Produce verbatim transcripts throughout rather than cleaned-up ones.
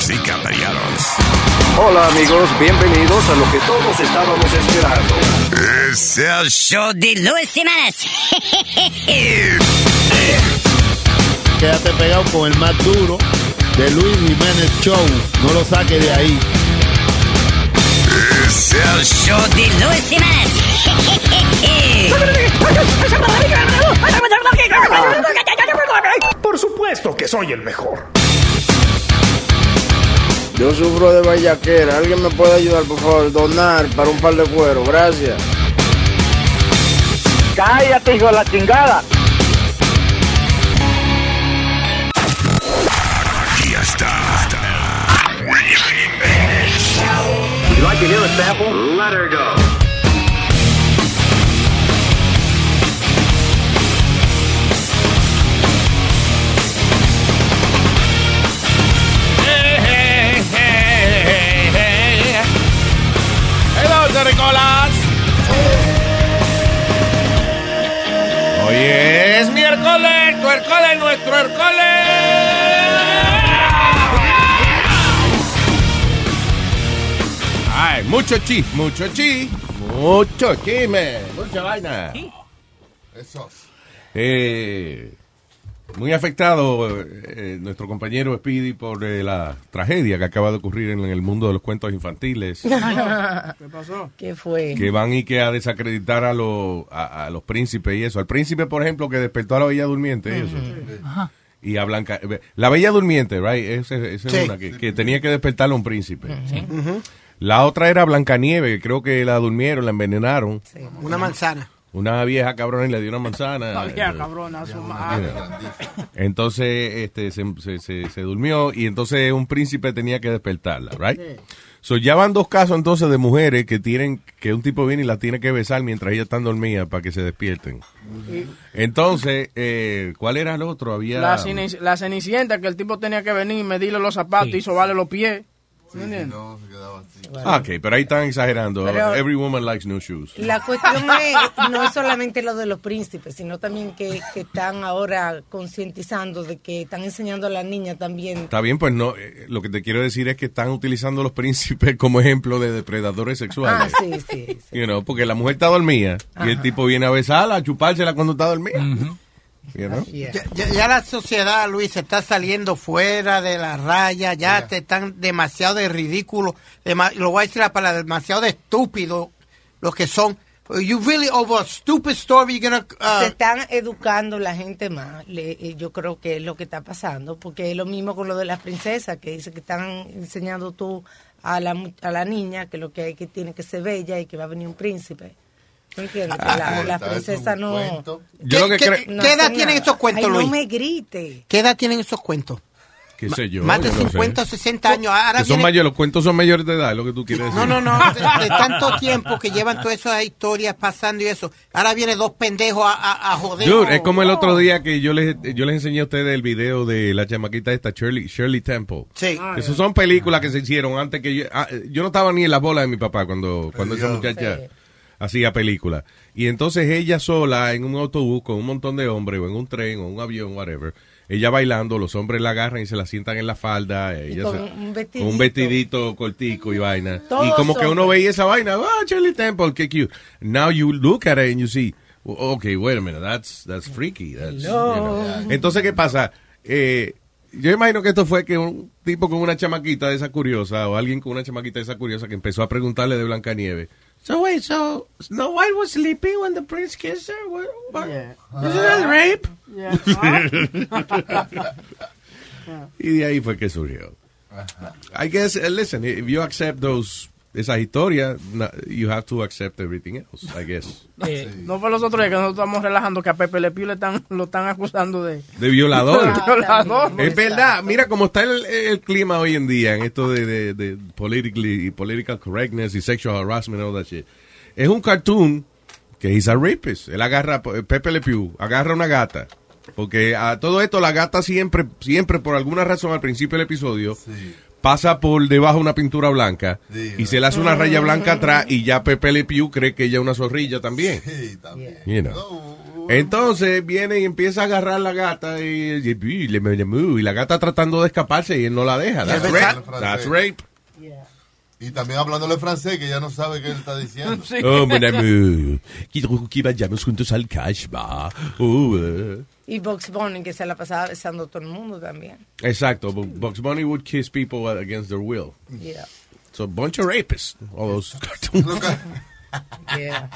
Damas y caballeros. Hola amigos, bienvenidos a lo que todos estábamos esperando. Es el show de Luis Jiménez. Quédate pegado con el más duro de Luis Jiménez Show. No lo saques de ahí. Es el show de Luis Jiménez. Por supuesto que soy el mejor. Yo sufro de vallaquera. ¿Alguien me puede ayudar, por favor? Donar para un par de cuero. Gracias. Cállate, hijo de la chingada. Aquí está. Luis Jiménez Show. Would you like to hear a sample? Let her go. Ricolas. Hoy es miércoles, tuercoles, nuestro hercoles. Ay, mucho chi, mucho chi, mucho chisme, mucha vaina. Eso. Eh, muy afectado eh, nuestro compañero Speedy por eh, la tragedia que acaba de ocurrir en el mundo de los cuentos infantiles. ¿Qué pasó? ¿Qué fue? Que van y que a desacreditar a, los a, a los príncipes y eso. Al príncipe, por ejemplo, que despertó a la Bella Durmiente y eso. Ajá. Y a Blanca... La Bella Durmiente, right? Esa es Sí. una que, que tenía que despertarle a un príncipe. Sí. Uh-huh. La otra era Blancanieves, que creo que la durmieron, la envenenaron. Sí. Una manzana. Una vieja cabrona y le dio una manzana. Una vieja cabrona, su madre. Entonces este, se, se, se, se durmió y entonces un príncipe tenía que despertarla, right? Sí. So, ya van dos casos entonces de mujeres que tienen que un tipo viene y las tiene que besar mientras ellas están dormidas para que se despierten. Sí. Entonces, eh, ¿cuál era el otro? Había la, cenic la cenicienta, que el tipo tenía que venir y medirle los zapatos sí. y sobarle los pies. Sí, sí, no, se quedaba así. Ah, ok, pero ahí están exagerando. Pero every woman likes new shoes. La cuestión es, no es solamente lo de los príncipes, sino también que, que están ahora concientizando de que están enseñando a la niña también. Está bien, pues no, eh, lo que te quiero decir es que están utilizando a los príncipes como ejemplo de depredadores sexuales. Ah, sí, sí. sí. You know, porque la mujer está dormida. Ajá. Y el tipo viene a besarla, a chupársela cuando está dormida. Uh-huh. You know? ya, ya, ya la sociedad, Luis, está saliendo fuera de la raya, ya yeah. te están demasiado de ridículo, dema, lo voy a decir la palabra, demasiado de estúpido los que son. You really over a stupid story, you're gonna, uh... Se están educando la gente más, le, yo creo que es lo que está pasando, porque es lo mismo con lo de las princesas, que dice que están enseñando tú a la, a la niña que lo que hay que tiene que ser bella y que va a venir un príncipe. ¿No entiendes? Ah, la, la princesa no... Yo lo que ¿Qué, cre... ¿qué, no ¿qué edad tienen esos cuentos, Ay, Luis? no me grite. ¿Qué edad tienen esos cuentos? ¿Qué sé yo? Más de yo cincuenta o no sesenta años. Ahora que son viene... mayores, los cuentos son mayores de edad, es lo que tú quieres decir. No, no, no. De, de tanto tiempo que llevan todas esas historias pasando y eso. Ahora viene dos pendejos a, a, a joder. Dude, es como el otro día que yo les, yo les enseñé a ustedes el video de la chamaquita esta, Shirley, Shirley Temple. Sí. Ah, Esas son películas que se hicieron antes que yo... Ah, yo no estaba ni en las bolas de mi papá cuando, cuando esa muchacha... Sí. Hacía película. Y entonces ella sola en un autobús con un montón de hombres o en un tren o un avión, whatever, ella bailando, los hombres la agarran y se la sientan en la falda, ella con, se, un vestidito. con un vestidito cortico y vaina. Todos y como que hombres. uno veía esa vaina, oh, Shirley Temple, qué cute. Now you look at it and you see, okay, wait a minute, that's, that's freaky. That's, you know. Entonces, ¿qué pasa? Eh, yo imagino que esto fue que un tipo con una chamaquita de esa curiosa o alguien con una chamaquita de esa curiosa que empezó a preguntarle de Blancanieves. So wait, so Snow White was sleeping when the prince kissed her? What, what? Yeah. Isn't that rape? Yeah. Yeah. Y de ahí fue que surgió. I guess, uh, listen, if you accept those, esas historias, you have to accept everything else, I guess. Eh, sí. No fue los otros días que nosotros estamos relajando que a Pepe Le Pew le están, lo están acusando de... De violador. De violador. Es verdad, mira cómo está el, el clima hoy en día en esto de, de, de politically, political correctness y sexual harassment and all that shit. Es un cartoon que he's a rapist. Él agarra, Pepe Le Pew, agarra una gata. Porque a todo esto la gata siempre, siempre por alguna razón al principio del episodio, sí. pasa por debajo de una pintura blanca Sí, y se le hace una raya blanca atrás y ya Pepe Le Pew cree que ella es una zorrilla también. Sí, también. You know. Entonces viene y empieza a agarrar la gata y, y, y, le- le- y la gata tratando de escaparse y él no la deja. That's Es rape. verdad. That's rape. Yeah. Y también hablándole francés, que ya no sabe qué él está diciendo. Sí. Oh, mon amour, quiero que vayamos juntos al cash bar. Oh, eh. Y Bugs Bunny, que se la pasaba besando a todo el mundo también. Exacto, Bu- Bugs Bunny would kiss people against their will. Yeah. So a bunch of rapists, all those cartoons. Yeah.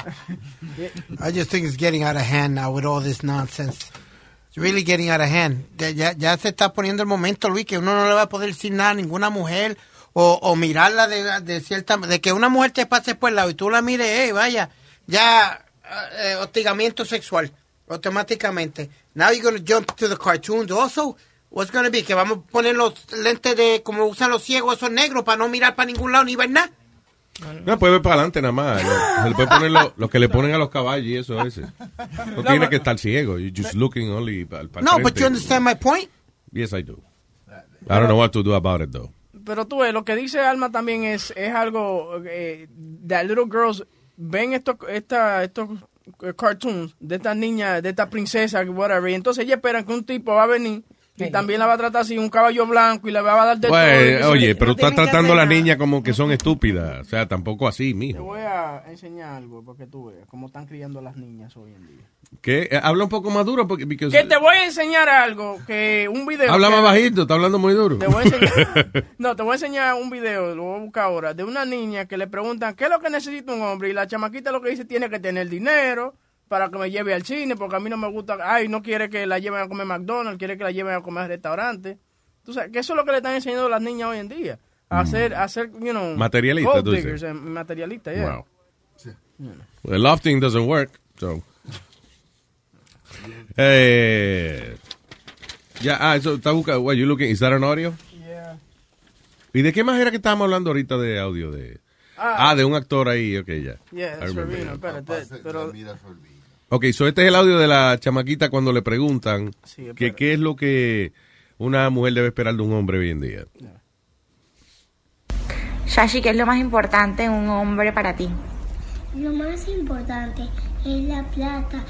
I just think it's getting out of hand now with all this nonsense. It's really getting out of hand. Ya, ya, ya se está poniendo el momento, Luis, que uno no le va a poder decir nada a ninguna mujer o, o mirarla de, de cierta... De que una mujer te pase por el lado y tú la mires, eh, vaya, ya eh, hostigamiento sexual, automáticamente. Now you're going to jump to the cartoons. Also, what's going to be? Que vamos a poner los lentes de como usan los ciegos esos negros para no mirar para ningún lado ni ver nada. No, puede ver para adelante nada más. Lo, se le puede poner lo, lo que le ponen a los caballos y eso a veces. No tiene que estar ciego. You're just looking only para el No, but you understand my point? Yes, I do. I don't know what to do about it, though. Pero tú ves, lo que dice Alma también es, es algo, eh, that little girls ven estos esta, estos eh, cartoons de estas niñas, de estas princesas, whatever, y entonces ellas esperan que un tipo va a venir y Sí. también la va a tratar así, un caballo blanco, y le va a dar de Pues, todo. oye, Y pero no tú estás tienen que tratando a hacer las nada. niñas como que son estúpidas. O sea, tampoco así, Te mijo. voy a enseñar algo para que tú veas cómo están criando a las niñas hoy en día. ¿Qué? Eh, Habla un poco más duro porque... because- Que te voy a enseñar algo, que un video... Habla que- más bajito, está hablando muy duro. Te voy a enseñar, no, te voy a enseñar un video, lo voy a buscar ahora, de una niña que le preguntan qué es lo que necesita un hombre y la chamaquita lo que dice tiene que tener dinero para que me lleve al cine porque a mí no me gusta, ay, no quiere que la lleven a comer McDonald's, quiere que la lleven a comer al restaurante. Tú sabes, que eso es lo que le están enseñando a las niñas hoy en día, a hacer, a hacer, you know, Materialista, gold tú dices. diggers, eh, materialista, yeah. Wow. Well, the lofting doesn't work, so... Eh, ya, ah, eso está buscando. What, you looking, is that an audio? Yeah. ¿Y de qué más era que estábamos hablando ahorita de audio? de Ah, Ah, de un actor ahí, ok, ya. yeah, I that's remember Ravino, now. espérate, Papá, pero... mira, Solvino. Ok, so este es el audio de la chamaquita cuando le preguntan Sí, que espera. qué es lo que una mujer debe esperar de un hombre hoy en día. Shashi, ¿qué es lo más importante en un hombre para ti? Lo más importante es la plata.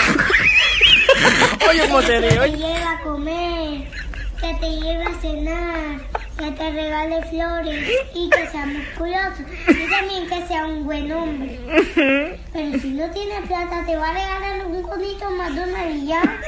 Oye, cómo te río, Que te oye. lleve a comer, que te lleve a cenar, que te regale flores y que sea musculoso. Y también que sea un buen hombre. Pero si no tienes plata, te va a regalar un conito McDonald's y ya.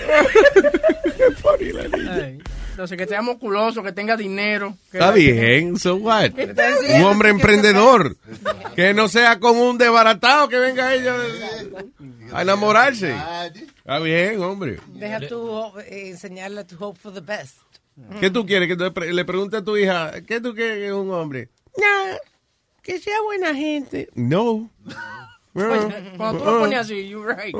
Ay, entonces, que sea musculoso, que tenga dinero. Que Está la- bien, so what? Que te Un enseñe- hombre emprendedor. Que no sea como un desbaratado que venga ella a enamorarse. Está bien, hombre. Deja tú eh, enseñarle a tu hope for the best. ¿Qué tú quieres? Que tú le pre- le pregunte a tu hija, ¿qué tú quieres que es un hombre? No, que sea buena gente. No. Oye, cuando tú lo pones así, you're right.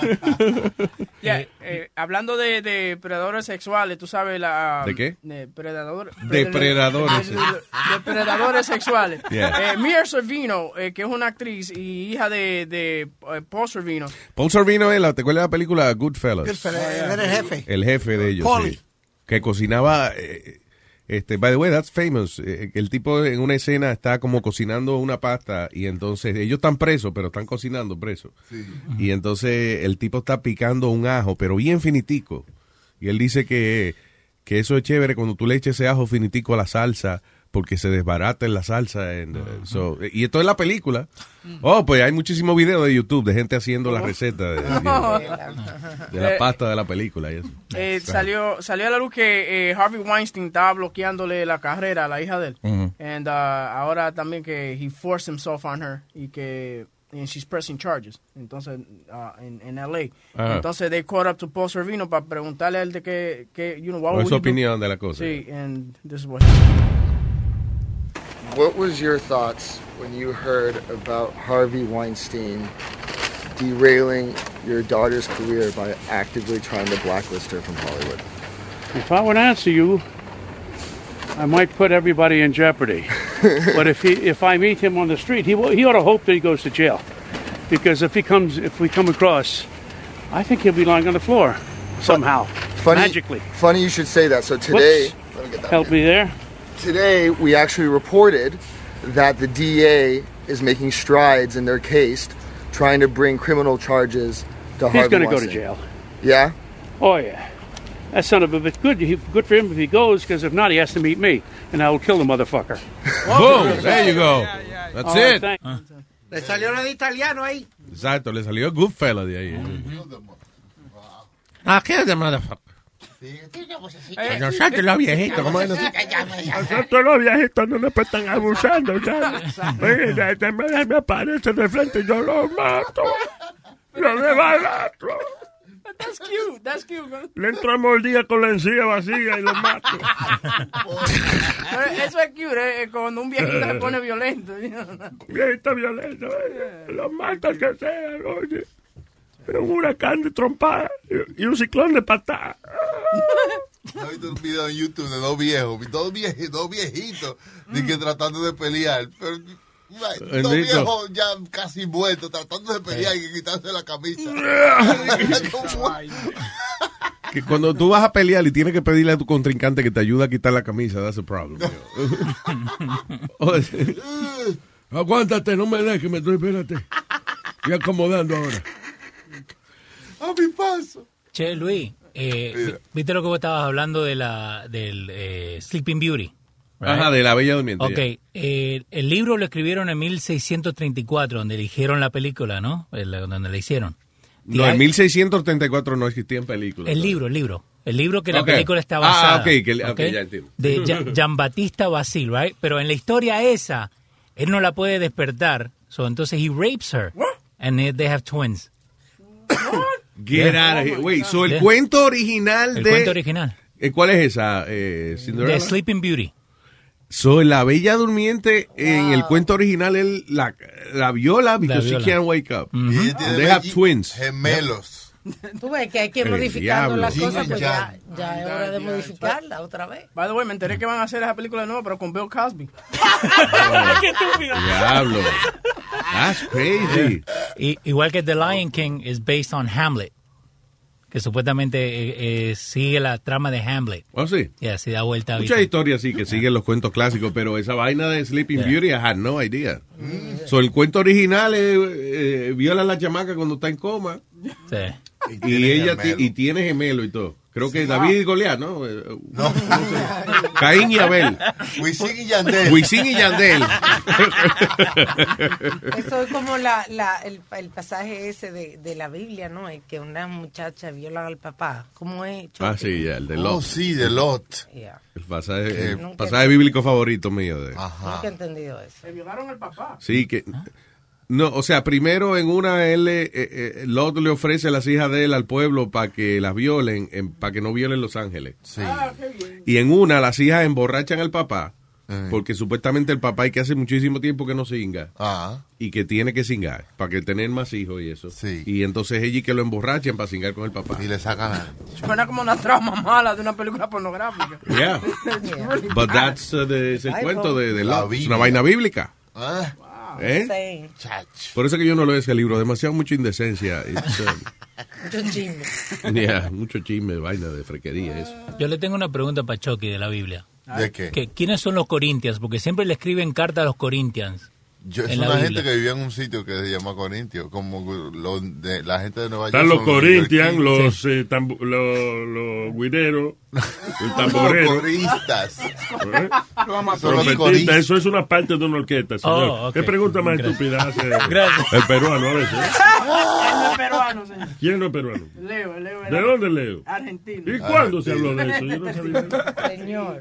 Ya, eh, hablando de, de predadores sexuales, tú sabes la... ¿De qué? De predador, Depredadores. De, de- depredadores sexuales. Yeah. Eh, Mia Sorvino, eh, que es una actriz y hija de, de eh, Paul Sorvino. Paul Sorvino es la, ¿te acuerdas de la película Goodfellas? Goodfellas, él era el jefe. El jefe de ellos, Paulie. sí. Que cocinaba, eh, este, by the way, that's famous. Eh, el tipo en una escena está como cocinando una pasta y entonces ellos están presos, pero están cocinando presos. Y entonces el tipo está picando un ajo, pero bien finitico. Y él dice que, que eso es chévere cuando tú le eches ese ajo finitico a la salsa, porque se desbarata en la salsa. And, uh, so, y esto es la película. Oh, pues hay muchísimos videos de YouTube de gente haciendo la receta de, de- de la pasta de la película y eso. Eh, salió, salió a la luz que eh, Harvey Weinstein estaba bloqueándole la carrera a la hija de él. Ujú. And, uh, ahora también que he forced himself on her y que and she's pressing charges. Entonces, uh, en, en L A. Ajá. Entonces, they caught up to Paul Sorvino para preguntarle a él de qué, qué you know, what ¿Cuál would es su he do? opinión de la cosa? Sí, and this is what he said. What was your thoughts when you heard about Harvey Weinstein derailing your daughter's career by actively trying to blacklist her from Hollywood? If I would answer you, I might put everybody in jeopardy. But if he, if I meet him on the street, he will- he ought to hope that he goes to jail, because if he comes, if we come across, I think he'll be lying on the floor somehow, Funny, magically. Funny you should say that. So today, Whoops. let me get that. Help me there. today we actually reported that the D A is making strides in their case, trying to bring criminal charges to Harvey He's going to go to Weinstein. jail. Yeah? Oh, yeah. That son of a bitch. Good, he- good for him if he goes, because if not, he has to meet me, and I will kill the motherfucker. Boom, there you go. That's All right, it. thank- Le salió la de italiano ahí. Exacto, le salió Goodfella de ahí. Ah, ¿qué es de motherfucker? Nosotros los viejitos, ¿cómo es? Nosotros los viejitos no nos están abusando, ¿sabes? Mira, te me, me aparece de frente y yo los mato. Los desbarato. That's cute, that's cute. Man. Le entro a mordida con la encía vacía y los mato. Pero eso es cute, eh, cuando un viejito se pone violento. Viejito violento, eh. Los mato al que sea, oye. Un huracán de trompada y, y un ciclón de patada. ¿Has visto un video en YouTube de dos viejos, dos viejitos, dos viejitos, de que tratando de pelear? Pero, ay, dos Bendito. viejos ya casi muertos, tratando de pelear y quitarse la camisa. Que cuando tú vas a pelear y tienes que pedirle a tu contrincante que te ayude a quitar la camisa, that's a problem. Oye, aguántate, no me dejes, me estoy, espérate. Estoy acomodando ahora. A mi paso. Che, Luis, eh, ¿viste lo que vos estabas hablando de la del eh, Sleeping Beauty? Right? Ajá, de La Bella Durmiente. Ok, ya. eh, el libro lo escribieron en mil seiscientos treinta y cuatro, donde eligieron la película, ¿no? El, donde la hicieron. No, en mil seiscientos treinta y cuatro no existían películas. El libro, el libro. El libro que la Ok. película está Ah, basada. ok, que- ok, ¿ok? ya entiendo. De Gian- Giambattista Basile, right? Pero en la historia esa, él no la puede despertar. So, entonces, he rapes her. And they, they have twins. Get Yeah. out of here. Wait, so el Yeah. cuento original El de... cuento original. Eh, ¿Cuál es esa? Eh, Cinderella. The Sleeping Beauty. So, La Bella Durmiente, en el cuento original, él la, la viola because she viola. can't wake up. Y ella And tiene they have belli- twins. Gemelos. Tú ves que hay que ir El modificando diablo. las cosas, Jin pues ya, and ya es hora de modificarla otra vez. By the way, me enteré que van a hacer esa película nueva, pero con Bill Cosby. ¡Qué estúpido! Diablo. That's crazy. I- igual que The Lion King is based on Hamlet, que supuestamente eh, eh, sigue la trama de Hamlet. ¿Oh, sí? Ya, se da vuelta. Muchas historias sí que siguen los cuentos clásicos, pero esa vaina de Sleeping Yeah. Beauty, I had no idea. So, el cuento original es, eh, viola a la chamaca cuando está en coma Sí. y, tiene ella gemelo. ti- y tiene gemelo y todo. Creo que David y Goliat, ¿no? Eh, No. Caín y Abel. Wisin y Yandel. Wisin y Yandel. Eso es como la, la, el, el pasaje ese de, de la Biblia, ¿no? El que una muchacha viola al papá. ¿Cómo es? Ah, sí, ya, el de Oh, Lot. sí, de Lot. Yeah. El pasaje, el Nunca- pasaje bíblico favorito mío. De, Ajá. Nunca he entendido eso. Se violaron al papá. sí, que... No, o sea, primero en una, él, eh, eh, Lot le ofrece a las hijas de él al pueblo para que las violen, para que no violen Los Ángeles. Sí. Ah, qué bien. Y en una, las hijas emborrachan al papá, Eh. porque supuestamente el papá hay que hace muchísimo tiempo que no singa, Ah. y que tiene que singar, para que tener más hijos y eso. Sí. Y entonces ella y que lo emborrachan para singar con el papá. Y le sacan a... Suena como una trama mala de una película pornográfica. Yeah. It's really But bad. that's uh, the- es el Ay, cuento de, de La Lot. Es Biblia. una vaina bíblica. Ah, ¿Eh? Sí. chach. Por eso que yo no leo ese libro, demasiado mucha indecencia. It's, um, Mucho chisme. yeah, mucho chisme, vaina de frequería eso. Yo le tengo una pregunta para Chucky de la Biblia. ¿De qué? Que, ¿Quiénes son los Corinthians? Porque siempre le escriben cartas a los Corinthians. Yo, es en la una Biblia. gente que vivía en un sitio que se llama Corintio, como lo de, la gente de Nueva York. Están los son Corinthians, neoyorquinos. los, eh, tambu- los, los guineros, el Los tamborero. coristas. ¿eh? Son los Trompetistas, coristas. eso es una parte de una orquesta, señor. Oh, ok. ¿Qué pregunta más Gracias. estúpida hace Gracias. el peruano a veces? ¿eh? Él no es peruano, señor. ¿Quién no es peruano? Leo, Leo. ¿De dónde leo? Argentino. ¿Y cuándo se habló de eso? Yo no sabía. Señor.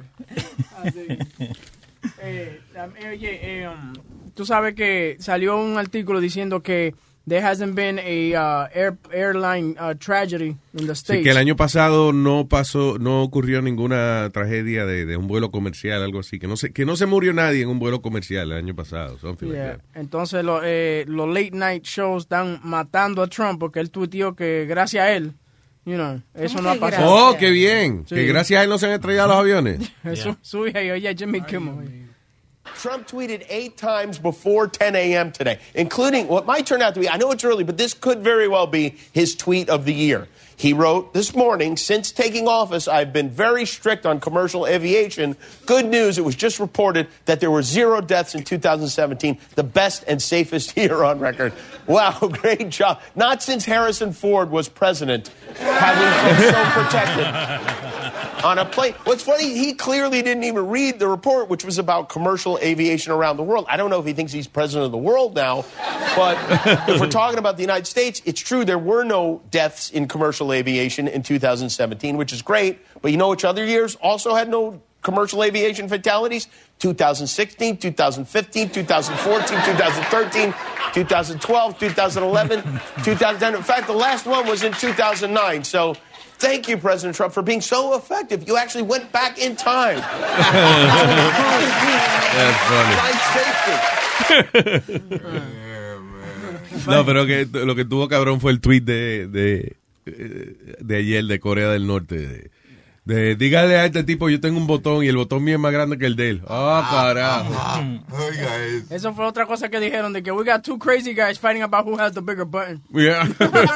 Eh, eh, oye, eh, um, tú sabes que salió un artículo diciendo que there hasn't been a uh, air, airline uh, tragedy in the Sí, States. que el año pasado no pasó, no ocurrió ninguna tragedia de, de un vuelo comercial, algo así, que no se, que no se murió nadie en un vuelo comercial el año pasado. something like Yeah. that. Entonces lo, eh, los late night shows están matando a Trump porque él tuiteó que gracias a él, you know, eso no ha que pasado. Oh, qué bien. Sí. Que gracias a él no se han estrellado los aviones. Su, su hija y oye, Jimmy Kimmel. Trump tweeted eight times before ten a.m. today, including what might turn out to be, I know it's early, but this could very well be his tweet of the year. He wrote this morning, since taking office, I've been very strict on commercial aviation. Good news, it was just reported that there were zero deaths in two thousand seventeen, the best and safest year on record. Wow, great job. Not since Harrison Ford was president have we been so protected on a plane. What's funny, he clearly didn't even read the report, which was about commercial aviation around the world. I don't know if he thinks he's president of the world now, but if we're talking about the United States, it's true there were no deaths in commercial aviation in two thousand seventeen, which is great. But you know which other years also had no commercial aviation fatalities? two thousand sixteen, two thousand fifteen, two thousand fourteen, two thousand thirteen, two thousand twelve, two thousand eleven, two thousand ten. In fact, the last one was in two thousand nine. So thank you, President Trump, for being so effective. You actually went back in time. That's funny. No, pero que lo que tuvo cabrón fue el tweet de, de, de ayer de Corea del Norte. De, de dígale a este tipo, yo tengo un botón y el botón mío es más grande que el de él. Ah, carajo. Eso fue otra cosa que dijeron, de que we got two crazy guys fighting about who has the bigger button. Yeah.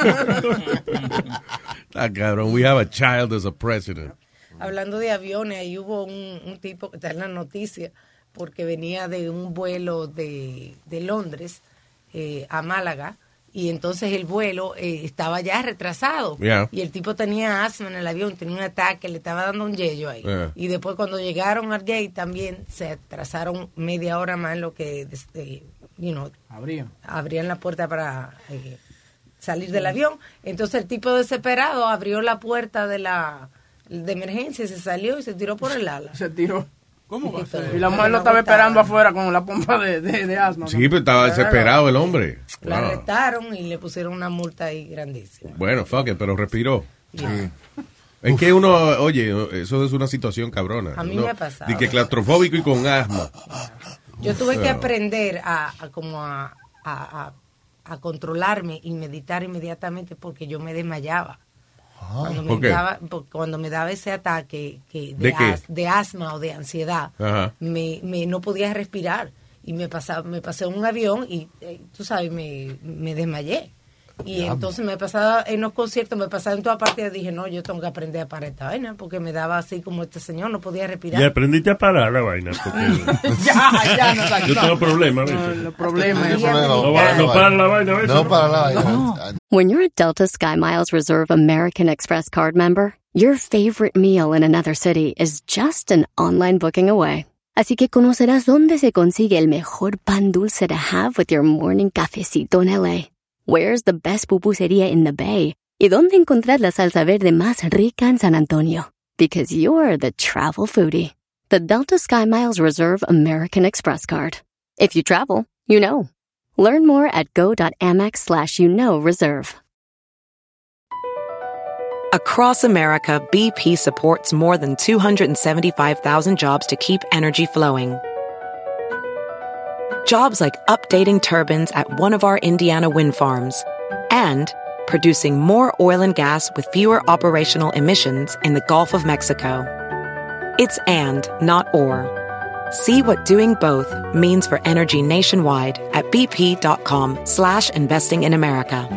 Ah, cabrón, we have a child as a president. Hablando de aviones, ahí hubo un, un tipo que está en la noticia porque venía de un vuelo de, de Londres eh, a Málaga y entonces el vuelo eh, estaba ya retrasado. Yeah. Y el tipo tenía asma en el avión, tenía un ataque, le estaba dando un yello ahí. Yeah. Y después cuando llegaron al gate también se atrasaron media hora más en lo que, este, you know, Abrían. abrían la puerta para eh, salir del avión. Entonces el tipo desesperado abrió la puerta de la de emergencia, se salió y se tiró por el ala. Se tiró. ¿Cómo va a ser? Y Y la mujer lo estaba esperando afuera con la pompa de, de, de asma. Sí, pero estaba desesperado el hombre. La Wow. arrestaron y le pusieron una multa ahí grandísima. Bueno, fuck it, pero respiró. Yeah. Es que uno, oye, eso es una situación cabrona. A mí Uno, me ha pasado. de que claustrofóbico y con asma. Yo tuve que Pero- aprender a, a como a, a, a, a controlarme y meditar inmediatamente porque yo me desmayaba. Cuando me, ¿Por qué? daba, por- cuando me daba ese ataque que ¿De de, qué? as- de asma o de ansiedad, Ajá. me, me no podía respirar y me pasaba, me pasé en un avión y eh, tú sabes, me, me desmayé. Y Diablo. entonces me pasaba en los conciertos, me pasaba en toda parte y dije, no, yo tengo que aprender a parar esta vaina porque me daba así como este señor, no podía respirar. Y aprendiste a parar la vaina. Porque ya, ya, no, yo tengo problemas. No, ¿viste? los problemas. No, va- no para la vaina. ¿ves? No para la vaina. When you're a Delta SkyMiles Reserve American Express card member, your favorite meal in another city is just an online booking away. Así que conocerás dónde se consigue el mejor pan dulce to have with your morning cafecito en L A. Where's the best pupusería in the Bay? Y dónde encontrar la salsa verde más rica en San Antonio. Because you're the travel foodie. The Delta SkyMiles Reserve American Express card. If you travel, you know. Learn more at go.amex slash you know reserve. Across America, B P supports more than two hundred seventy-five thousand jobs to keep energy flowing. Jobs like updating turbines at one of our Indiana wind farms and producing more oil and gas with fewer operational emissions in the Gulf of Mexico. It's and, not or. See what doing both means for energy nationwide at bp.com slash investing in America.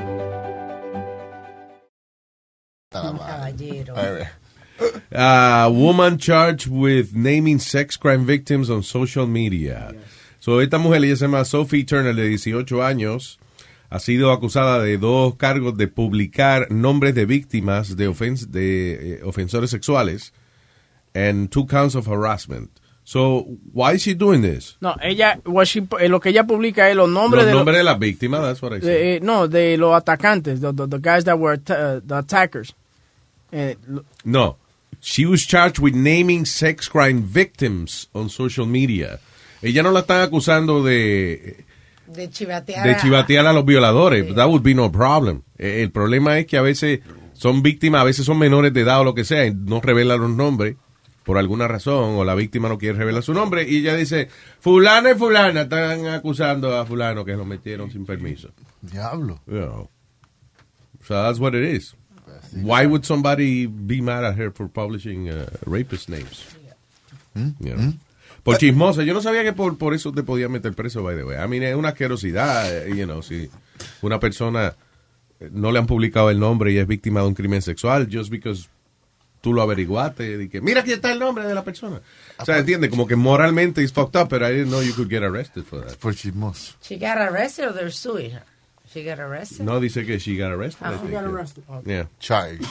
A woman charged with naming sex crime victims on social media. So, esta mujer, ella se llama Sophie Turner, de dieciocho años, ha sido acusada de dos cargos de publicar nombres de víctimas de, ofens de eh, ofensores sexuales and two counts of harassment. So, why is she doing this? No, ella, what she, eh, lo que ella publica es los nombres Los de nombres los, de las víctimas, that's what I said. de, eh, no, de los atacantes, the, the, the guys that were uh, the attackers. Eh, lo- No. She was charged with naming sex crime victims on social media. Ella no la están acusando de, De chivatear. de a- chivatear a los violadores. That would be no problem. Eh, El problema es que a veces son víctimas, a veces son menores de edad o lo que sea, y no revelan los nombres por alguna razón, o la víctima no quiere revelar su nombre, y ella dice, fulano y fulana están acusando a fulano que lo metieron sin permiso. Diablo. You know. So that's what it is. Why would somebody be mad at her for publishing uh, rapist names? You know. Por chismosa. Yo no sabía que por, por eso te podía meter preso, by the way. I mean, es una asquerosidad, eh, you know, si una persona no le han publicado el nombre y es víctima de un crimen sexual, just because tú lo averiguaste, y que mira aquí está el nombre de la persona. O sea, entiende, como que moralmente it's fucked up, but I didn't know you could get arrested for that. For chismoso. She got arrested or they're suing her? She got arrested? No, dice que she got arrested. Ah, I she think, got yeah. arrested. Yeah. Charged.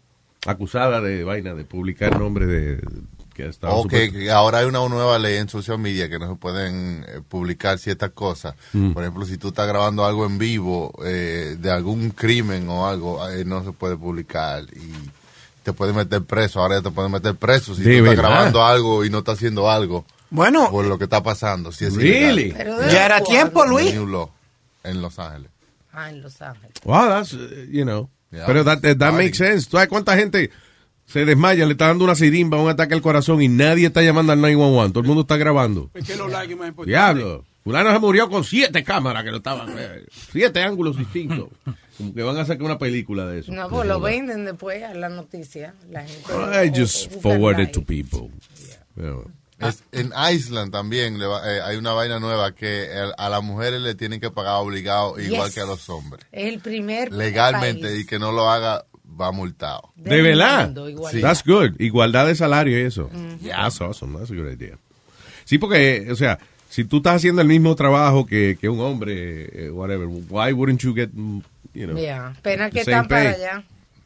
Acusada de vaina, de publicar nombre de... que estaba Ok, super- que ahora hay una nueva ley en social media que no se pueden eh, publicar ciertas cosas. Mm. Por ejemplo, si tú estás grabando algo en vivo eh, de algún crimen o algo, eh, no se puede publicar y te pueden meter preso. Ahora ya te pueden meter preso si tú ¿De estás verdad? grabando algo y no estás haciendo algo. Bueno. Por lo que está pasando. Si es Really? ilegal. Pero de Ya era cuándo? tiempo, Luis. New law en Los Ángeles. Ah, en Los Ángeles. Wow, that's, uh, you know. Yeah. Pero that, that, that makes sense. ¿Tú sabes cuánta gente se desmaya, le está dando una sirimba, un ataque al corazón y nadie está llamando al nueve uno uno? Todo el mundo está grabando. Es que los likes más importantes. Diablo. Fulano se murió con siete cámaras que lo estaban... eh, siete ángulos distintos. Como que van a sacar una película de eso. No, pues lo venden después a la noticia. La gente. I just forward it to people. Yeah. Es, en Iceland también le va- eh, hay una vaina nueva que el- a las mujeres le tienen que pagar obligado igual Yes. que a los hombres. Es el primer Legalmente, país. y que no lo haga va multado. ¿De verdad? mundo, igualdad. Sí. That's good. Igualdad de salario y eso. Mhm. That's awesome. That's a good idea. Sí, porque, o sea, si tú estás haciendo el mismo trabajo que, que un hombre, eh, whatever, why wouldn't you get, mm, you know, Yeah. Pena the que same están para pay? allá.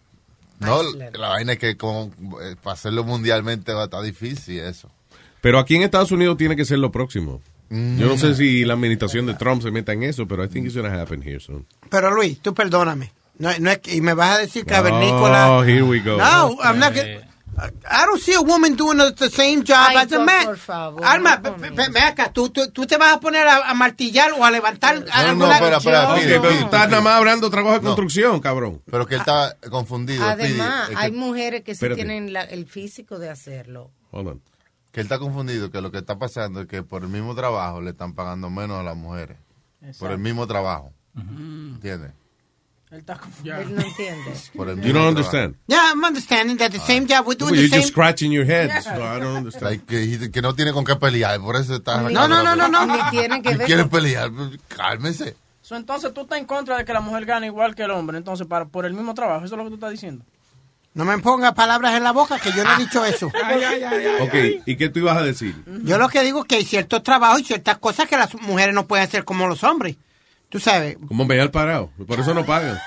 No, Iceland. la vaina es que como, eh, para hacerlo mundialmente va a estar difícil eso. Pero aquí en Estados Unidos tiene que ser lo próximo. Mm. Yo no sé si la administración de Trump se meta en eso, pero I think it's going to happen here soon. Pero Luis, tú perdóname. No, no es que- y me vas a decir cavernícola. Oh, here we go. No, I'm not gonna- I don't see a woman doing the, the same job Ay, as a por- man. por favor, Alma, no ve- con ve- ve- ve acá, ¿tú, tú, tú te vas a poner a, a martillar o a levantar no, alguna... espera, espera, Yo- pide, Ok, pero pide. tú estás nada más hablando de trabajo de No. construcción, cabrón. Pero que él está confundido. Además, Pidi, es que- hay mujeres que sí Espérate. tienen la- el físico de hacerlo. Hold on. que él está confundido, que lo que está pasando es que por el mismo trabajo le están pagando menos a las mujeres. Por el mismo trabajo. ¿Entiendes? Él está confundido. Él no entiende. Por el You mismo don't trabajo. understand. Yeah, I'm understanding that the same job we're doing You're the just same... scratching your head. So I don't understand. Like, que, que no tiene con qué pelear, por eso está... Ni- No, no, no, no, no. Ni tienen que Si ver quiere con- pelear, pues, cálmese. So, entonces tú estás en contra de que la mujer gane igual que el hombre, entonces para por el mismo trabajo, eso es lo que tú estás diciendo. No me pongas palabras en la boca, que yo no he dicho eso. Ok, ¿y qué tú ibas a decir? Yo lo que digo es que hay ciertos trabajos y ciertas cosas que las mujeres no pueden hacer como los hombres. Tú sabes. Como me al parado. Por eso no pagan.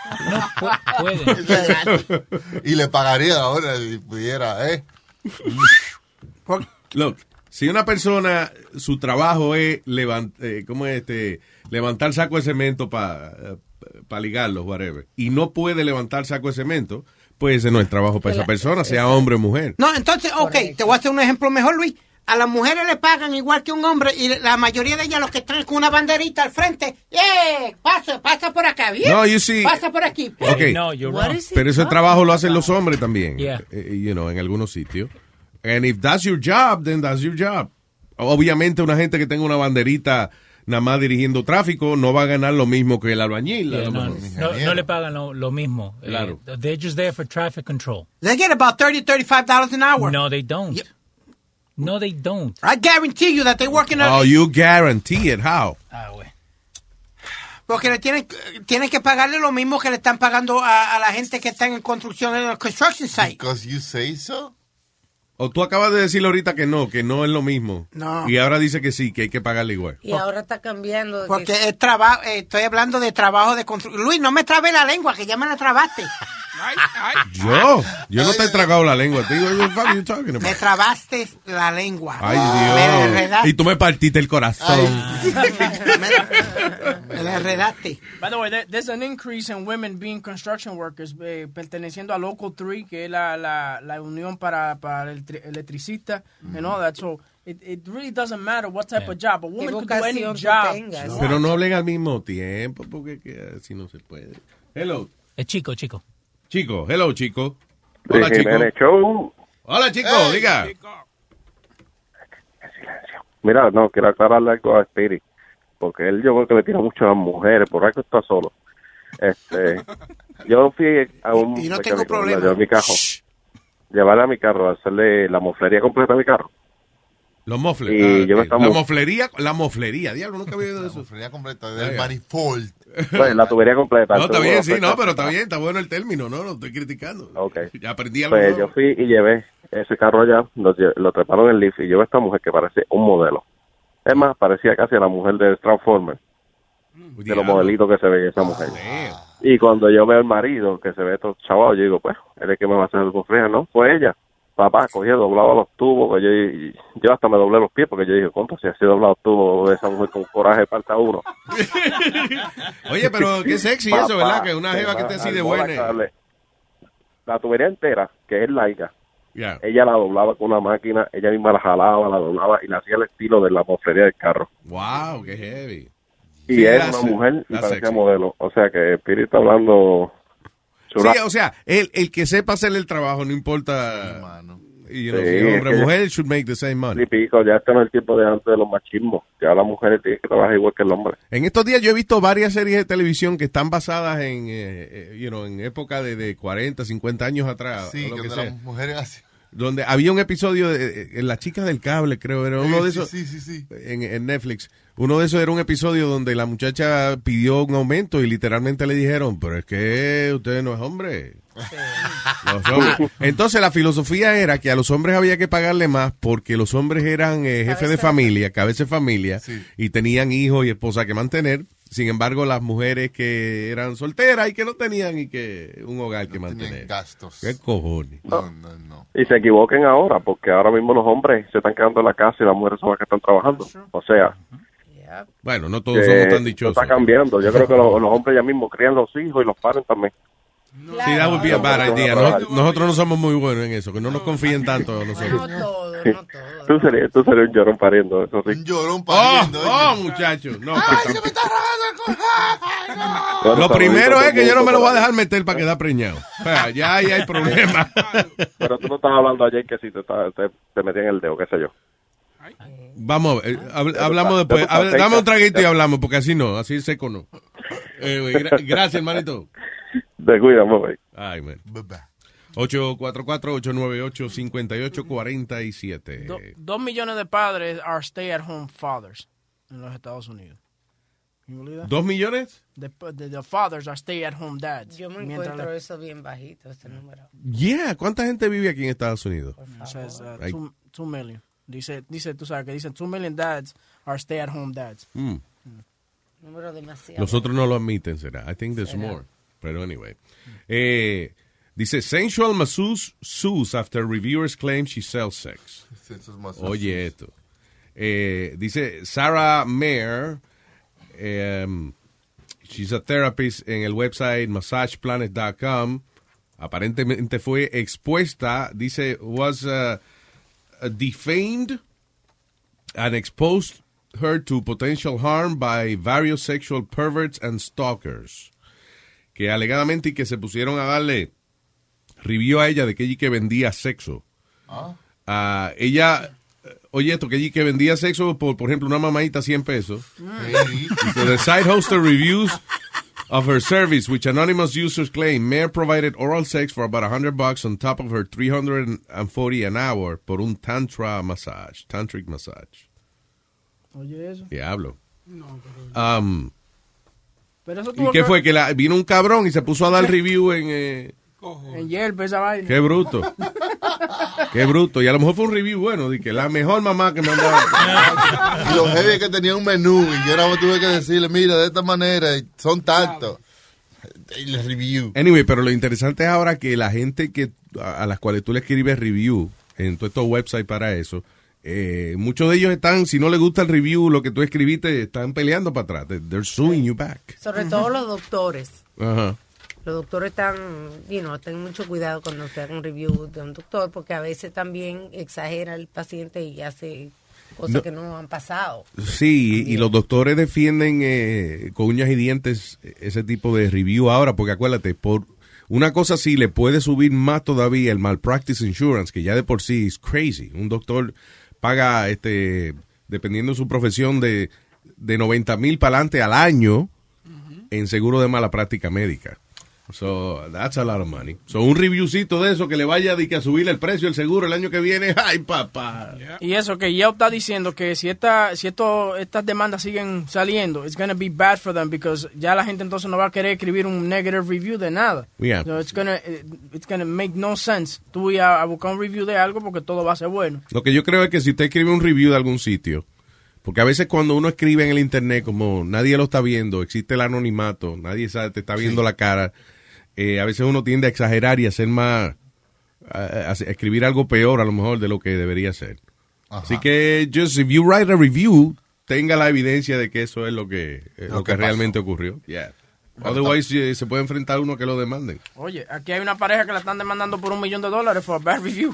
Y le pagaría ahora si pudiera, ¿eh? Look, si una persona, su trabajo es levant, eh, ¿cómo es este? levantar saco de cemento para pa ligarlos, whatever, y no puede levantar saco de cemento, pues ese no es trabajo para esa persona, sea hombre o mujer. No, entonces, ok, te voy a hacer un ejemplo mejor, Luis. A las mujeres le pagan igual que un hombre y la mayoría de ellas los que están con una banderita al frente, ¡eh! Pasa, pasa por acá, ¿bien? No, you see- Pasa por aquí. Ok, No, you're wrong. pero ese trabajo lo hacen los hombres también, Yeah. eh, you know, en algunos sitios. And if that's your job, then that's your job. Obviamente una gente que tenga una banderita nada más dirigiendo tráfico no va a ganar lo mismo que el albañil. a Yeah, lo no, mejor. no, no le pagan lo, lo mismo. Eh, Claro. they're just there for traffic control. They get about thirty, thirty-five dollars an hour. No, they don't. No, they don't. I guarantee you that they work in a... Oh, you guarantee it. How? Ah, güey. Porque le tienen, tienen que pagarle lo mismo que le están pagando a, a la gente que está en construcción en el construction site. Because you say so. O tú acabas de decirle ahorita que no, que no es lo mismo. No. Y ahora dice que sí, que hay que pagarle igual. Y ahora está cambiando. de Porque que- es trabajo, eh, estoy hablando de trabajo de construcción. Luis, no me trabé la lengua, que ya me la trabaste. Yo, yo no te he tragado la lengua. Te digo, what the fuck are you talking about? Me trabaste la lengua. Ay, Me la Dios. enredaste. Y tú me partiste el corazón. Me la enredaste. By the way, there- there's an increase in women being construction workers, eh, perteneciendo a Local three, que es la, la, la unión para, para el tri- electricista, and all that. So it, it really doesn't matter what type of job. A woman could do any vocación tú job. tengas. Pero no hablen al mismo tiempo, porque que así no se puede. Hello. Es chico, chico. Chico, hello, chico. Hola, De chico. Jiménez Show. Hola, chico, diga. Mira, no, quiero aclararle algo a Spirit, porque él yo creo que le tira mucho a las mujeres, por algo está solo. Este, yo fui a un Y no tengo mecánico, problema. le llevé mi carro, llevarle a mi carro, a hacerle la moflería completa a mi carro. Los mofles. Y ah, yo me okay. estaba... La moflería, la moflería, diablo, nunca había oído de eso. La moflería completa, del manifold. Pues, la tubería completa. No, está bien, sí, no, pero está bien, está bueno el término, no, no estoy criticando. Okay. Ya aprendí algo. Pues nuevo. yo fui y llevé ese carro allá, lo, lle- lo treparon en el lift y llevé a esta mujer que parece un modelo. Es más, parecía casi a la mujer de Transformers, de Diablo. los modelitos que se ve esa mujer. Ah, Y cuando yo veo al marido que se ve todo chavado, yo digo, pues, él es que me va a hacer el bofrea, ¿no? Fue ella. Papá, cogía, doblaba los tubos, que yo, y yo hasta me doblé los pies porque yo dije, ¿cuánto si así doblado los tubos de esa mujer con coraje parta uno? Oye, pero qué sexy eso, ¿verdad? Que una jeva que esté así de buena. La, la tubería entera, que es laica, Yeah. ella la doblaba con una máquina, ella misma la jalaba, la doblaba y la hacía el estilo de la moflería del carro. Wow, qué heavy. Y Sí, es that's- una mujer y that's parecía sexy. modelo. O sea que Spirit está hablando... chula. Sí, o sea, el, el que sepa hacer el trabajo, no importa. Y you know, Sí, si es hombre o es que- mujer, should make the same money. Y pico, ya está en el tiempo de antes de los machismos. Ya las mujeres tienen que trabajar igual que el hombre. En estos días yo he visto varias series de televisión que están basadas en, eh, eh, you know, en época de, de cuarenta, cincuenta años atrás. Sí, o lo que que de sea. las mujeres así. Donde había un episodio de, de Las Chicas del Cable, creo, era uno de Sí, esos sí, sí, sí. En, en Netflix. Uno de esos era un episodio donde la muchacha pidió un aumento y literalmente le dijeron, pero es que usted no es hombre. Los hombres. Entonces la filosofía era que a los hombres había que pagarle más porque los hombres eran eh, jefes de familia, cabeza de familia, y tenían hijos y esposa que mantener. Sin embargo, las mujeres que eran solteras y que no tenían y que un hogar que mantener. gastos. ¿Qué cojones? No, no, no. Y se equivoquen ahora, porque ahora mismo los hombres se están quedando en la casa y las mujeres son las que están trabajando. O sea... Bueno, no todos que somos tan eso dichosos. está cambiando. Yo creo que los, los hombres ya mismo crían los hijos y los padres también. Sí, that would be a bad idea. Nos- nosotros no somos muy buenos en eso, que no nos confíen tanto a nosotros. Tú serías, tú serías un llorón pariendo, eso sí. Un llorón Oh, oh, muchachos. No, pues, lo primero es que yo no me lo voy a dejar meter para quedar preñado. O sea, ya ahí hay problema. Pero tú no estabas hablando ayer que si te, está- te, te metían el dedo, qué sé yo. Vamos, eh, hab- hablamos después. Hab- Dame un traguito y hablamos, porque así no, así seco no. Eh, güey, gra- gracias, hermanito. Te cuidas, güey. Ay, man. ocho cuatro cuatro, ocho nueve ocho, cinco ocho cuatro siete. Do- dos millones de padres are stay-at-home fathers en los Estados Unidos. Can you believe that? ¿Dos millones? The, the, the fathers are stay-at-home dads. Yo me Mientras encuentro le- eso bien bajito, ese número. Yeah, ¿cuánta gente vive aquí en Estados Unidos? It says, uh, Ay. two, two million. Dice, dice, tú sabes que dice two million dads are stay-at-home dads. Mm. Número demasiado. Los otros no lo admiten, será. I think there's ¿Será? more. Pero anyway. Eh, dice, sensual masseuse sues after reviewers claim she sells sex. Oye esto. Eh, dice Sarah Mayer, um, she's a therapist en el website massage planet dot com. Aparentemente fue expuesta, dice, was uh, uh, defamed and exposed her to potential harm by various sexual perverts and stalkers. Que alegadamente y que se pusieron a darle review a ella de que ella que vendía sexo. Ah, ella, eh, oye esto, que ella que vendía sexo por, por ejemplo, una mamadita cien pesos. So the site hosted reviews of her service, which anonymous users claim Mayer provided oral sex for about one hundred bucks on top of her three hundred forty an hour por un tantra massage, tantric massage. Oye, eso. Diablo. Um, Pero eso ¿Y tuvo qué que- fue? Que la, vino un cabrón y se puso a dar review en... Eh, En Yelp, esa vaina. qué bruto. Qué bruto. Y a lo mejor fue un review bueno, de que la mejor mamá que me han dado. Y los heavy que tenía un menú y yo ahora tuve que decirle, mira, de esta manera, y son tantos. Y les review. Anyway, pero lo interesante es ahora que la gente que a, a las cuales tú le escribes review en todos estos websites para eso, eh, muchos de ellos están, si no les gusta el review, lo que tú escribiste, están peleando para atrás. They- They're suing you back. Sobre todo los doctores. Ajá. Los doctores están, you know, tengan mucho cuidado cuando usted haga un review de un doctor, porque a veces también exagera el paciente y hace cosas No. que no han pasado. Sí, y los doctores defienden eh, con uñas y dientes ese tipo de review ahora, porque acuérdate, por una cosa sí le puede subir más todavía el malpractice insurance, que ya de por sí es crazy. Un doctor paga, este, dependiendo de su profesión, de, de noventa mil para adelante al año en seguro de mala práctica médica. So, that's a lot of money. So, un reviewcito de eso que le vaya de que a subir el precio del seguro el año que viene. ¡Ay, papá! Y eso que Yelp está diciendo que si esta, si esto, estas demandas siguen saliendo, it's going to be bad for them because ya la gente entonces no va a querer escribir un negative review de nada. Yeah. So it's gonna, it's gonna make no sense. Tú voy a, a buscar un review de algo porque todo va a ser bueno. Lo que yo creo es que si usted escribe un review de algún sitio, porque a veces cuando uno escribe en el internet, como nadie lo está viendo, existe el anonimato, nadie sabe, te está viendo sí. la cara, eh, a veces uno tiende a exagerar y a hacer más, a, a, a escribir algo peor a lo mejor de lo que debería ser. Ajá. Así que, just if you write a review, tenga la evidencia de que eso es lo que, eh, lo, lo que, que realmente ocurrió. Yeah. Otherwise, eh, se puede enfrentar a uno que lo demanden. Oye, aquí hay una pareja que la están demandando por un millón de dólares por a bad review.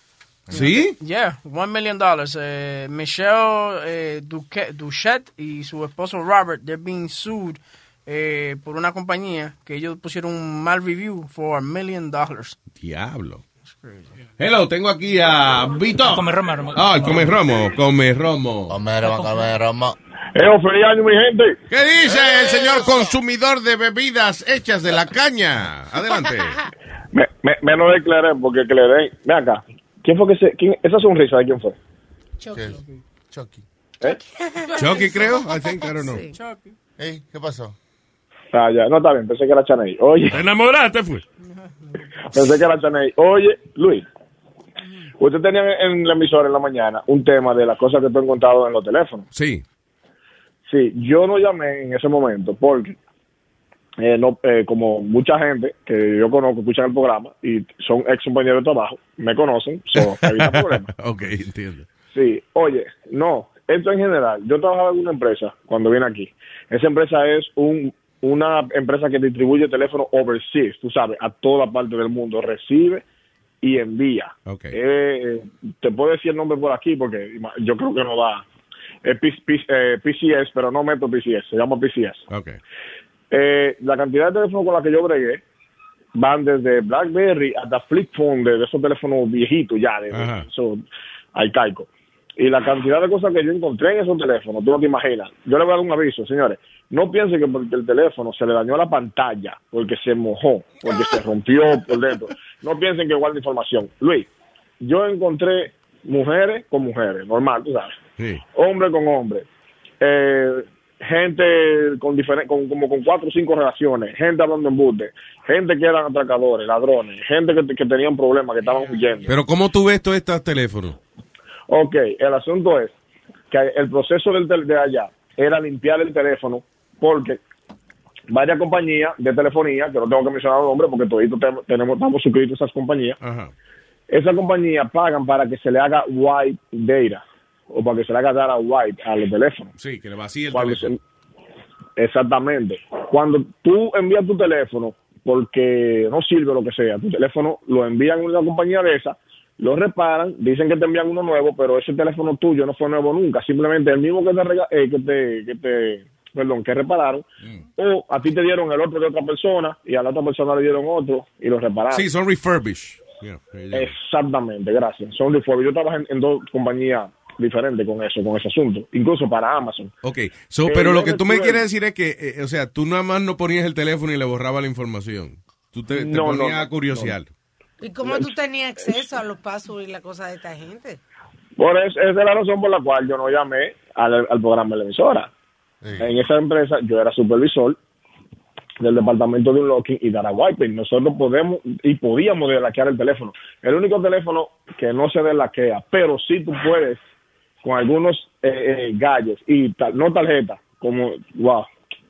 ¿Sí? Yeah, one million dollars. Uh, Michelle eh, Duque, Duchette y su esposo Robert, they're being sued eh, por una compañía que ellos pusieron un mal review for a million dollars. Diablo. Hello, tengo aquí a Vito. Come romo, romo. Ah, come romo, come romo. Come romo, come romo. Eh, feliz año, mi gente. ¿Qué dice el señor consumidor de bebidas hechas de la caña? Adelante. me, me, me lo declaré porque que le den. Ven acá. ¿Quién fue que se.? Quién, esa sonrisa de quién fue? Chucky. Chucky. ¿Eh? Chucky, creo. I think, I don't know. Sí. Chucky. Ey, ¿qué pasó? Ah, ya. No, está bien. Pensé que era Chaney. Oye. ¿Te enamoraste, fue? Pensé que era Chaney. Oye, Luis. Usted tenía en la emisora en la mañana un tema de las cosas que tú has encontrado en los teléfonos. Sí. Sí, yo no llamé en ese momento porque, eh, no, eh, como mucha gente que yo conozco, escuchan el programa y son ex compañeros de trabajo, me conocen, so, evita problemas. Ok, entiendo. Sí, oye, no, esto en general, yo trabajaba en una empresa cuando vine aquí. Esa empresa es un una empresa que distribuye teléfonos overseas, tú sabes, a toda parte del mundo, recibe y envía. Okay. Eh, te puedo decir el nombre por aquí porque yo creo que no da. Eh, P, P, eh, P C S, pero no meto P C S, se llama P C S. Okay. Eh, la cantidad de teléfonos con la que yo bregué van desde BlackBerry hasta flip phone, de, de esos teléfonos viejitos ya, de, de esos arcaicos. Y la cantidad de cosas que yo encontré en esos teléfonos, tú no te imaginas. Yo le voy a dar un aviso, señores. No piensen que porque el teléfono se le dañó la pantalla, porque se mojó, porque se rompió por dentro. No piensen que guarda información. Luis, yo encontré mujeres con mujeres, normal, tú sabes. Sí. Hombre con hombre. Eh, gente con diferentes, con, como con cuatro o cinco relaciones, gente hablando en embuste, gente que eran atracadores, ladrones, gente que, que tenían problemas, que estaban huyendo. Pero ¿cómo tú ves todos estos teléfonos? Ok, el asunto es que el proceso del tel- de allá era limpiar el teléfono porque varias compañías de telefonía, que no tengo que mencionar el nombre porque toditos te- tenemos, estamos suscritos a esas compañías, Ajá. esas compañías pagan para que se le haga wipe data o para que se le haga data wipe a los teléfonos. Sí, que le vacíe el Cuando teléfono. se- Exactamente. Cuando tú envías tu teléfono porque no sirve lo que sea, tu teléfono lo envían a una compañía de esa, lo reparan, dicen que te envían uno nuevo, pero ese teléfono tuyo no fue nuevo nunca, simplemente el mismo que te, rega- eh, que te, que te perdón, que repararon, mm. o a ti te dieron el otro de otra persona y a la otra persona le dieron otro y lo repararon. Sí, son refurbished. Yeah, yeah. Exactamente, gracias. Son refurbished. Yo trabajé en, en dos compañías diferentes con eso, con ese asunto, incluso para Amazon. Ok, so, Eh, pero lo yo que tú me estuve- quieres decir es que, eh, o sea, tú nada más no ponías el teléfono y le borrabas la información. Tú te, te No, no, ponías no, a curiosear. ¿Y cómo tú tenías acceso a los pasos y la cosa de esta gente? Por eso, esa es la razón por la cual yo no llamé al, al programa de la emisora. Sí. En esa empresa yo era supervisor del departamento de unlocking y data wiping. Nosotros podemos y podíamos delaquear el teléfono. El único teléfono que no se delaquea, pero sí tú puedes con algunos eh, eh, gadgets y tal, no tarjeta, como, wow,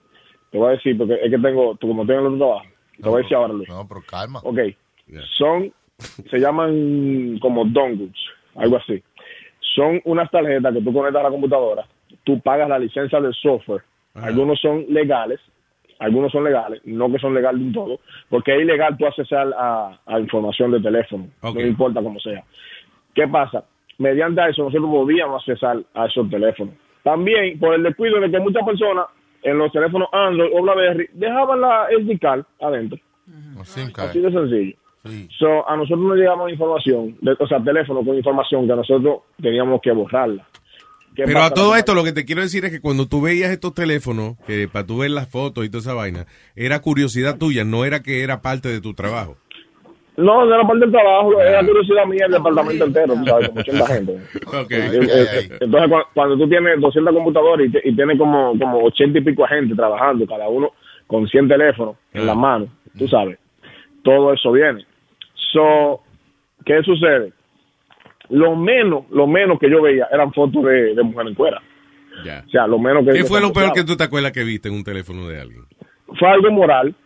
te voy a decir, porque es que tengo, como tengo el otro trabajo, te no, voy a decir ahora, Luis. No, pero calma. Ok, yeah. Son, se llaman como dongles, algo así. Son unas tarjetas que tú conectas a la computadora, tú pagas la licencia del software. Ajá. Algunos son legales, algunos son legales, no que son legales de un todo, porque es ilegal tú accesar a, a información de teléfono, okay. No importa cómo sea. ¿Qué pasa? Mediante eso nosotros podíamos accesar a esos teléfonos. También por el descuido de que muchas personas en los teléfonos Android o BlackBerry dejaban la S D card adentro. Uh-huh. Así de sencillo. Sí. So, a nosotros nos llegamos información, de, o sea, teléfono con información que nosotros teníamos que borrarla. Pero pasa? a todo esto lo que te quiero decir es que cuando tú veías estos teléfonos, que para tú ver las fotos y toda esa vaina, era curiosidad tuya, no era que era parte de tu trabajo. No, no era parte del trabajo, era curiosidad mía el departamento entero, tú sabes, como ochenta gente. Okay. Eh, eh, Entonces, cu- cuando tú tienes doscientas computadoras y, te- y tienes como, como ochenta y pico gente trabajando, cada uno con cien teléfonos en la mano, tú sabes, todo eso viene. So, ¿qué sucede? Lo menos, lo menos que yo veía eran fotos de, de mujer en cuera. Ya. O sea, lo menos que... ¿Qué fue lo peor que tú tú te acuerdas que viste en un teléfono de alguien? Fue algo moral.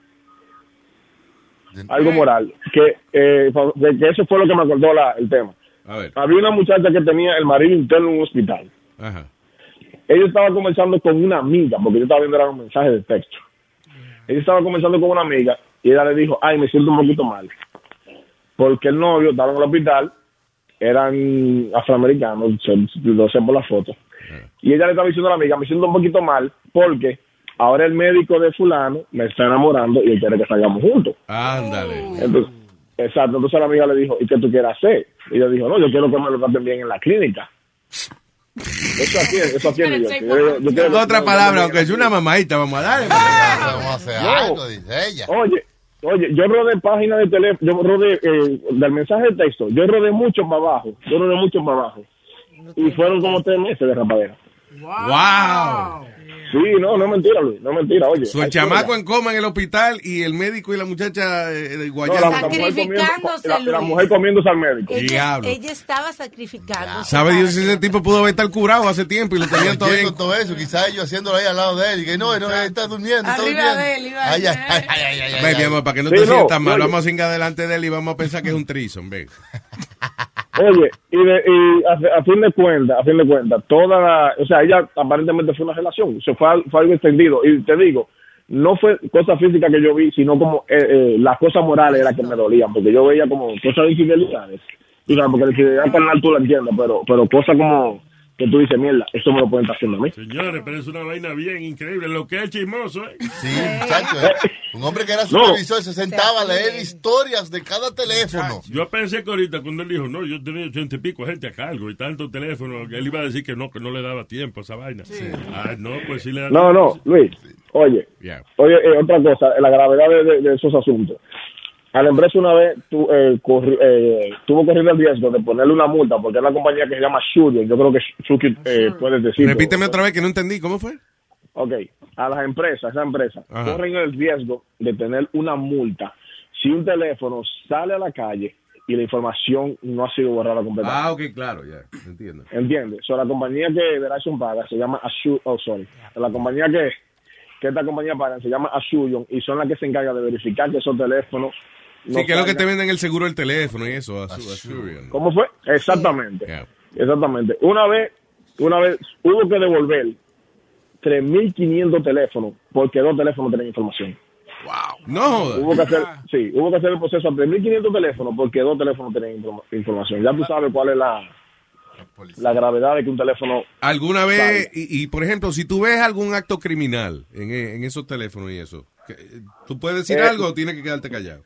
Algo moral. Que, eh, de que eso fue lo que me acordó la, el tema. A ver. Había una muchacha que tenía el marido interno en un hospital. Ajá. Ella estaba conversando con una amiga, porque yo estaba viendo eran mensajes de texto. Ella estaba conversando con una amiga y ella le dijo, ay, me siento un poquito mal. Porque el novio estaba en el hospital, eran afroamericanos, se- lo sé por la foto. Y ella le estaba diciendo a la amiga, me siento un poquito mal porque ahora el médico de fulano me está enamorando y él quiere que salgamos juntos. Ándale. Entonces, exacto, entonces la amiga le dijo, ¿y qué tú quieres hacer? Y ella dijo, no, yo quiero que me lo traten bien en la clínica. Eso aquí, eso aquí es yo, yo, yo quiero- Otra palabra, aunque es una mamadita, vamos a darle. Vamos a hacer No. algo, dice ella. Oye, oye, yo rodé páginas de teléfono, yo rodé eh, del mensaje de texto, yo rodé mucho para abajo, yo rodé mucho para abajo. Y fueron como tres meses de rapadera. ¡Wow! Sí, no, no es mentira, Luis, no es mentira, oye. Su el hay chamaco cosas. en coma en el hospital y el médico y la muchacha eh, de No, Guayana. la, la mujer comiendo, Sacrificándose, la, la Luis. mujer comiéndose al médico. Ella, Diablo. ella estaba sacrificando. ¿Sabe Dios si ese tipo pudo haber estado curado hace tiempo y lo tenían Oye, todavía? con todo eso, quizás ellos haciéndolo ahí al lado de él. Y que no, no, él está durmiendo, está Arriba durmiendo. de él, iba a Ay, ay, decir. ay, ay, ay, ay, Ve, ay. mi amor, para que no Sí, te no, sientas mal, oye. vamos a hincar delante de él y vamos a pensar que es un trison, ve. Oye, y, de, y a, a fin de cuentas, a fin de cuentas, toda la, o sea, ella aparentemente fue una relación, se fue, al- fue algo extendido. Y te digo, no fue cosa física que yo vi, sino como eh, eh, las cosas morales era que me dolían, porque yo veía como cosas de infidelidades. Y claro, porque la infidelidad carnal tú la entiendes, pero, pero cosas como que tú dices, mierda, esto me lo pueden estar haciendo a mí. Señores, pero es una vaina bien increíble. Lo que es chismoso, ¿eh? Sí, muchacho. eh. Un hombre que era supervisor se sentaba a leer historias de cada teléfono. Yo pensé que ahorita cuando él dijo, no, yo tenía ochenta y pico gente a cargo y tantos teléfonos, él iba a decir que no, que no le daba tiempo a esa vaina. Ah, no, pues sí le da No, no, Luis, oye, Yeah. oye, eh, otra cosa, la gravedad de, de- de esos asuntos. A la empresa una vez tu, eh, corri- eh, tuvo corriendo el riesgo de ponerle una multa porque es una compañía que se llama Shurion. Yo creo que Shuki eh, puedes decir. Repíteme otra vez que no entendí, ¿cómo fue? Ok, a las empresas, esa empresa, Ajá. corren el riesgo de tener una multa si un teléfono sale a la calle y la información no ha sido borrada completamente. Ah, ok, claro, ya, entiendo. ¿Entiendes? So, la compañía que Verizon paga se llama Assure, oh, sorry. La compañía que, que esta compañía paga se llama Assurion y son las que se encargan de verificar que esos teléfonos no Sí, que es lo que salgan. te venden el seguro del teléfono y eso, Asu- Asurion. ¿Cómo fue? Exactamente. Yeah. Exactamente. Una vez, una vez hubo que devolver tres mil quinientos teléfonos porque dos teléfonos tenían información. No jodas. Hubo que hacer, sí, hubo que hacer el proceso a tres mil quinientos teléfonos porque dos teléfonos tenían informa- información. Ya tú sabes cuál es la, la gravedad de que un teléfono... ¿Alguna vez, salga. y, y, por ejemplo, si tú ves algún acto criminal en, en esos teléfonos y eso, que- ¿tú puedes decir Eh, algo o tienes que quedarte callado?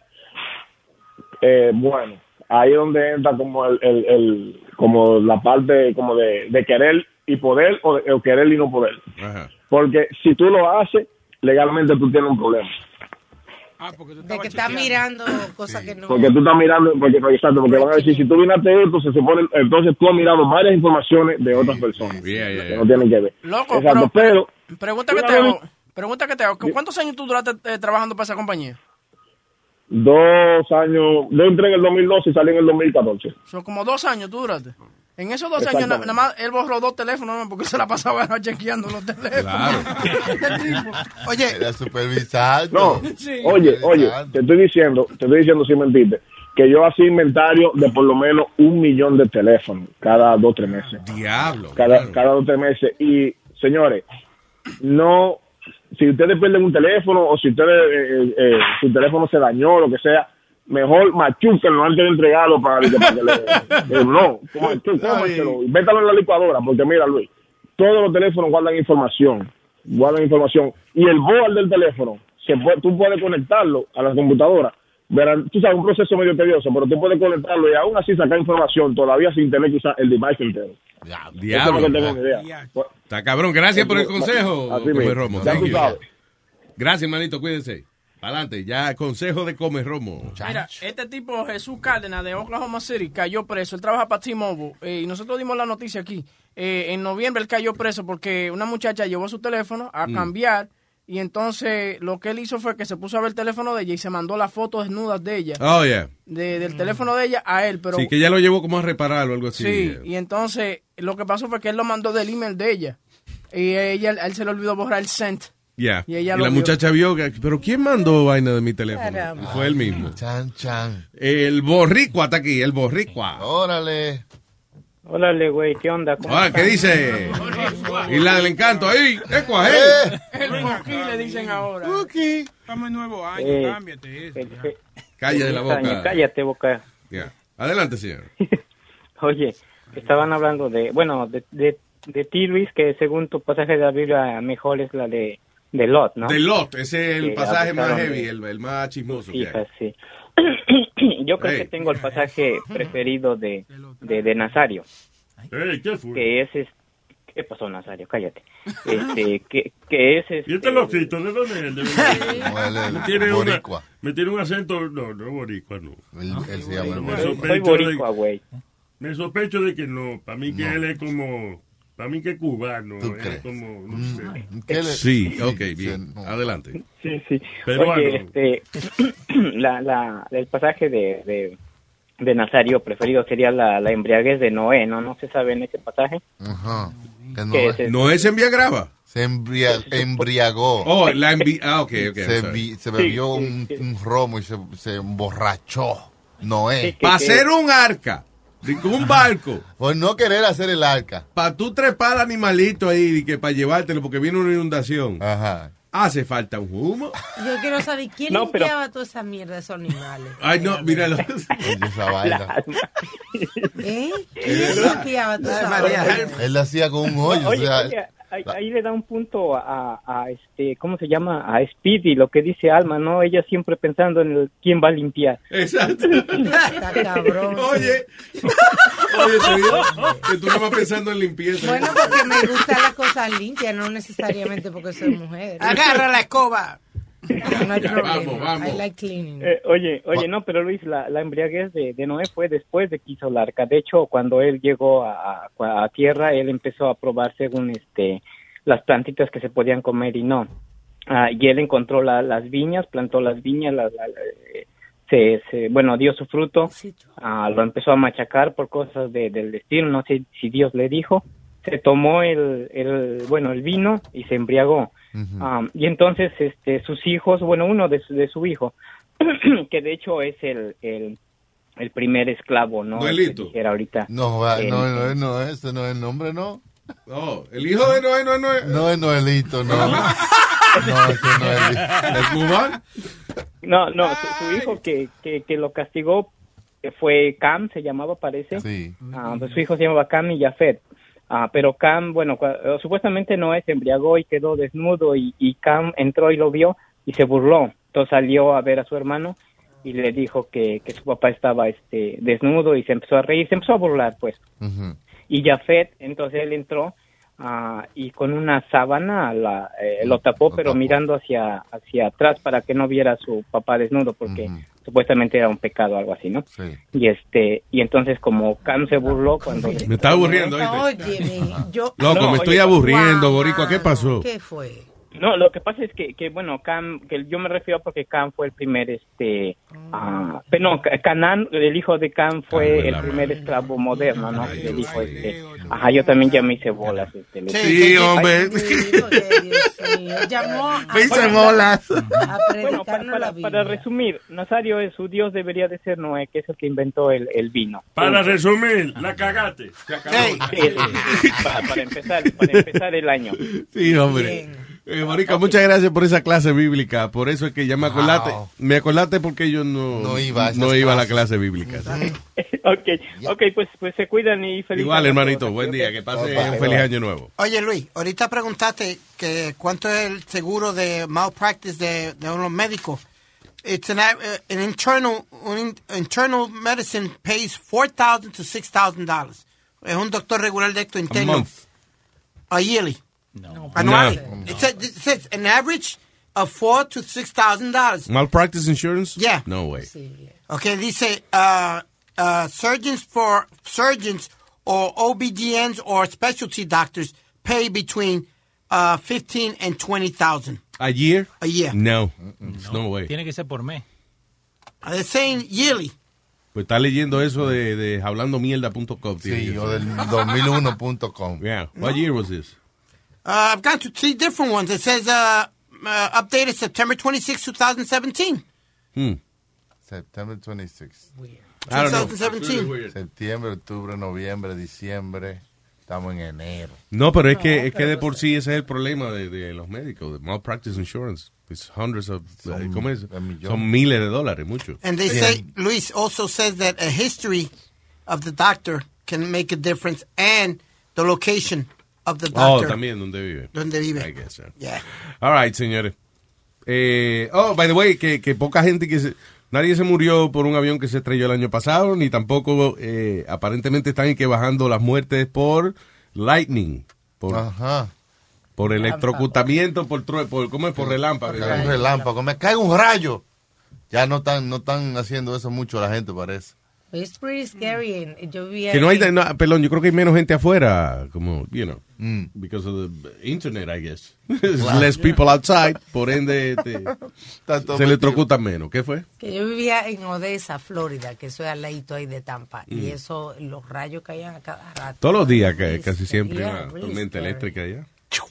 Eh, bueno, ahí es donde entra como el, el, el- como la parte como de, de querer y poder o, de, o querer y no poder. Ajá. Porque si tú lo haces, legalmente tú tienes un problema. De que está mirando cosas que no. Porque tú estás mirando, porque, porque, exacto, porque van a decir, si tú miraste esto, se supone, entonces tú has mirado varias informaciones de otras personas Yeah, yeah, que yeah. no tienen que ver. Loco, Exacto, pero, Pregunta que te hago. Pregunta que te hago. ¿Cuántos años tú duraste eh, trabajando para esa compañía? dos años, yo entré en el dos mil doce y salí en el dos mil catorce. Son como dos años tú duraste. En esos dos años na- Exactamente. nada más él borró dos teléfonos ¿no? porque se la pasaba chequeando los teléfonos. Este tipo. Oye, Era supervisando. No, Sí. oye, oye, te estoy diciendo, te estoy diciendo sin mentirte, que yo hacía inventario de por lo menos un millón de teléfonos cada dos o tres meses. Diablo. Cada, claro. cada dos o tres meses. Y, señores, no, si ustedes pierden un teléfono o si ustedes, eh, eh, su teléfono se dañó, lo que sea, mejor machúquenlo antes de entregarlo para, para que le... eh, no, como, tú, cómanselo, métalo en la licuadora, porque mira, Luis, todos los teléfonos guardan información, guardan información, y el board del teléfono, se puede, tú puedes conectarlo a la computadora, verán, tú sabes, un proceso medio tedioso, pero tú puedes conectarlo y aún así sacar información todavía sin tener que usar el device entero. Diablo. Eso es lo que tengo idea. Está cabrón. Gracias por el consejo, Así Come mismo. Romo. Ya Thank tú you. sabes. Gracias, hermanito. Cuídense. Adelante. Ya, consejo de Come Romo. Mira, este tipo, Jesús Cárdenas, de Oklahoma City, cayó preso. Él trabaja para T-Mobile. Eh, y nosotros dimos la noticia aquí. Eh, en noviembre él cayó preso porque una muchacha llevó su teléfono a Mm. cambiar. Y entonces lo que él hizo fue que se puso a ver el teléfono de ella y se mandó las fotos desnudas de ella. Oh, yeah. De, del teléfono de ella a él. Pero Sí, que ya lo llevó como a reparar o algo así. sí, y entonces lo que pasó fue que él lo mandó del email de ella. Y ella, a él se le olvidó borrar el sent. Ya. Y Y, ella lo la vio. muchacha vio que, pero ¿quién mandó vaina de mi teléfono? Caramba. Y fue él mismo. Chan, chan. El boricua está aquí, el boricua. Órale. Órale, güey, ¿qué onda? ¿Cómo Ah, ¿qué están? dice? Y la del encanto ahí, ¿qué cuajé? El Buki le dicen ahora. Estamos en nuevo año, Eh, cámbiate eso. ya. Cállate la boca. Año, cállate, boca. Ya. Adelante, señor. Oye, estaban hablando de, bueno, de, de, de ti, Luis, que según tu pasaje de la Biblia, mejor es la de, de Lot, ¿no? De Lot, ese es el Que pasaje más abusaron heavy, de- el, el más chismoso que Hijas, hay. sí. Yo creo Hey. que tengo el pasaje preferido de, de, de Nazario. Ey, ¿qué fue? Que ese es... ¿Qué pasó, Nazario? Cállate. Este, que, que ese es... ¿Y este loquito de dónde es? ¿De dónde? Me tiene, una, boricua. me tiene un acento. No, no boricua, no. Él, él se llama el Me boricua. sospecho Soy boricua, de- güey. Me sospecho de que no. Para mí que No. él es como. Para mí que es cubano. ¿Tú Es crees? como. No Mm, sé. ¿qué le- Sí, ok, bien. Sí, no. Adelante. Sí, sí. Peruano. Oye, este, la, la, el pasaje de, de, de Nazario preferido sería la, la embriaguez de Noé, ¿no? No se sabe en ese pasaje. Ajá. Que no, ¿Qué es- es? ¿No es en Viagrava? se embria- embriagó. Oh, la envi... Ah, ok, ok. I'm se, sorry. vi- se bebió Sí, un, sí, sí. un romo y se, se emborrachó. Noé. Sí, que- Para que- hacer un arca, de que un barco, Por no querer hacer el arca. para tú trepar animalito ahí, y que para llevártelo, porque viene una inundación, Ajá. hace falta un humo. Yo quiero saber quién No, pero- limpiaba toda esa mierda de esos animales. Ay, no, míralo. Oye, esa vaina. ¿Eh? ¿Quién limpiaba toda esa vaina? Él la hacía con un hoyo. Oye, o sea, oye, ahí, ahí le da un punto a, a este, ¿cómo se llama? A Speedy, lo que dice Alma, ¿no? Ella siempre pensando en el, quién va a limpiar. Exacto. Está cabrón. Oye, oye, te digo que tú no vas pensando en limpieza. Bueno, porque me gustan las cosas limpias, no necesariamente porque soy mujer. Agarra la escoba. No hay problema. Vamos, vamos. I like cleaning. Eh, oye, oye, no, pero Luis, la, la embriaguez de, de Noé fue después de que hizo el arca. De hecho, cuando él llegó a, a, a tierra, él empezó a probar según este las plantitas que se podían comer y no. Ah, y él encontró la, las viñas, plantó las viñas, la- la- la- eh, se, se, bueno, dio su fruto, ah, lo empezó a machacar por cosas de, del destino, no sé si Dios le dijo. Se tomó el, el bueno, el vino y se embriagó. Um, y entonces este sus hijos, bueno, uno de su, de su hijo, que de hecho es el, el, el primer esclavo, ¿no? Duelito. Que dijera ahorita. no, va, El- no, no, no, ese no es el nombre, ¿no? No, el hijo de Noé no es Noé. No es Noelito, no. No, ese no es. ¿Es Mubán? No, no, su, su hijo que, que, que lo castigó eh, fue Cam, se llamaba, parece. Sí. Ah, pues su hijo se llamaba Cam y Jafet. Ah, pero Cam, bueno, cua- eh, supuestamente Noé se embriagó y quedó desnudo y, y Cam entró y lo vio y se burló. Entonces salió a ver a su hermano y le dijo que, que su papá estaba este desnudo y se empezó a reír, se empezó a burlar, pues. Ujú. Y Jafet, entonces él entró ah, y con una sábana la, eh, lo tapó, Lo pero tapó. mirando hacia hacia atrás para que no viera a su papá desnudo, porque Ujú. supuestamente era un pecado, algo así, ¿no? Sí. Y este y entonces como Cam se burló cuando... Me está aburriendo, ¿oíste? Óyeme, yo... Loco, No, me estoy oye, aburriendo, Wow, Boricua. ¿Qué mano, pasó? ¿Qué fue? No, lo que pasa es que, que bueno, Cam, que yo me refiero porque Cam fue el primer, este, ah, pero no, Ca- Canaán, el hijo de Cam fue Ah, el la primer madre. esclavo moderno, ¿no? Ay, El Dios hijo, mío. este, ajá, yo también ya me hice bolas, este, le- Sí, hombre. Dios, Dios mío, llamó a, Me hice bolas. a Bueno, pa- predicarnos para, la para Biblia. resumir, Nazario, es su Dios debería de ser Noé, que es el que inventó el, el vino. Para resumir, la cagaste. Se acabó. Sí, sí, sí, para, para empezar, para empezar el año. Sí, hombre. Eh, Boricua, muchas gracias por esa clase bíblica. Por eso es que ya me acordaste. Wow. Me acordaste porque yo no, No iba a esas no iba a la clases. clase bíblica. Okay, okay, pues, pues se cuidan y feliz Igual, año a hermanito. todos. Buen día. Que pase Bye, un feliz año nuevo. Oye, Luis, ahorita preguntaste que cuánto es el seguro de malpractice de, de unos médicos. It's an, uh, an internal, un in- internal medicine pays four thousand to six thousand dollars. Es un doctor regular de esto A interno. month. A yearly. No. Anual. No. It, says, it says an average of four to six thousand dollars. Malpractice insurance? Yeah. No way. Okay, dice uh, uh, surgeons for surgeons or O B G Ns or specialty doctors pay between uh, fifteen and twenty thousand. A year? A year. No. There's no way. Tiene que ser por mes. They're saying yearly. Pues está leyendo eso de, de hablando mierda punto com. Sí, o del dos mil uno punto com. Yeah. What year was this? Uh, I've gone to three different ones. It says uh, uh, updated September twenty-sixth, twenty seventeen. Hmm. September twenty-sixth. I don't know. twenty seventeen. Septiembre, octubre, noviembre, diciembre. Estamos en enero. No, pero es que, es que de por sí ese es el problema de, de los médicos, de malpractice insurance. It's hundreds of, Son ¿cómo es? millones. Son miles de dólares, mucho. And they say, Luis also says that a history of the doctor can make a difference and the location of the Oh, doctor. también, ¿dónde vive? Donde vive. I guess so. Yeah. All right, señores. Eh, oh, by the way, que, que poca gente que se... Nadie se murió por un avión que se estrelló el año pasado, ni tampoco eh, aparentemente están que bajando las muertes por lightning, por, Ajá. por electrocutamiento, por, tru- por ¿cómo es? Por relámpago. Cae un relámpago, me cae un rayo. Ya no están, no están haciendo eso mucho la gente, parece. It's pretty scary. And yo vivía Que no hay, en- no, perdón, yo creo que hay menos gente afuera, como, you know, Mm. because of the internet, I guess. There's less people outside, por ende te- Tanto se electrocutan menos. ¿Qué fue? que yo vivía en Odessa, Florida, que eso es al ladito ahí de Tampa. Mm. Y eso, los rayos caían a cada rato. Todos los días, que, casi siempre, Yeah, una really tormenta scary. eléctrica allá.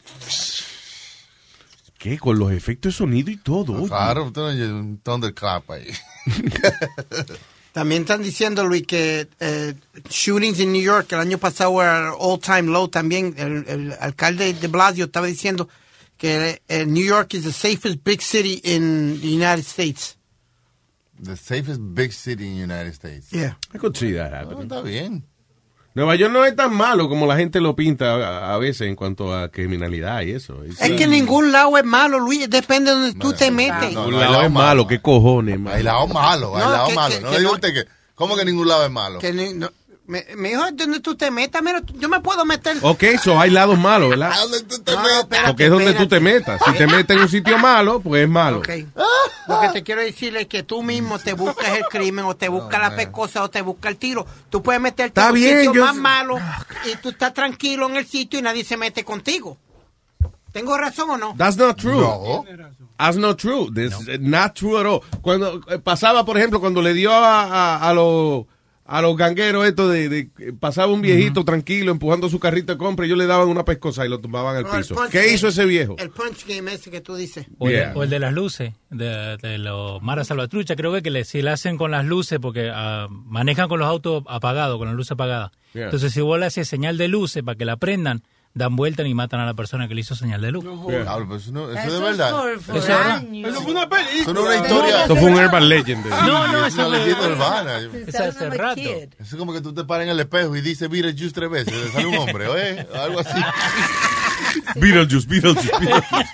¿Qué? Con los efectos de sonido y todo. oye. Claro, usted oye un thunderclap ahí. También están diciendo, Luis, que eh, shootings en New York el año pasado eran all time low también. El, el alcalde de Blasio estaba diciendo que eh, New York is the safest big city in the United States. The safest big city in the United States. Yeah. I could see that No, happening. está bien. Nueva York no es tan malo como la gente lo pinta a, a veces en cuanto a criminalidad y eso. Es que ningún lado es malo, Luis. Depende de donde tú te metes. no, Un no hay lado lado es malo, malo. qué cojones, man. Hay lado malo, hay No, lado que- malo. que- no que le diga no- usted que, ¿cómo que ningún lado es malo? Que ni- no, me, me dijo donde tú te metas. Mira, yo me puedo meter. Ok, so hay lados malos, ¿verdad? ¿A dónde tú te No, metes? espérate, Porque es donde tú te espérate. metas. Si te metes en un sitio malo, pues es malo. Ok. Lo que te quiero decir es que tú mismo te buscas el crimen o te buscas la pescosa o te buscas el tiro. Tú puedes meterte Está en un bien, sitio yo más sé- malo y tú estás tranquilo en el sitio y nadie se mete contigo. ¿Tengo razón o no? That's not true. No. That's not true. That's not true at all. Cuando eh, pasaba, por ejemplo, cuando le dio a, a, a los a los gangueros esto de, de pasaba un viejito tranquilo empujando su carrito de compra y ellos le daban una pescosa y lo tumbaban al No, el piso. punch ¿Qué game- hizo ese viejo? El punch game ese que tú dices. O, el de- Yeah. o el de las luces, de, de los Mara Salvatrucha, creo que, que le, si le hacen con las luces, porque ah, manejan con los autos apagados, con las luces apagadas. Yeah. Entonces, si vos le haces señal de luces para que la prendan, dan vuelta y matan a la persona que le hizo señal de luz. Yeah. Diablo, pero eso, no, eso Eso es de verdad. por- por Eso era- años. Eso fue una película. Eso no es una historia. Esto fue un urban legend. No, no, es eso una fue- leyenda urbana. Esa hace I'm a rato. kid. Eso es como que tú te paras en el espejo y dices Beetlejuice tres veces. Le sale un hombre, ¿eh? Algo así. Beetlejuice, Beetlejuice, Beetlejuice.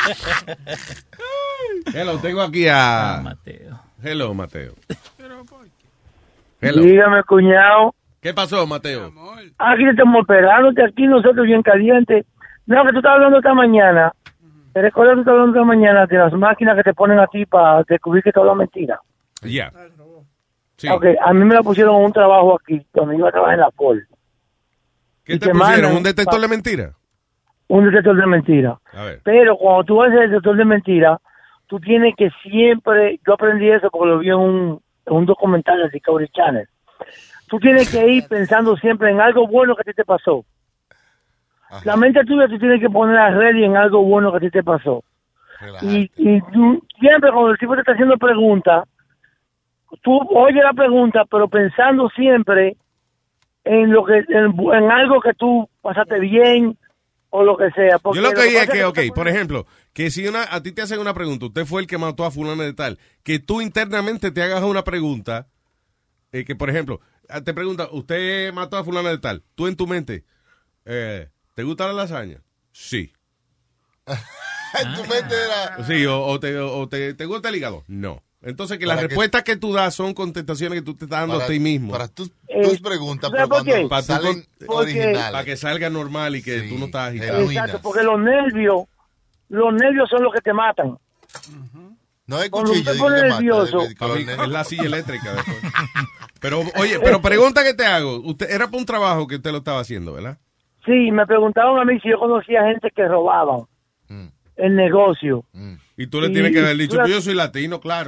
Hello, tengo aquí a... Mateo. Hello, Mateo. Hello. Dígame, cuñado. ¿Qué pasó, Mateo? Aquí estamos esperándote, aquí nosotros bien calientes. No, que tú estabas hablando esta mañana. ¿Te recuerdas que tú estabas hablando esta mañana de las máquinas que te ponen a ti para descubrir que toda la mentira? Ya. Sí. Ok, a mí me la pusieron en un trabajo aquí, cuando iba a trabajar en la Ford. ¿Qué y te te pusieron? mandan ¿Un detector pa- de mentira? Un detector de mentira. A ver. Pero cuando tú haces el detector de mentira, tú tienes que siempre, yo aprendí eso porque lo vi en un, en un documental de Discovery Channel. Tú tienes que ir pensando siempre en algo bueno que a ti te pasó. La mente tuya tú tienes que poner a ready en algo bueno que a ti te pasó. Y, y tú, siempre cuando el tipo te está haciendo preguntas, tú oyes la pregunta, pero pensando siempre en lo que en, en algo que tú pasaste bien o lo que sea. Porque Yo lo que digo es pasa que, tú ok, te por ejemplo, que si una, a ti te hacen una pregunta, usted fue el que mató a fulano de tal, que tú internamente te hagas una pregunta, eh, que por ejemplo, te pregunta, usted mató a fulano de tal, tú en tu mente, eh, ¿te gusta la lasaña? Sí. En tu mente era... Sí, o, o te, o te, ¿te gusta el hígado? No. Entonces, que las Para respuestas que... que tú das son contestaciones que tú te estás dando para, a ti mismo. Para tus, Eh, tus preguntas, ¿sabes pero por qué? cuando Para, salen con, originales. para que salga normal y que sí, tú no estás agitado. Exacto, porque los nervios, los nervios son los que te matan. No hay Cuando cuchillo. usted pone digo que nervioso. mata, de- de- de- Es la silla eléctrica después. Pero, oye, pero pregunta que te hago. Usted era para un trabajo que usted lo estaba haciendo, ¿verdad? Sí, me preguntaban a mí si yo conocía gente que robaban Mm. el negocio. Y tú le Y- tienes que haber dicho, tú la- pues yo soy latino, claro.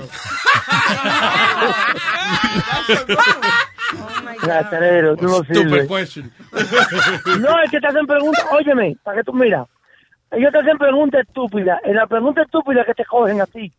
Rastrero, tú no Stupid sirves. question. No, es que te hacen preguntas, óyeme, para que tú mira, ellos te hacen preguntas estúpidas, en la pregunta estúpida que te cogen a ti,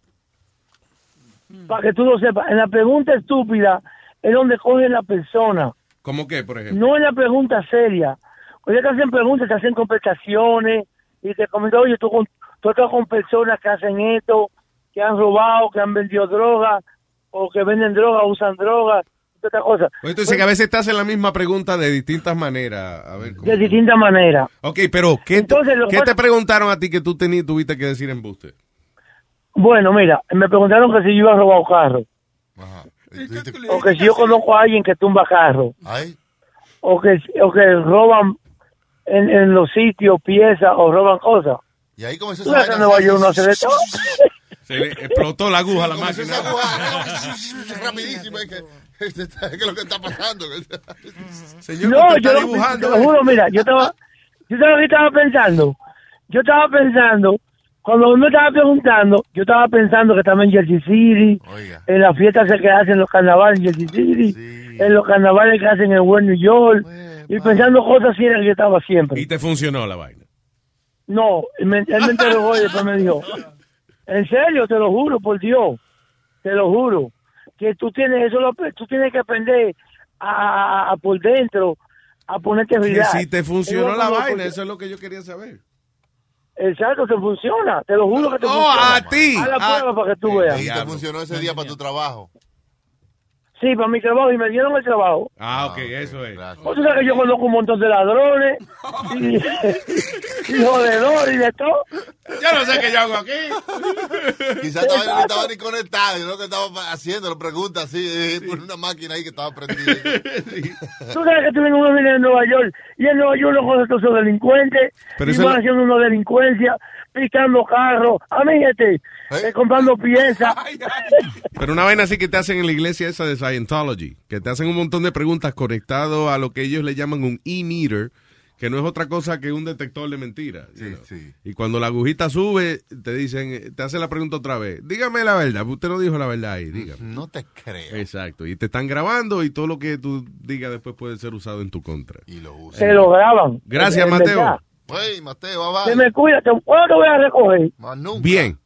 para que tú lo sepas, en la pregunta estúpida es donde cogen la persona, ¿Cómo qué, por ejemplo? no en la pregunta seria. Oye, te hacen preguntas, te hacen conversaciones, y te comentan, oye, tú, con- tú estás con personas que hacen esto, que han robado, que han vendido droga, o que venden droga, usan droga, otra cosa. Oye, tú dices que a veces te hacen la misma pregunta de distintas maneras. A ver, ¿cómo? De distintas maneras. Ok, pero ¿qué, Entonces, lo ¿qué pasa- te preguntaron a ti que tú tenías, tuviste que decir embuste? Bueno, mira, me preguntaron que si yo iba a robar un carro. O que si yo conozco a alguien que tumba carro. O que, o que roban en, en los sitios piezas o roban cosas. Y ahí comenzó Tú esa sabes que en vaina. Nueva York no se ve todo. Se le explotó la aguja a la Comenzó máquina. esa aguja, rapidísimo. Es que, ¿qué es lo que está pasando? Señor, No, usted yo está lo, dibujando, te lo ¿eh? juro, mira, yo estaba, yo estaba, estaba pensando, yo estaba pensando, cuando uno estaba preguntando, yo estaba pensando que estaba en Jersey City, en las fiestas que hacen en los carnavales en Jersey City, en los carnavales que hacen en West New York, y pensando cosas así era que yo estaba siempre. Y te funcionó la vaina. No, él me, él me interrogó y después me dijo, en serio, te lo juro, por Dios, te lo juro, que tú tienes eso, lo, tú tienes que aprender a, a- a por dentro, a ponerte Que relax. si te funcionó Eso la no- vaina, eso es lo que yo quería saber. Exacto, te funciona, te lo juro que te Oh, funciona. a ti. Haz la Ah. prueba para que tú veas. Y te funcionó ese día para tu trabajo. Sí, para mi trabajo, y me dieron el trabajo. Ah, ok, eso es. Pues tú sabes que yo conozco un montón de ladrones, y, y jodedores y de todo. Yo no sé qué yo hago aquí. Quizás todavía no estaba ni conectado. Yo lo que estaba haciendo, lo pregunta así, eh, por una máquina ahí que estaba prendida. Tú sabes que tú vienes uno viene de Nueva York, y en Nueva York los conoce todos esos delincuentes, Pero y eso van lo- haciendo una delincuencia, picando carros, a mí este, eh, comprando piezas. Pero una vaina así que te hacen en la iglesia esa de Scientology, que te hacen un montón de preguntas conectado a lo que ellos le llaman un e-meter, que no es otra cosa que un detector de mentiras. you know. Y cuando la agujita sube, te dicen, te hacen la pregunta otra vez. Dígame la verdad, usted no dijo la verdad ahí, dígame. No te creo. Exacto, y te están grabando y todo lo que tú digas después puede ser usado en tu contra. Y lo usan. Se lo graban. Gracias, En Mateo. verdad. Hey, Mateo, bye Se bye. me cuida, te, ¿cuándo te voy a recoger? Más nunca. Bien.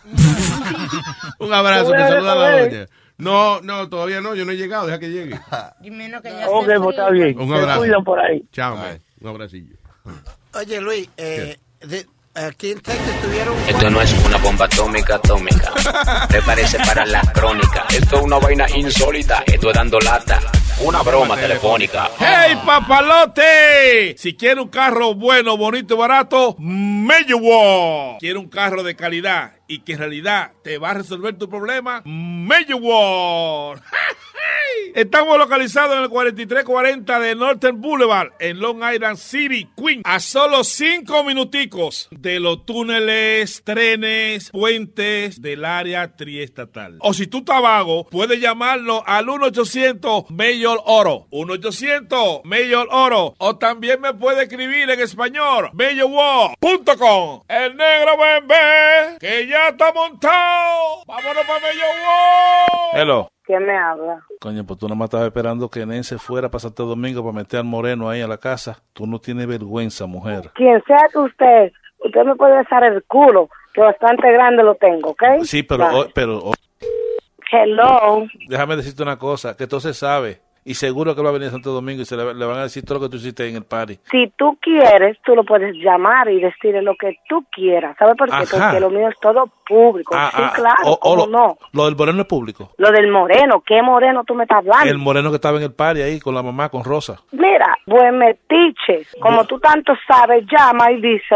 Un abrazo, Te voy que a saluda a la recoger. doña. No, no, todavía no, yo no he llegado, deja que llegue. Y menos que ya Ok, se pues está bien. Un Se abrazo. cuidan por ahí. Chao, man. Un abracillo. Oye, Luis, eh, de- aquí en Texas tuvieron... Esto no es una bomba atómica atómica. Prepárese para la crónica. Esto es una vaina insólita. Esto es dando lata. Una broma telefónica. ¡Hey, papalote! Si quiere un carro bueno, bonito y barato, Meyeworld. Quiere un carro de calidad y que en realidad te va a resolver tu problema, Meyeworld. Estamos localizados en el cuarenta y tres cuarenta de Northern Boulevard, en Long Island City, Queens, a solo cinco minuticos de los túneles, trenes, puentes del área triestatal. O si tú estás vago, puedes llamarlo al uno ochocientos Mayor Oro, uno ochocientos Mayor Oro, o también me puede escribir en español, mayorworld punto com. El negro bebé, que ya está montado. Vámonos para Mayorworld. Hello. ¿Quién me habla? Coño, pues tú nomás estabas esperando que Nen se fuera para Santo Domingo para meter al moreno ahí a la casa. Tú no tienes vergüenza, mujer. Quien sea que usted, usted me puede besar el culo, que bastante grande lo tengo, ¿ok? Sí, pero, Bye. o- pero o- Hello. déjame decirte una cosa, que todo se sabe. Y seguro que va a venir a Santo Domingo y se le, le van a decir todo lo que tú hiciste en el party. Si tú quieres, tú lo puedes llamar y decirle lo que tú quieras. ¿Sabes por qué? Ajá. Porque lo mío es todo público. Ah, sí, ah, claro, o- o ¿cómo lo, no? lo del moreno es público. Lo del moreno, ¿qué moreno tú me estás hablando? El moreno que estaba en el party ahí con la mamá, con Rosa. Mira, buen metiche. Como tú tanto sabes, llama y díselo.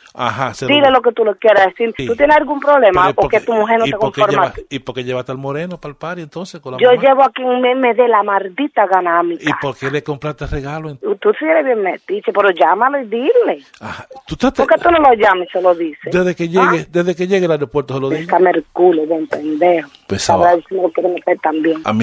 Ajá. Se Dile lo... lo que tú le quieras decir. Sí. ¿Tú tienes algún problema o que tu mujer no ¿y te por qué conforma? lleva, ¿Y por qué llevaste al moreno para el party entonces con la Yo mamá? llevo aquí un meme de la maldita gana a mi ¿Y casa. por qué le compraste regalo? En... Tú sí eres bien metiche, pero llámalo y dile. ¿Tú estás... ¿Por qué tú no lo llamas y se lo dices? Desde que llegue, ¿Ah? desde que llegue al aeropuerto se lo digo. Bésame el culo, ven pendejo. Pesado. Sabrá si me lo quiere meter también. A mí,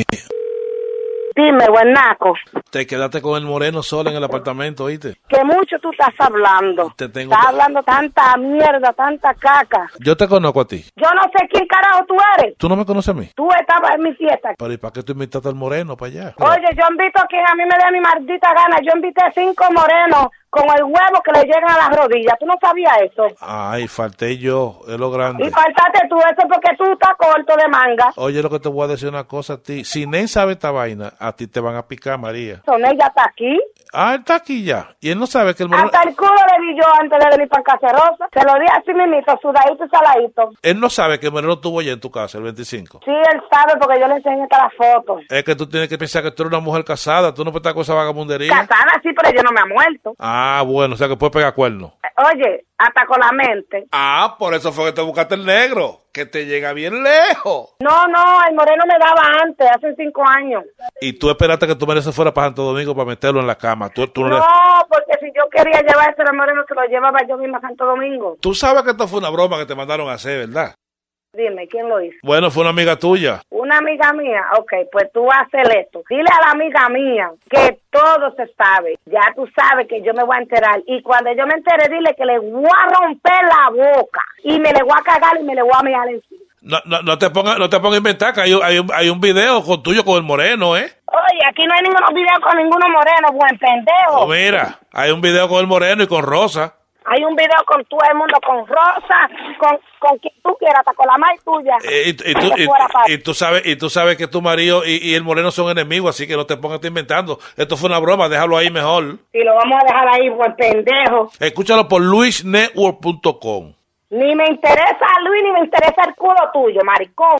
Dime, buen naco, te quedaste con el moreno sola en el apartamento, ¿oíste? que mucho tú estás hablando. Te tengo Estás que- hablando tanta mierda, tanta caca. Yo te conozco a ti. Yo no sé quién carajo tú eres. ¿Tú no me conoces a mí? Tú estabas en mi fiesta. Pero ¿y para qué tú invitaste al moreno para allá? Oye, yo invito a quien a mí me dé mi maldita gana. Yo invité cinco morenos con el huevo que le llegan a las rodillas. ¿Tú no sabías eso? Ay, falté yo, es lo grande. Y faltaste tú eso porque tú estás corto de manga. Oye, lo que te voy a decir una cosa a ti. Si Nen sabe esta vaina, a ti te van a picar, María. Son ella está aquí. Ah, él está aquí ya. Y él no sabe que el moreno... Hasta el culo le di yo antes de venir para Cacerosa. Se lo di así mismito, sudadito y saladito. Él no sabe que el moreno estuvo allá en tu casa el veinticinco. Sí, él sabe porque yo le enseñé hasta las fotos. Es que tú tienes que pensar que tú eres una mujer casada. Tú no puedes estar con esa vagabundería. Casada sí, pero yo no me ha muerto. Ah, bueno, o sea que puedes pegar cuernos. Oye, hasta con la mente. Ah, por eso fue que te buscaste el negro. Que te llega bien lejos. No, no, el moreno me daba antes, hace cinco años. Y tú esperaste que tu marido se fuera para Santo Domingo para meterlo en la cama. Tú, tú, no le- No, porque si yo quería llevarse al moreno, se lo llevaba yo misma a Santo Domingo. tú sabes que esto fue una broma que te mandaron a hacer, ¿verdad? Dime, ¿quién lo hizo? Bueno, fue una amiga tuya. Una amiga mía, ok, pues tú haces esto. Dile a la amiga mía que todo se sabe. Ya tú sabes que yo me voy a enterar. Y cuando yo me entere, dile que le voy a romper la boca. Y me le voy a cagar y me le voy a mirar encima. No, no, no te pongas no te pongas a inventar que hay, un- hay, un, hay un video con tuyo con el moreno, ¿eh? Oye, aquí no hay ninguno video con ninguno moreno, buen pendejo. Oh, mira, hay un video con el moreno y con Rosa. Hay un video con todo el mundo, con Rosa, con, con quien tú quieras, hasta con la madre tuya. Eh, y, y tú, Que y- fuera pa- y tú sabes y tú sabes que tu marido y, y el moreno son enemigos, así que no te pongas a estar inventando. Esto fue una broma, déjalo ahí mejor. Y lo vamos a dejar ahí, buen pendejo. Escúchalo por luis network punto com. Ni me interesa Luis, ni me interesa el culo tuyo, maricón.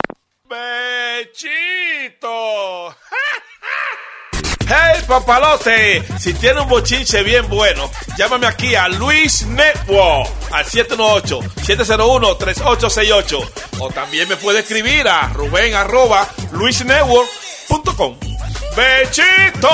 ¡Bechito! ¡Hey, papalote! Si tiene un bochinche bien bueno, llámame aquí a Luis Network al siete uno ocho, siete cero uno, tres ocho seis ocho. O también me puede escribir a Rubén arroba luis network punto com. ¡Bechito!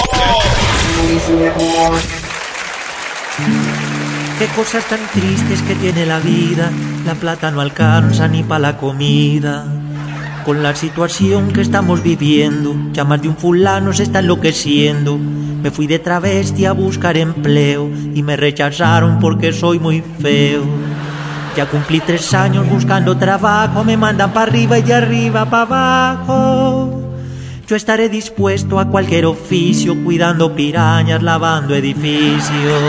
Qué cosas tan tristes que tiene la vida, la plata no alcanza ni para la comida. Con la situación que estamos viviendo, ya más de un fulano se está enloqueciendo. Me fui de travesti a buscar empleo y me rechazaron porque soy muy feo. Ya cumplí tres años buscando trabajo, me mandan para arriba y de arriba para abajo. Yo estaré dispuesto a cualquier oficio, cuidando pirañas, lavando edificios,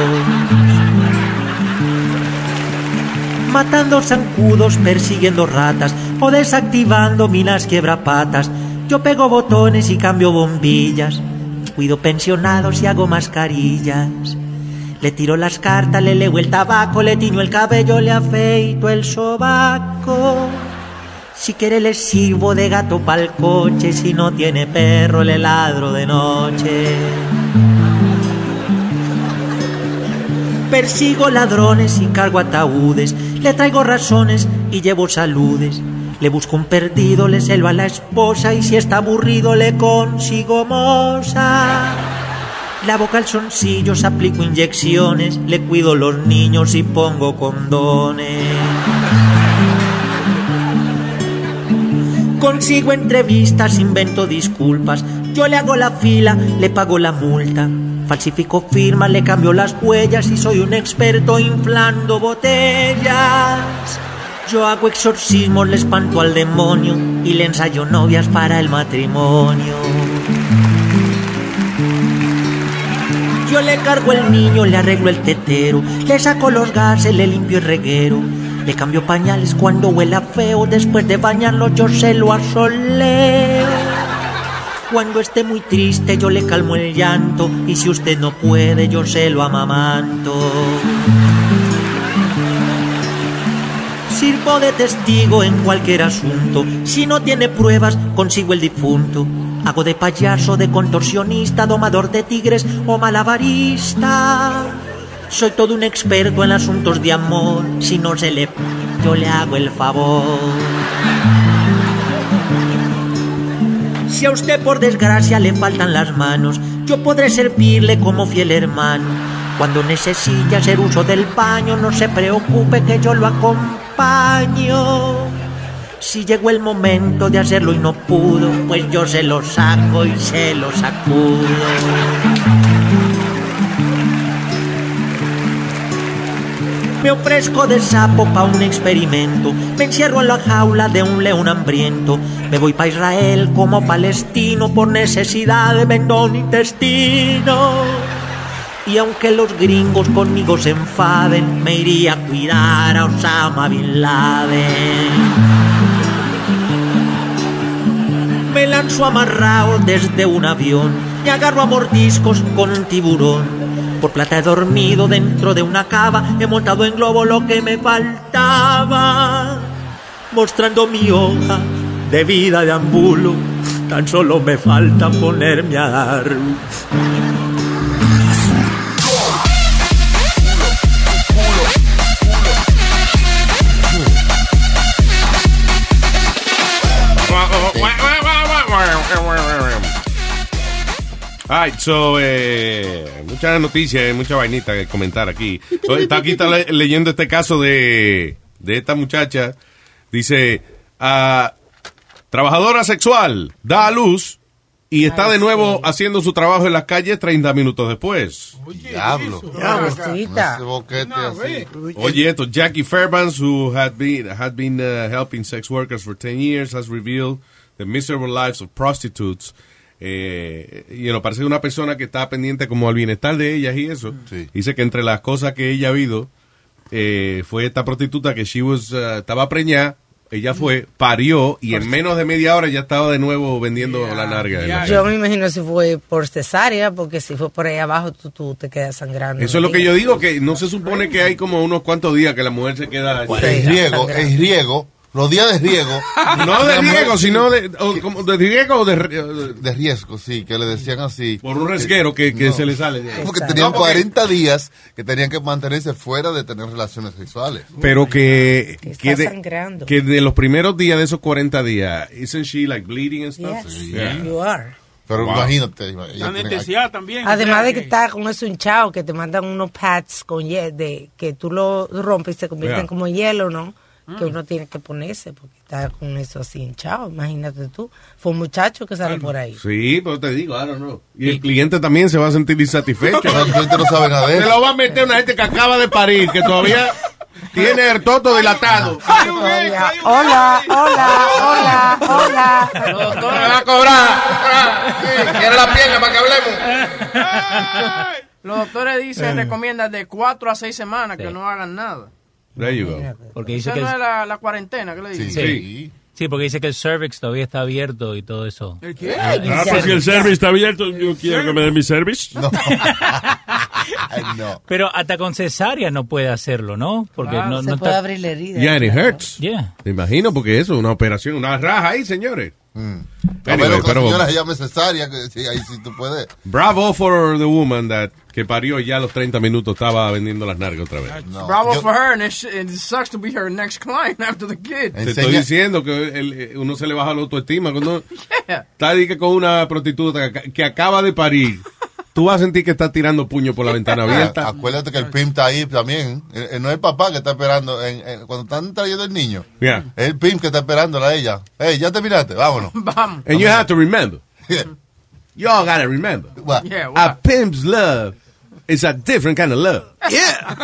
matando zancudos, persiguiendo ratas o desactivando minas quiebrapatas. Yo pego botones y cambio bombillas, cuido pensionados y hago mascarillas. Le tiro las cartas, le leo el tabaco, le tiño el cabello, le afeito el sobaco. Si quiere le sirvo de gato pa'l coche, si no tiene perro le ladro de noche. Persigo ladrones y cargo ataúdes, le traigo razones y llevo saludes. Le busco un perdido, le selvo a la esposa y si está aburrido le consigo moza. Lavo calzoncillos, aplico inyecciones, le cuido los niños y pongo condones. Consigo entrevistas, invento disculpas, yo le hago la fila, le pago la multa. Falsifico firmas, le cambio las huellas y soy un experto inflando botellas. Yo hago exorcismos, le espanto al demonio y le ensayo novias para el matrimonio. Yo le cargo el niño, le arreglo el tetero, le saco los gases, le limpio el reguero. Le cambio pañales cuando huela feo, después de bañarlo yo se lo asoleo. Cuando esté muy triste yo le calmo el llanto y si usted no puede yo se lo amamanto. Sirvo de testigo en cualquier asunto, si no tiene pruebas consigo el difunto. Hago de payaso, de contorsionista, domador de tigres o malabarista. Soy todo un experto en asuntos de amor. Si no se le... yo le hago el favor. Si a usted por desgracia le faltan las manos, yo podré servirle como fiel hermano. Cuando necesite hacer uso del baño, no se preocupe que yo lo acompaño. Si llegó el momento de hacerlo y no pudo, pues yo se lo saco y se lo sacudo. Me ofrezco de sapo pa' un experimento. Me encierro en la jaula de un león hambriento. Me voy pa' Israel como palestino. Por necesidad vendo un intestino. Y aunque los gringos conmigo se enfaden, me iría a cuidar a Osama Bin Laden. Me lanzo amarrado desde un avión y agarro a mordiscos con un tiburón. Por plata he dormido dentro de una cava, he montado en globo lo que me faltaba. Mostrando mi hoja de vida de ambulo, tan solo me falta ponerme a dar. Alright, so, eh, muchas noticias, mucha vainita que comentar aquí. Está aquí está le, leyendo este caso de, de esta muchacha. Dice, uh, trabajadora sexual, da a luz y está de nuevo haciendo su trabajo en las calles treinta minutos después. Diablo. Diablocita. Oye, esto, Jackie Fairbanks, who had been, had been uh, helping sex workers for ten years, has revealed the miserable lives of prostitutes. Eh, y you know, parece una persona que está pendiente como al bienestar de ellas y eso. Sí. Dice que entre las cosas que ella ha visto eh, fue esta prostituta que she was, uh, estaba preñada, ella fue, parió y en menos de media hora ya estaba de nuevo vendiendo yeah, la narga. Yeah. Yo me imagino si fue por cesárea, porque si fue por ahí abajo tú, tú te quedas sangrando. Eso es lo que yo digo, que no se supone que hay como unos cuantos días que la mujer se queda... Bueno, es riego, es riego. Los días de riego. No de riego, sino de, o, como de riego o de... De riesgo, sí, que le decían así. Por un resguero que, que no, se le sale. Porque tenían no, porque, cuarenta días que tenían que mantenerse fuera de tener relaciones sexuales. Pero que... Que, que, está de, sangrando. que de los primeros días de esos cuarenta días, isn't she like bleeding and stuff? Yes, yeah. You are. Pero wow. imagínate. Anestesia también. Además o sea, de que, que está con eso hinchado, que te mandan unos pads con hielo, de que tú lo rompes y se convierten yeah. como hielo, ¿no? Que uno tiene que ponerse porque está con eso así hinchado, imagínate tú. Fue un muchacho que sale por ahí. Sí, pero te digo, I don't know. Y el cliente también se va a sentir insatisfecho. El cliente no sabe nada de eso. Se lo va a meter una gente que acaba de parir, que todavía tiene el toto dilatado. Hola, hola, hola, hola. No me va a cobrar. Quiere la pierna para que hablemos. Los doctores dicen, recomiendan de cuatro a seis semanas sí. que no hagan nada. There you go. Porque dice ¿Esa que no el... es la, la cuarentena? ¿Qué le dice? Sí. Sí. sí, porque dice que el cervix todavía está abierto y todo eso. ¿El qué? Ah, pues si el cervix está abierto, yo quiero que me den mi cervix. No. No. Pero hasta con cesárea no puede hacerlo, ¿no? Porque ah, no, se no puede está... abrir la herida. Yeah, and it hurts. Yeah. Te imagino, porque eso es una operación, una raja ahí, señores. Mm. Anyway, a ver, pero, la señora se llama cesárea, que sí, ahí sí tú puedes. Bravo for the woman that que parió ya a los treinta minutos estaba vendiendo las nargas otra vez. No, Bravo yo, for her, and it, it sucks to be her next client after the kid. Te estoy diciendo que el, uno se le baja la autoestima cuando yeah. está ahí que con una prostituta que, que acaba de parir. Tú vas a sentir que está tirando puño por la ventana abierta. Acuérdate que el pimp está ahí también. Eh, eh, no es el papá que está esperando. En, en, cuando están trayendo el niño, yeah. es el pimp que está esperándola a ella. Hey, ya terminaste, vámonos. Vamos. And you have to remember. Yeah. Y'all gotta remember. What? Yeah, what? A pimp's love is a different kind of love. Yeah.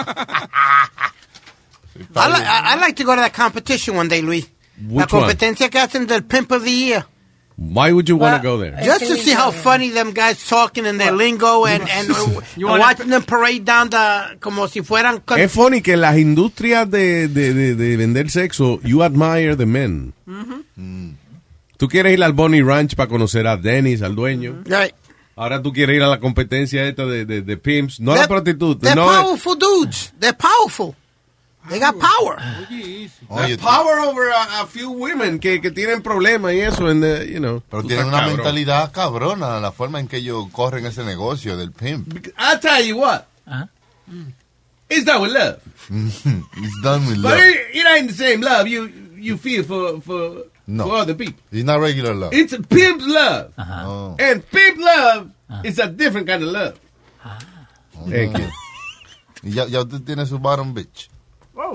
I, li- I like to go to that competition one day, Luis. Which la competencia one? Que hacen del Pimp of the Year. Why would you well, want to go there? Just to see how funny them guys talking in their lingo and, and, and watching them parade down the, como si fueran... Con- es funny que en las industrias de, de, de, de vender sexo, you admire the men. Mm-hmm. Mm. Tú quieres ir al Bonnie Ranch para conocer a Dennis, al dueño. Right. Ahora tú quieres ir a la competencia esta de, de, de pimps, no a la prostituta. They're no powerful es... dudes. They're powerful. They got power. Oye, power over a, a few women que, que tienen problemas y eso, and the, you know. Pero tienen una cabrón. mentalidad cabrona, la forma en que ellos corren ese negocio del pimp. I'll tell you what. Uh-huh. It's done with love. It's done with But love. it, it ain't the same love you you feel for for, No. for other people. It's not regular love. It's a pimp's love. Oh. And pimp love is a different kind of love. Thank you. Y ya, ya usted tiene su bottom bitch. Wow.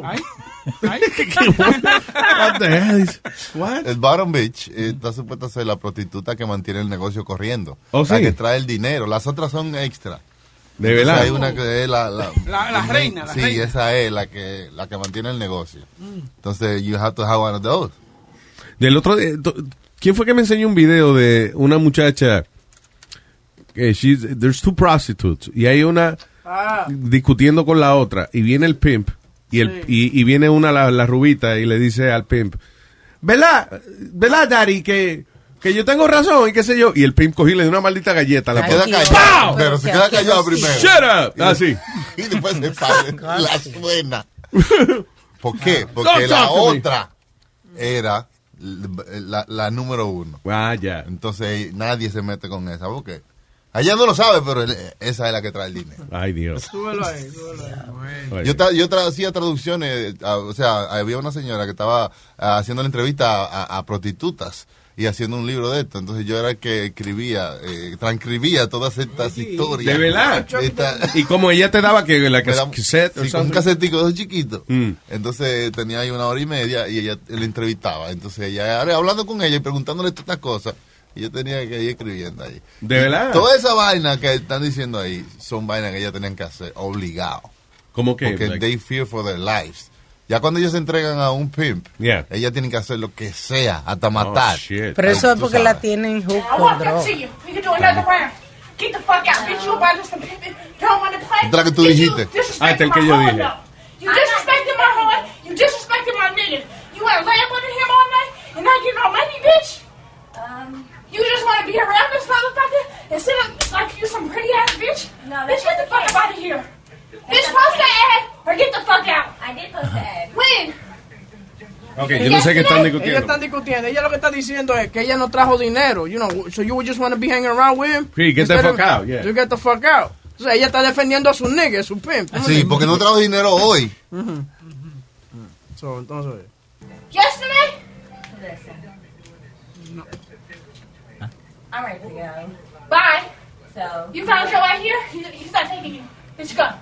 What the hell is, what? El bottom bitch eh, está supuesta a ser la prostituta que mantiene el negocio corriendo. Oh, la sí. que trae el dinero. Las otras son extra. De Entonces, verdad. hay una que es la... La, La- la reina, la sí, reina. esa es la que, la que mantiene el negocio. Entonces, you have to have one of those. Del otro día, to- ¿quién fue que me enseñó un video de una muchacha? Que she's, there's two prostitutes y hay una Ah. discutiendo con la otra y viene el pimp y el Sí. y, y viene una la, la rubita y le dice al pimp, ¿verdad? ¿Verdad, Daddy? Que, que yo tengo razón y qué sé yo. Y el pimp cogió y le dio una maldita galleta. La Se queda callado, pero se queda callado primero. Shut up. Así. Y después se para, la suena. ¿Por qué? Porque Don't la talk to me. otra era la, la número uno. Ah, ya. Entonces nadie se mete con esa. ¿Por qué? Ella no lo sabe, pero él- esa es la que trae el dinero. Ay, Dios. Súbelo ahí, súbelo ahí. Yo, tra- yo tra- hacía traducciones, a- o sea, había una señora que estaba ah, haciendo la entrevista a, a- a prostitutas y haciendo un libro de esto. Entonces yo era el que escribía, eh, transcribía todas estas historias. ¿De verdad? Esta- Y como ella te daba que la Me da- cassette, sí, con un casetico de esos chiquitos. Mm. Entonces tenía ahí una hora y media y ella le entrevistaba. Entonces ella, hablando con ella y preguntándole todas estas cosas, y yo tenía que ir escribiendo ahí. ¿De verdad? Toda esa vaina que están diciendo ahí son vainas que ellas tenían que hacer obligado. ¿Cómo que? Porque Like- they fear for their lives. Ya cuando ellos se entregan a un pimp, Yeah. ellas tienen que hacer lo que sea, hasta matar. Oh, shit. Pero eso es Tú porque sabes. la tienen hook I con walked up droga. to you. We can do another round. Get the fuck out, bitch. You about to some pimping. Don't want to play. Esta es la que tú Bitch, you dijiste. disrespected Ah, esta es el que my yo home, dije. though. You disrespected my home. You disrespected my nigga. You want to lay up under him all night and not get no money, bitch? Um. You just want to be around this motherfucker instead of like you some pretty ass bitch? No, bitch, get the fuck up out of here. Bitch, post the ad or get the fuck out. I did post the ad. When? Ok, yo no sé qué están Ellos discutiendo. están discutiendo. Ella lo que está diciendo es que ella no trajo dinero. You know, so you would just want to be hanging around with him. Sí, get the instead fuck of- out, yeah. You get the fuck out. O sea, ella está defendiendo a su nigga, a su pimp. Sí, porque no trajo dinero hoy. Ujú. So, entonces. Yesterday? Listen. I'm ready to go. Bye. So you found your way here? He- He's not taking you. Let's go.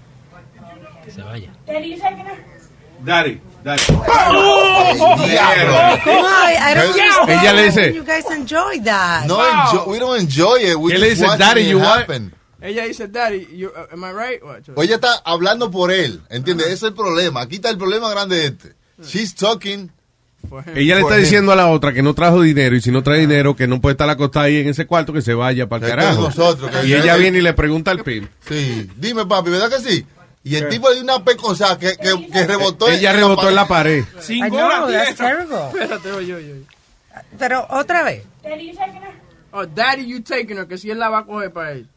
Que se vaya. Daddy, you taking her? Daddy, daddy. Oh, diablo. Why? I don't understand. Ella le dice- You guys enjoy that. No, enjo- we don't enjoy it. We ¿Qué le just dice, watching Daddy, it you what? happen. Ella dice, Daddy, you, uh, am I right? What? O ella está hablando por él, ¿entiendes? Ese es el problema. Aquí está el problema grande este. She's talking. Ella le está diciendo a la otra que no trajo dinero y si no trae dinero que no puede estar acostada ahí en ese cuarto, que se vaya para el Que carajo. todos nosotros, que- y ella que- viene y le pregunta al pimp. Sí, dime papi, ¿verdad que sí? Y el tipo le dio una pecosa que, que, que rebotó. Ella rebotó en la pared. I know, that's terrible. Espérate, oye, oye. Pero otra vez. Daddy, you taking her? Oh, Daddy, you taking her, que si él la va a coger para él.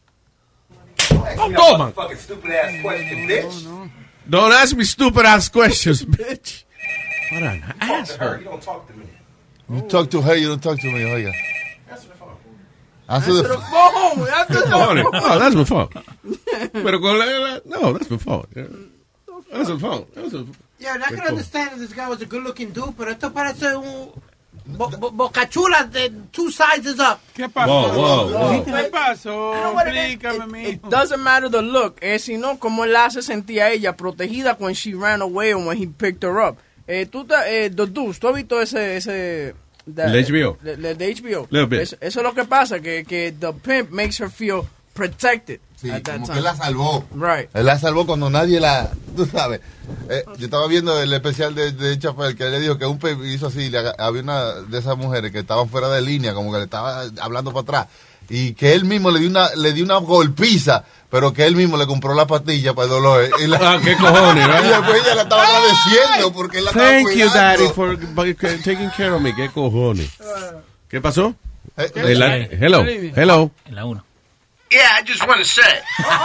Toma. Fucking stupid ass question, bitch. Don't ask me stupid ass questions, bitch. What an asshole. You don't talk to me. You talk to her, you don't talk to me, oiga. Answer the Answer the phone. phone. Answer the Cojones. phone. Oh, that's my fault. Pero con la, la- no, that's my fault. Yeah. That's my fault. That's my Yeah, I can Qué understand if this guy was a good looking dude, pero esto parece un bo, bo, bocachula de two sizes up. ¿Qué pasó? Wow, wow, wow. ¿Qué pasó? Explícame, mijo. It doesn't matter the look, eh, sino como él la hace sentir a ella protegida when she ran away and when he picked her up. Eh, tú, ta- eh, The Deuce, ¿tú has visto ese... ese the- El H B O. le- le- de H B O. Little bit. Eso, eso es lo que pasa, que, que the pimp makes her feel protected. Sí, at that como time. que él la salvó. Right. Él la salvó cuando nadie la... Tú sabes. Eh, yo estaba viendo el especial de, de Chappelle que él le dijo que un pe hizo así. Le, aga- había una de esas mujeres que estaban fuera de línea, como que le estaba hablando para atrás. Y que él mismo le dio una, le dio una golpiza, pero que él mismo le compró la pastilla para el dolor. Y la- Ah, qué cojones, ¿verdad? Y después ella la estaba agradeciendo porque él la estaba Thank you, cuidando. daddy, for for taking care of me. ¿Qué cojones? ¿Qué pasó? Eh, En la- hello, hello. En la uno. Yeah, I just want to say.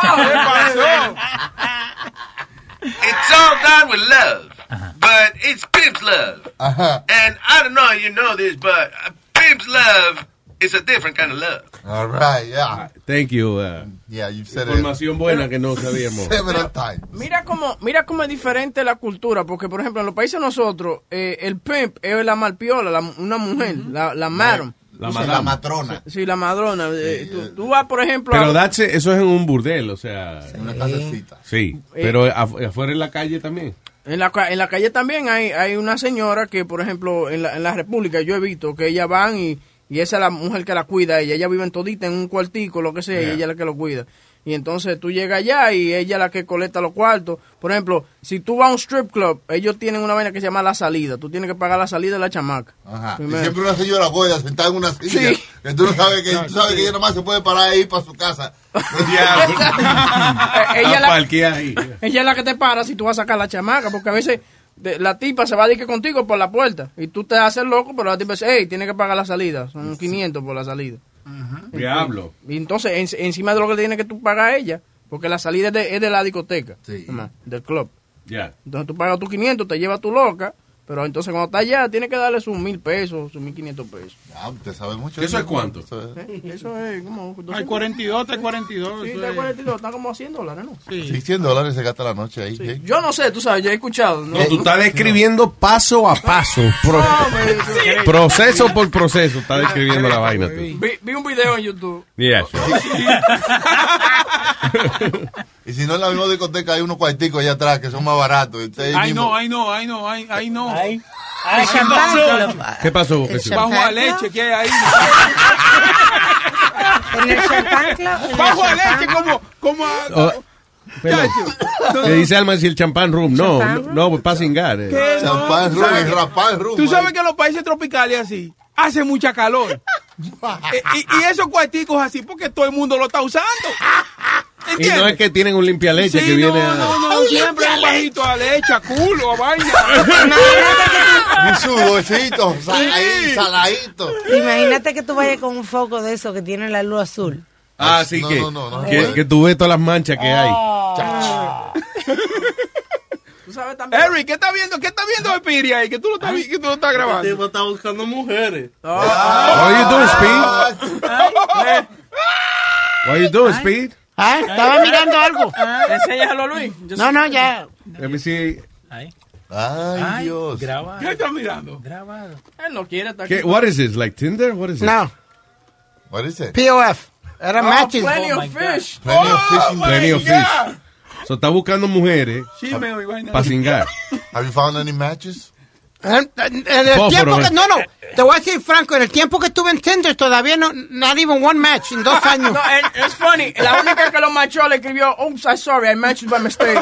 It's all done with love, but it's pimp's love. Ajá. And I don't know if you know this, but uh, pimp's love It's a different kind of love. All right, yeah. Thank you. Uh, yeah, you've said información it. buena que no sabíamos. Several times. Mira cómo, mira cómo es diferente la cultura, porque por ejemplo en los países de nosotros, eh, el pimp es la malpiola, la, una mujer, la, la madam. La, la, la matrona. Sí, la madrona. Eh, tú, tú vas, por ejemplo... Pero a, that's it, eso es en un burdel, o sea... En una casecita. Sí, Eh, pero afu- afuera en la calle también. En la, ca- en la calle también hay, hay una señora que, por ejemplo, en la, en la República yo he visto que ellas van y, y esa es la mujer que la cuida a ella. Ella vive en todita, en un cuartico, lo que sea, Yeah. y ella es la que lo cuida. Y entonces tú llegas allá y ella es la que colecta los cuartos. Por ejemplo, si tú vas a un strip club, ellos tienen una vaina que se llama la salida. Tú tienes que pagar la salida de la chamaca. Ajá. Y Primero. siempre una señora goya sentada en una silla. Sí. Que tú no sabes que, tú sabes que ella nomás se puede parar ahí para su casa. ella, A la, parquear ahí. ella es la que te para si tú vas a sacar la chamaca, porque a veces de- la tipa se va a decir contigo por la puerta y tú te haces loco, pero la tipa dice, hey, tienes que pagar la salida, son quinientos por la salida. Diablo. Y entonces, en- encima de lo que tiene que tú pagar ella, porque la salida es de, es de la discoteca, ¿no? Del club. Ya. Entonces tú pagas tus quinientos, te llevas tu loca, pero entonces cuando está allá, tienes que darle sus mil pesos, sus mil quinientos pesos. Ah, usted sabe mucho. ¿Eso es cuánto? ¿Eh? Eso es como... Hay cuarenta y dos, tres cuarenta y dos. Sí, eso está es. cuarenta y dos, está como a cien dólares, ¿no? Sí, cien dólares se gasta la noche ahí. ¿sí? Yo no sé, tú sabes, yo he escuchado. No, tú estás describiendo paso a paso. Pro- proceso por proceso. Estás describiendo la vaina tú. Vi, vi un video en YouTube. Yeah, sure. Y si no en la misma discoteca hay unos cuarticos allá atrás que son más baratos. Usted ahí Ay, mismo- no, ay, no, ay, no, ay, ay, no. Ay, ay, champán. ¿Qué pasó, Bofecito? Bajo a leche que hay ahí. En el champán club. en el Bajo a champán- leche como, como a- Oh, pero, ¿qué dice Alma si el champán room? No, Champán no, no, pues para cingar. eh. ¿Qué? No, Champán tú rum, sabes- y rapán rum. Tú ahí. sabes que en los países tropicales así hace mucha calor. Eh, y, y esos cuarticos así porque todo el mundo lo está usando. Y ¿Entiendes? no es que tienen un limpia leche Sí, que viene no, a... no, no, siempre un bajito a leche, a culo, a vaina. Mi sudorcito, saladito, saladito. Imagínate que tú vayas con un foco de eso que tiene la luz azul. Ah, sí, No, que, no, no, no se que, puede. que tú ves todas las manchas que hay. Tú sabes también. Eric, ¿qué está viendo? ¿Qué está viendo de Piri ahí? Que tú lo estás, vi- que tú lo estás grabando. El tipo está buscando mujeres. What are you doing, Speed? What are you doing, Speed? Ah, estaba mirando algo. Enséñalo, Luis. Yo No, no, ya. Let me see. Ahí. Ay, Dios. Grabado. ¿Qué estás mirando? Grabado. Él no quiere estar ¿Qué, aquí. what is this? Like Tinder? What is it? No, What is it? P O F. Era Oh, matches. plenty Oh, of my fish. Plenty of fish in Plenty there. of fish. So está buscando mujeres Sí, me doy vaina. para cingar. Have you found any matches? En, en- en el Fósforo, tiempo que, eh. no, no, te voy a decir franco, en el tiempo que estuve en Tinder todavía no, not even one match en dos años. No, and it's funny. La única que lo machó le escribió, oops, I'm sorry, I matched by mistake.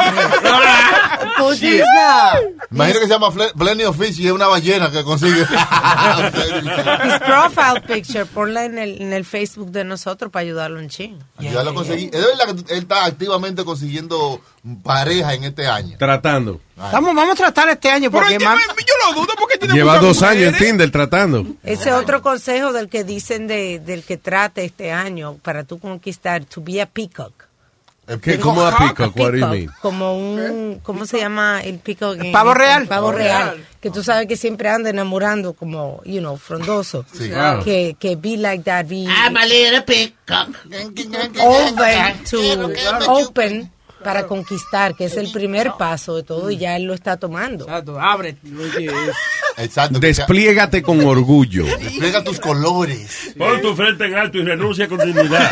Putiza. Imagino que se llama Fle- Plenty of Fish y es una ballena que consigue. His profile picture, ponla en el, en el Facebook de nosotros para ayudarlo un ching. Ya lo conseguí. Es verdad que él está activamente consiguiendo pareja en este año. Tratando. Vamos, vamos a tratar este año Pero porque es que más... me- yo lo dudo porque tiene Lleva muchas dos años en mujeres. Tinder tratando. Ese otro consejo del que dicen de, del que trate este año para tú conquistar, to be a peacock. ¿Qué, ¿Cómo a peacock? What do you mean? Como un, ¿cómo se llama el peacock? en- pavo real. El pavo Pavo real. real. Que tú sabes que siempre anda enamorando como, you know, frondoso. Sí. Claro. Que, que be like that, be I'm a little peacock. open to, open para conquistar, que es el primer paso de todo y ya él lo está tomando. Exacto, ábrete. Exacto. Despliégate con orgullo. Despliega tus colores. Pon tu frente en alto y renuncia con dignidad.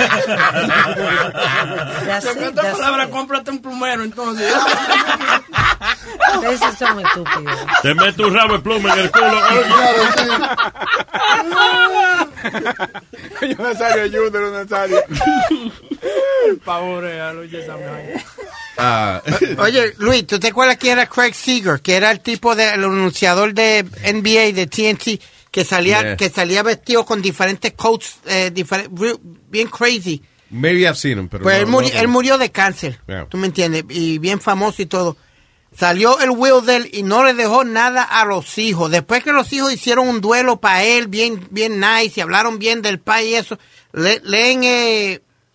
That's En it, otras that's palabras, cómprate un plumero, entonces. it. Esos son estúpidos. Te metes un rabo de pluma en el culo. Yo Nazario, ayúdalo, Nazario. El pavo real, oye, esa vaina. Ah, Oye, Luis, ¿tú te acuerdas quién era Craig Seeger? Que era el tipo del anunciador de N B A, de T N T, que salía, Yeah. que salía vestido con diferentes coats, eh, diferen- re- bien crazy. maybe I've seen him, pero Pues no- él, murió, no- él murió de cáncer, Yeah. ¿tú me entiendes? Y bien famoso y todo. Salió el will de él y no le dejó nada a los hijos. Después que los hijos hicieron un duelo para él, bien bien nice, y hablaron bien del pai y eso, le, leen eh,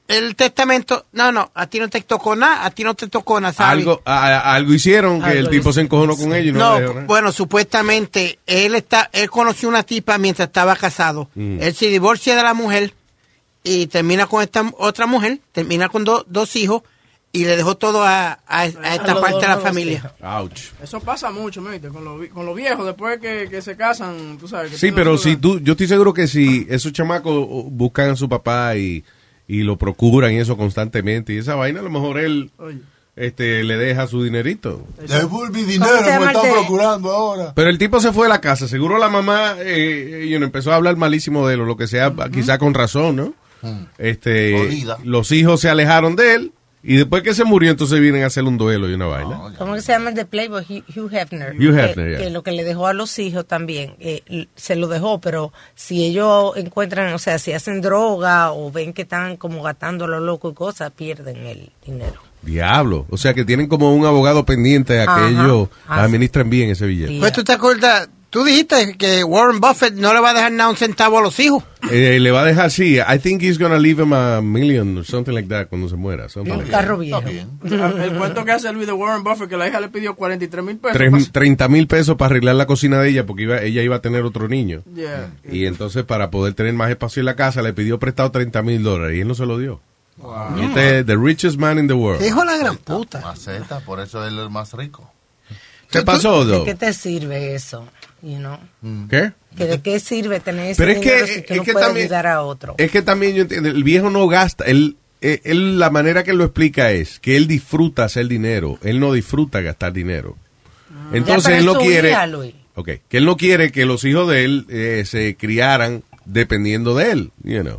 el testamento, no, no, a ti no te tocó nada, a ti no te tocó nada, ¿sabes? Algo, a- a- algo hicieron que Algo el tipo hizo. se encojonó con ellos y no, No, lo dejó, ¿no? bueno, supuestamente él está, él conoció una tipa mientras estaba casado. Mm. Él se divorcia de la mujer y termina con esta otra mujer, termina con do- dos hijos y le dejó todo a, a- a esta los parte de la dos familia. Ouch. Eso pasa mucho, ¿viste? Con los vi- con los viejos, después que, que se casan, tú sabes. Que Sí, tienen pero su si lugar. tú, yo estoy seguro que si esos chamacos buscan a su papá y, y lo procuran y eso constantemente y esa vaina, a lo mejor él Oye. este le deja su dinerito. Devuelve mi ¿Cómo dinero, se me llama están el de- procurando ahora. Pero el tipo se fue de la casa, seguro la mamá eh, you know, empezó a hablar malísimo de él o lo que sea, quizá con razón, ¿no? Este, Jodida. los hijos se alejaron de él y después que se murió entonces vienen a hacer un duelo y una vaina. ¿Cómo que se llama el de Playboy? Hugh, Hugh Hefner. Hugh Que- Hefner, que, yeah. lo que le dejó a los hijos también, eh, l- se lo dejó, pero si ellos encuentran, o sea, si hacen droga o ven que están como gastando lo loco y cosas, pierden el dinero. Diablo, o sea que tienen como un abogado pendiente a que Ajá. ellos Ah, administren bien ese billete. Pues tú te acuerdas, tú dijiste que Warren Buffett no le va a dejar nada un centavo a los hijos. Eh, le va a dejar, sí, I think he's gonna leave him a million or something like that cuando se muera. something Un like that. carro viejo. El cuento que hace Luis de Warren Buffett, que la hija le pidió cuarenta y tres mil pesos. Tres- treinta mil pesos para arreglar la cocina de ella porque iba, ella iba a tener otro niño. Yeah. Y entonces para poder tener más espacio en la casa le pidió prestado treinta mil dólares y él no se lo dio. Y este es the richest man in the world. Hijo de la gran puta. Maceta, por eso él es el más rico. ¿Qué pasó, ¿De though? qué te sirve eso? You know? ¿Qué? ¿Que ¿De qué sirve tener ese Pero es que- dinero si tú es no que puedes también- ayudar a otro? Es que también yo entiendo, el viejo no gasta, él, él, él- la manera que él lo explica es que él disfruta hacer dinero, él no disfruta gastar dinero. Entonces Ya, pero él no es su quiere, hija, Luis. ok, que él no quiere que los hijos de él eh, se criaran dependiendo de él, you know.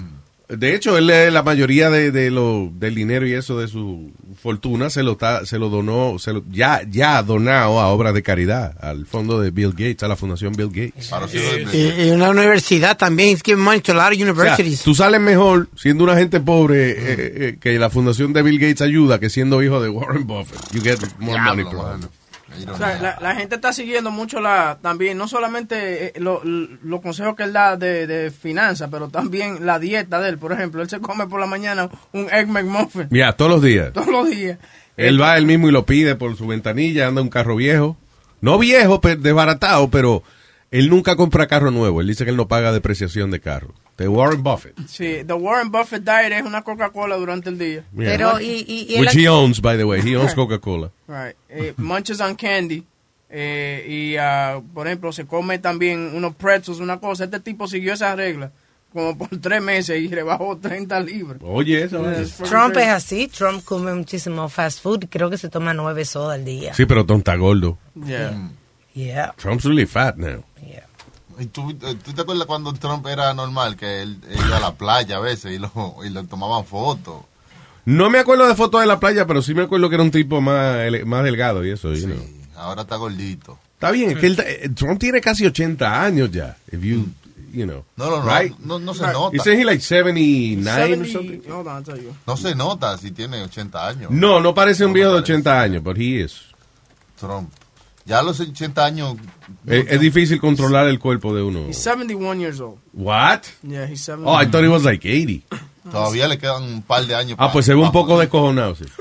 De hecho, él eh, la mayoría de, de lo, del dinero y eso de su fortuna se lo está, se lo donó, se lo, ya, ya ha donado a obras de caridad, al fondo de Bill Gates, a la fundación Bill Gates. Y, y una universidad también, he's giving money to a lot of O sea, universities. tú sales mejor siendo una gente pobre eh, eh, que la fundación de Bill Gates ayuda que siendo hijo de Warren Buffett. You get more money from him. O sea, la, la gente está siguiendo mucho la también, no solamente eh, lo- los consejos que él da de, de finanzas, pero también la dieta de él. Por ejemplo, él se come por la mañana un Egg McMuffin Ya, todos los días. todos los días. Él va él mismo y lo pide por su ventanilla, anda un carro viejo. No viejo, pero desbaratado, pero él nunca compra carro nuevo. Él dice que él no paga depreciación de carro. De Warren Buffett. Sí, the Warren Buffett diet es una Coca-Cola durante el día. Yeah. Pero, y, y, y él Which aquí- he owns, by the way. He owns Coca-Cola. Right. Eh, munches on candy. Eh, y, ah, por ejemplo, se come también unos pretzels, una cosa. Este tipo siguió esa regla como por tres meses y rebajó treinta libras. Oye, eso. Yeah, es. it's fucking Trump crazy. es así, Trump come muchísimo fast food, creo que se toma nueve sodas al día. Sí, pero Tom está gordo. Yeah. Yeah. Trump's really fat now. ¿Y tú, eh, tú te acuerdas cuando Trump era normal, que él, él iba a la playa a veces y lo, y lo tomaban fotos? No me acuerdo de fotos de la playa, pero sí me acuerdo que era un tipo más, ele- más delgado y eso. you know. Ahora está gordito. Está bien, es que él, eh, Trump tiene casi ochenta años ya. If you, you know. No, no, no, right? no, no se nota. Isn't he like seventy-nine or seventy something? Hold on, I'll tell you. No se nota si tiene ochenta años. No, no parece un viejo de ochenta años, but he is. Trump. Ya a los ochenta años. Es, es difícil controlar el cuerpo de uno. He's seventy-one years old. What? Yeah, he's seventy-one. Oh, I thought he was like eighty. Todavía le quedan un par de años. Ah, pues se ve un poco descojonado, sí.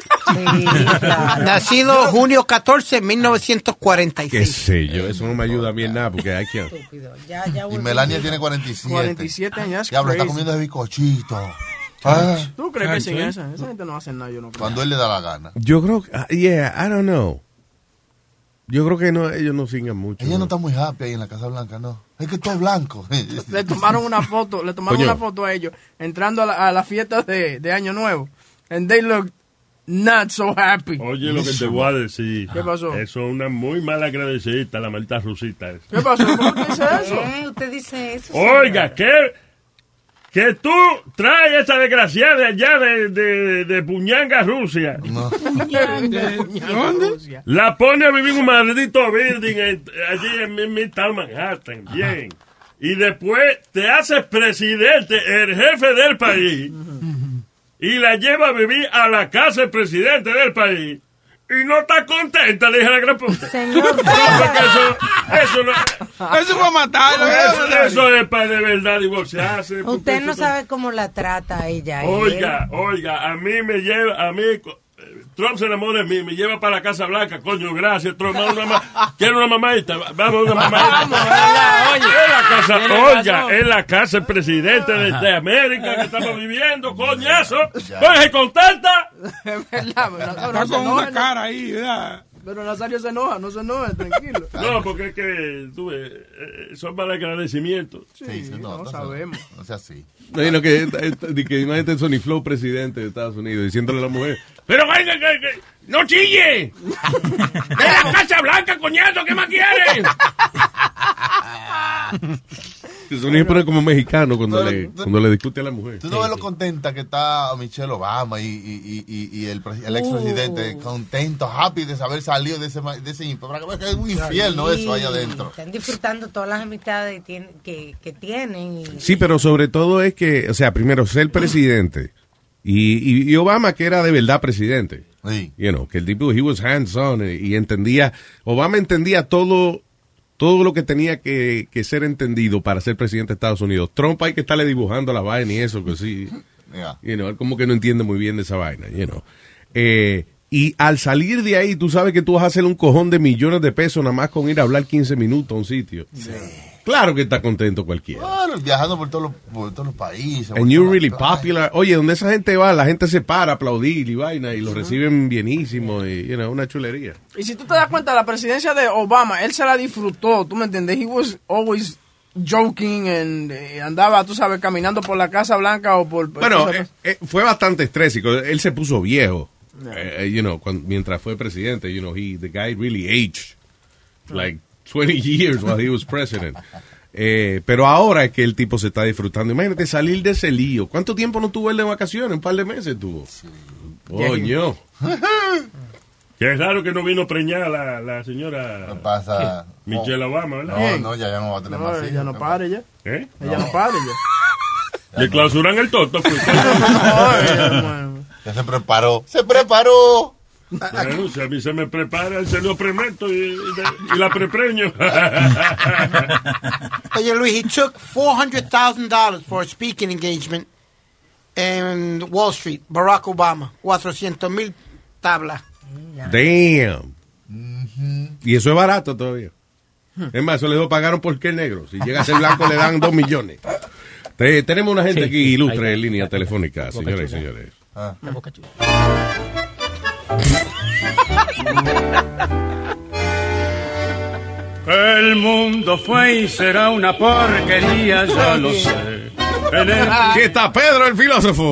Nacido junio catorce, mil novecientos cuarenta y Qué seis. sé yo, eso no me ayuda a mí en nada, porque hay que... Ya, ya Y Melania tiene cuarenta y siete. cuarenta y siete años. Diablo, está crazy. comiendo de bicochito. Ah, ¿Tú crees que sin esa? Esa gente no hace nada, yo no creo. cuando él le da la gana. Yo creo que... ah, yeah, I don't know. Yo creo que no, ellos no sigan mucho. Ella no está muy happy ahí en la Casa Blanca, no. Es que todo es blanco. Le tomaron una foto, le tomaron Coño. una foto a ellos entrando a la, a la fiesta de, de Año Nuevo. And they look not so happy. Oye, lo que te voy a decir. ¿Qué pasó? Eso es una muy mala agradecida, la maldita rusita esa. ¿Qué pasó? ¿Cómo que dice eso? ¿Qué? ¿Usted dice eso? Oiga, ¿qué? Que tú traes esa desgraciada de allá de, de, de Puñanga, Rusia. ¿Dónde? La pone a vivir en un maldito building en- allí en, en Midtown Manhattan. Bien. Y después te haces presidente, el jefe del país. Y la lleva a vivir a la casa del presidente del país. y no está contenta, le dije a la gran puta. Señor, porque eso, eso no, eso fue matarlo. Eso, eso es para de verdad divorciarse. Usted no sabe cómo la trata a ella. Oiga, oiga, a mí me lleva, a mí, Trump se enamora de mí, me lleva para la Casa Blanca, coño, gracias, Trump, una ma- quiero una mamadita, vamos, una mamadita. Vamos, oye. En la casa, Tiene oiga, razón. en la casa del presidente de, de América que estamos viviendo, coñazo, oye, contenta. Es verdad, pero no, no Está se con enoje, una no. cara ahí, ¿verdad? Pero Nazario se enoja, no se enoja, tranquilo. No, porque es que, tú ves, eh, son para agradecimiento. Sí, sí, no, sabemos. No sea así. Imagino que, que, que imagínate Sonny Flow, presidente de Estados Unidos, diciéndole a la mujer, pero venga, que, que no chille. ¡De la Casa Blanca, coñazo! ¿Qué más quiere? Sonny se pone como mexicano cuando, Pero, le, tú- cuando le discute a la mujer. Tú no ves lo contenta que está Michelle Obama y, y, y, y, y el, pre- el expresidente, contento, happy de saber salido de ese, ma- de ese imp- para que es un infierno Sí, eso ahí adentro. Están disfrutando todas las amistades que tienen. Que, que tienen y- Sí, pero sobre todo es que, o sea, primero ser presidente y, y, y Obama que era de verdad presidente. Sí. You know, que el tipo, he was hands-on y, y entendía, Obama entendía todo, todo lo que tenía que, que ser entendido para ser presidente de Estados Unidos. Trump hay que estarle dibujando la vaina y eso, que sí, Yeah. you know, él como que no entiende muy bien de esa vaina, you know. Eh, y al salir de ahí, tú sabes que tú vas a hacer un cojón de millones de pesos nada más con ir a hablar quince minutos a un sitio. Sí. Claro que está contento cualquiera. Bueno, viajando por todos los, por todos los países. por And you're todas really las playas. popular. Oye, donde esa gente va, la gente se para a aplaudir y vaina y lo reciben bienísimo y, you know, una chulería. Y si tú te das cuenta, la presidencia de Obama, él se la disfrutó, ¿tú me entiendes? He was always joking and eh, andaba, tú sabes, caminando por la Casa Blanca o por... Bueno, tú eh, sabes. eh, fue bastante estrésico. Él se puso viejo, eh, you know, cuando, mientras fue presidente. You know, he, the guy really aged like twenty years while he was president. Eh, pero ahora es que el tipo se está disfrutando. Imagínate salir de ese lío. ¿Cuánto tiempo no tuvo él de vacaciones? Un par de meses tuvo. Coño. Que es raro que no vino preñada la, la señora ¿Qué pasa? Michelle Obama, ¿verdad? No, no, ya, ya no va a tener No, más ella hijos. no pare ya. ¿Eh? Ella no pare ya. Le clausuran el toto. Pues. Ya se preparó. ¡Se preparó! Bueno, si a mí se me prepara, se lo premeto y, y, y la prepreño. Oye, Luis, he took four hundred thousand dollars for a speaking engagement in Wall Street, Barack Obama. cuatrocientos mil tablas. Damn. Y eso es barato todavía. Es más, eso le pagaron porque es negro. Si llega a ser blanco le dan dos millones. Te- tenemos una gente Sí, aquí sí, ilustre ahí en va. línea telefónica, Boca señoras y chula. señores. Ah. La boca chula. El mundo fue y será una porquería, ya lo sé. En el Aquí está Pedro, el filósofo.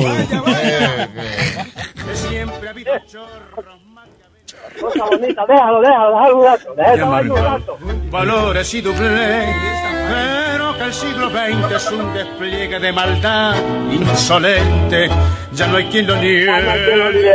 que siempre ha habido chorros más Cosa bonita, déjalo, déjalo, déjalo un rato. Déjalo ahí un rato. valores y doble, pero que el siglo veinte es un despliegue de maldad insolente, ya no hay quien lo niegue.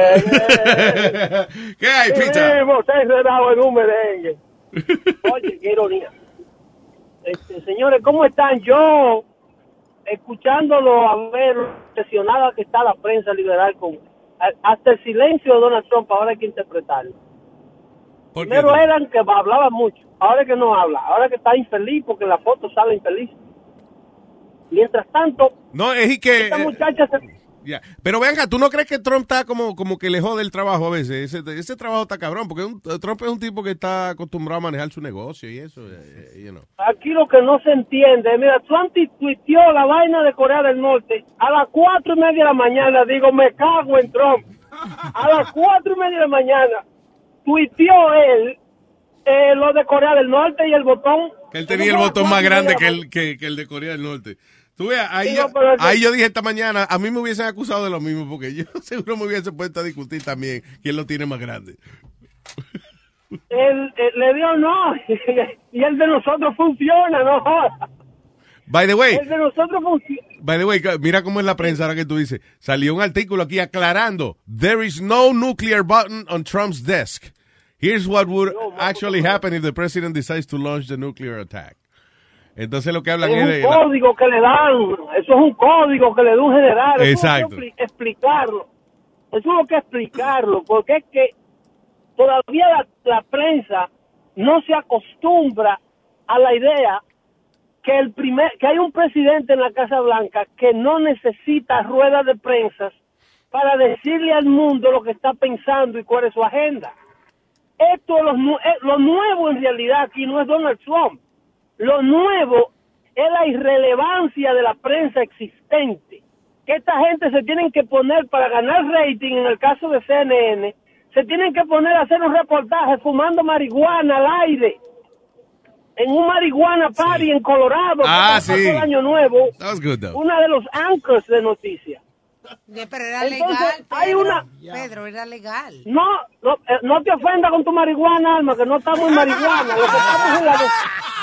¿Qué hay, Pita? Vivimos enredados en un merengue. Oye, qué ironía. Este, señores, ¿cómo están? Yo, escuchándolo a ver lo obsesionada que está la prensa liberal con... a- Hasta el silencio de Donald Trump, ahora hay que interpretarlo. ¿Por qué? Primero eran que hablaban mucho, ahora es que no habla, ahora que está infeliz porque en la foto sale infeliz. Mientras tanto, No, es que... esta muchacha se... Ya. Pero venga, ¿tú no crees que Trump está como, como que le jode el trabajo a veces? Ese, ese trabajo está cabrón, porque un- Trump es un tipo que está acostumbrado a manejar su negocio y eso, eh, eh, you know. Aquí lo que no se entiende, mira, Trump tuiteó la vaina de Corea del Norte a las cuatro y media de la mañana, digo, me cago en Trump. A las cuatro y media de la mañana tuiteó él eh, lo de Corea del Norte y el botón. Que él tenía el botón más grande que el, que, que el de Corea del Norte. Tú ves, ahí, Sí, yo, no, pero es que- ahí yo dije esta mañana, a mí me hubiesen acusado de lo mismo, porque yo seguro me hubiese puesto a discutir también quién lo tiene más grande. Él, él le dio no, y el de nosotros funciona, no joda. By the way, El de nosotros funciona. by the way, mira cómo es la prensa ahora que tú dices. Salió un artículo aquí aclarando, there is no nuclear button on Trump's desk. Here's what would actually happen if the president decides to launch the nuclear attack. Entonces lo que hablan es, Es de... un código que le dan, eso es un código que le da un general. Eso Exacto. hay que expli- explicarlo. Eso es lo que explicarlo, porque es que todavía la, la prensa no se acostumbra a la idea que el primer que hay un presidente en la Casa Blanca que no necesita ruedas de prensa para decirle al mundo lo que está pensando y cuál es su agenda. Esto lo, lo nuevo en realidad aquí no es Donald Trump. Lo nuevo es la irrelevancia de la prensa existente. Que esta gente se tienen que poner para ganar rating, en el caso de C N N, se tienen que poner a hacer un reportaje fumando marihuana al aire. En un marihuana party sí. en Colorado, ah, sí. el año nuevo, good, una de los anchors de noticias. Yeah, pero era Entonces, legal, Pedro. Hay una... Pedro, era legal. No, no, no te ofendas con tu marihuana, Alma, que no estamos en marihuana. Lo que estamos en la de...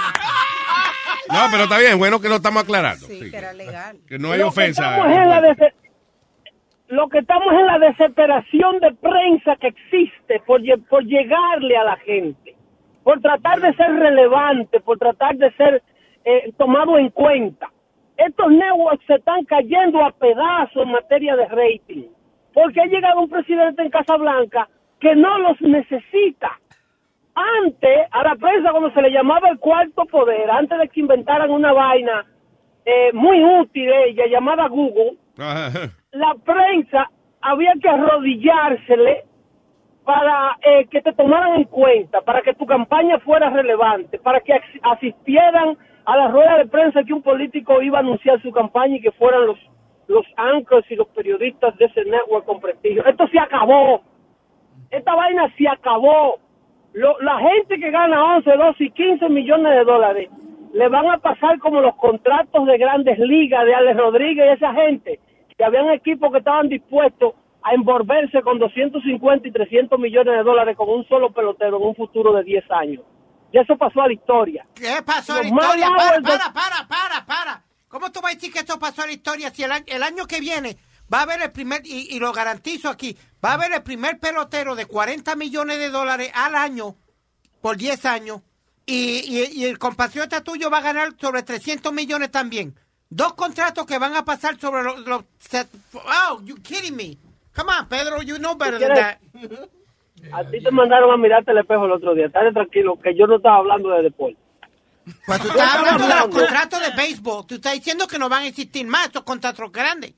No, pero está bien, bueno que lo estamos aclarando. Sí, sí. que era legal. Que no hay lo ofensa. Que estamos en la des... Lo que estamos en la desesperación de prensa que existe por, por llegarle a la gente, por tratar de ser relevante, por tratar de ser eh, tomado en cuenta. Estos networks se están cayendo a pedazos en materia de rating, porque ha llegado un presidente en Casa Blanca que no los necesita. Antes, a la prensa, cuando se le llamaba el cuarto poder, antes de que inventaran una vaina eh, muy útil ella, llamada Google, la prensa había que arrodillársele para eh, que te tomaran en cuenta, para que tu campaña fuera relevante, para que asistieran a la rueda de prensa que un político iba a anunciar su campaña y que fueran los, los anchors y los periodistas de ese network con prestigio. Esto se acabó. Esta vaina se acabó. Lo, la gente que gana once, doce y quince millones de dólares le van a pasar como los contratos de Grandes Ligas de Alex Rodríguez y esa gente, que habían equipos que estaban dispuestos a envolverse con doscientos cincuenta y trescientos millones de dólares con un solo pelotero en un futuro de diez años. Y eso pasó a la historia. ¿Qué pasó a la Los historia? más Para, lavos de- para, para, para, para. ¿Cómo tú vas a decir que esto pasó a la historia si el año, el año que viene va a haber el primer, y, y lo garantizo aquí, va a haber el primer pelotero de cuarenta millones de dólares al año por diez años y, y, y el compatriota tuyo va a ganar sobre trescientos millones también? Dos contratos que van a pasar sobre los... los set- oh, you kidding me. Come on, Pedro, you know better than that. A ti te mandaron a mirarte el espejo el otro día. Estate tranquilo, que yo no estaba hablando de deporte. Cuando tú estás hablando de los contratos de béisbol, tú estás diciendo que no van a existir más estos contratos grandes.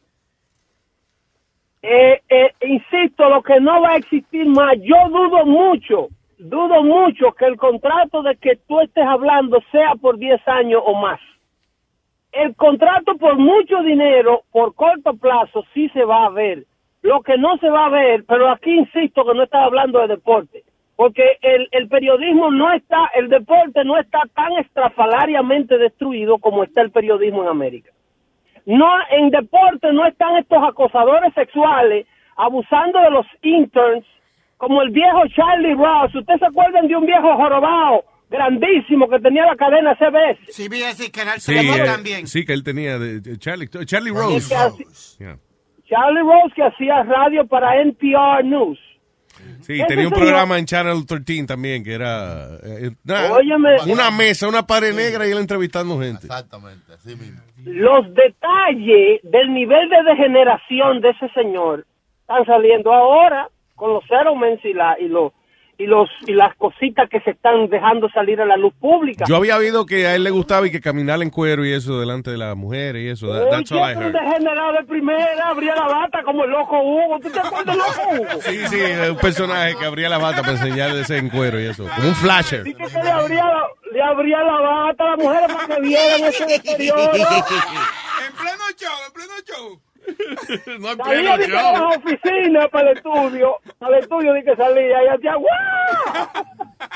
Eh, eh, insisto, lo que no va a existir más, yo dudo mucho, dudo mucho que el contrato de que tú estés hablando sea por diez años o más. El contrato por mucho dinero, por corto plazo, sí se va a ver. Lo que no se va a ver, pero aquí insisto que no estaba hablando de deporte, porque el, el periodismo no está, el deporte no está tan estrafalariamente destruido como está el periodismo en América. No, en deporte no están estos acosadores sexuales abusando de los interns, como el viejo Charlie Ross. ¿Ustedes se acuerdan de un viejo jorobado grandísimo que tenía la cadena C B S? Sí, vi ese canal Sí, televisivo eh, también. sí, que él tenía de, de Charlie, Charlie Rose. Que hace- Yeah. Charlie Rose, que hacía radio para N P R News. Sí, Ese tenía un señor- programa en Channel trece también, que era eh, nada, Óyeme. una mesa, una pared negra y él entrevistando gente. Exactamente, así mismo. Los detalles del nivel de degeneración de ese señor están saliendo ahora con los settlements y la y los y los y las cositas que se están dejando salir a la luz pública. Yo había oído que a él le gustaba y que caminar en cuero y eso delante de las mujeres y eso. That- that's all I Oye, un heard. degenerado de primera, abría la bata como el loco Hugo. ¿Tú te acuerdas del loco Hugo? Sí, sí, un personaje que abría la bata para enseñarle ese en cuero y eso. Como un flasher. Sí, que le abría la, le abría la bata a las mujeres para que vieran ese deterioro. En pleno show, en pleno show. No en Salía de las oficinas para el estudio, al estudio de que salía y hacía ¡guau!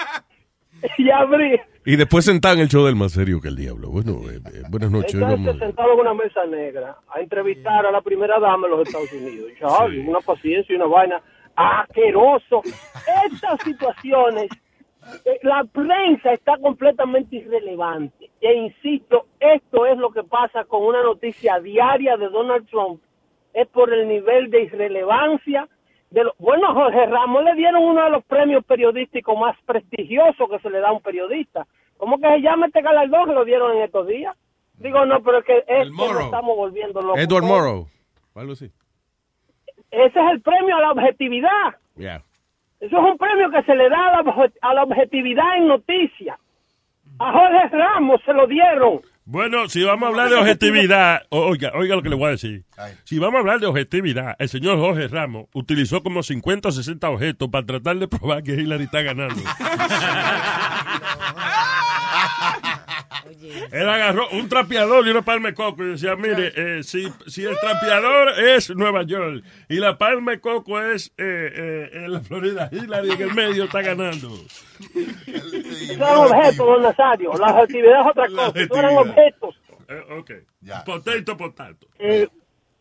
Y abrí. Y después sentado en el show del más serio que el diablo. Bueno, eh, eh, buenas noches. Entonces Vamos. sentado en una mesa negra a entrevistar a la primera dama de los Estados Unidos. Y, ay, una paciencia y una vaina asqueroso. Estas situaciones, eh, la prensa está completamente irrelevante. E insisto, esto es lo que pasa con una noticia diaria de Donald Trump. Es por el nivel de irrelevancia. De lo, bueno, a Jorge Ramos le dieron uno de los premios periodísticos más prestigiosos que se le da a un periodista. ¿Cómo que se llama este galardón que lo dieron en estos días? Digo, no, pero es que es que nos estamos volviendo locos. Edward Morrow. Algo así. Ese es el premio a la objetividad. Yeah. Eso es un premio que se le da a la, obje- a la objetividad en noticias. A Jorge Ramos se lo dieron. Bueno, si vamos a hablar de objetividad, o- oiga, oiga lo que le voy a decir. Si vamos a hablar de objetividad, el señor Jorge Ramos utilizó como cincuenta o sesenta objetos para tratar de probar que Hillary está ganando. Él agarró un trapeador y una palma de coco y decía, mire, eh, si, si el trapeador es Nueva York y la palma de coco es eh, eh, en la Florida, Hillary en el medio está ganando. Son objetos, don Nazario. La objetividad es otra cosa. No eran objetos. Eh, ok. Potato, potato. Eh,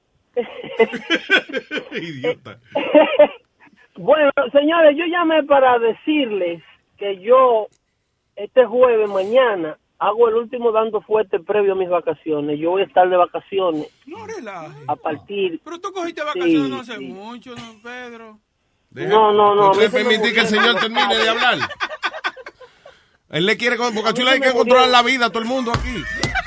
Idiota. Bueno, señores, yo llamé para decirles que yo, este jueves, mañana, hago el último dando fuerte previo a mis vacaciones. Yo voy a estar de vacaciones. No relajes. A partir... Pero tú cogiste vacaciones Sí, no hace sí. mucho, don Pedro. No, no, no. ¿Usted a mí se me permitir que el murieron- señor termine de hablar? Él le quiere, con Boca Chula hay se que me controlar murieron. la vida a todo el mundo aquí.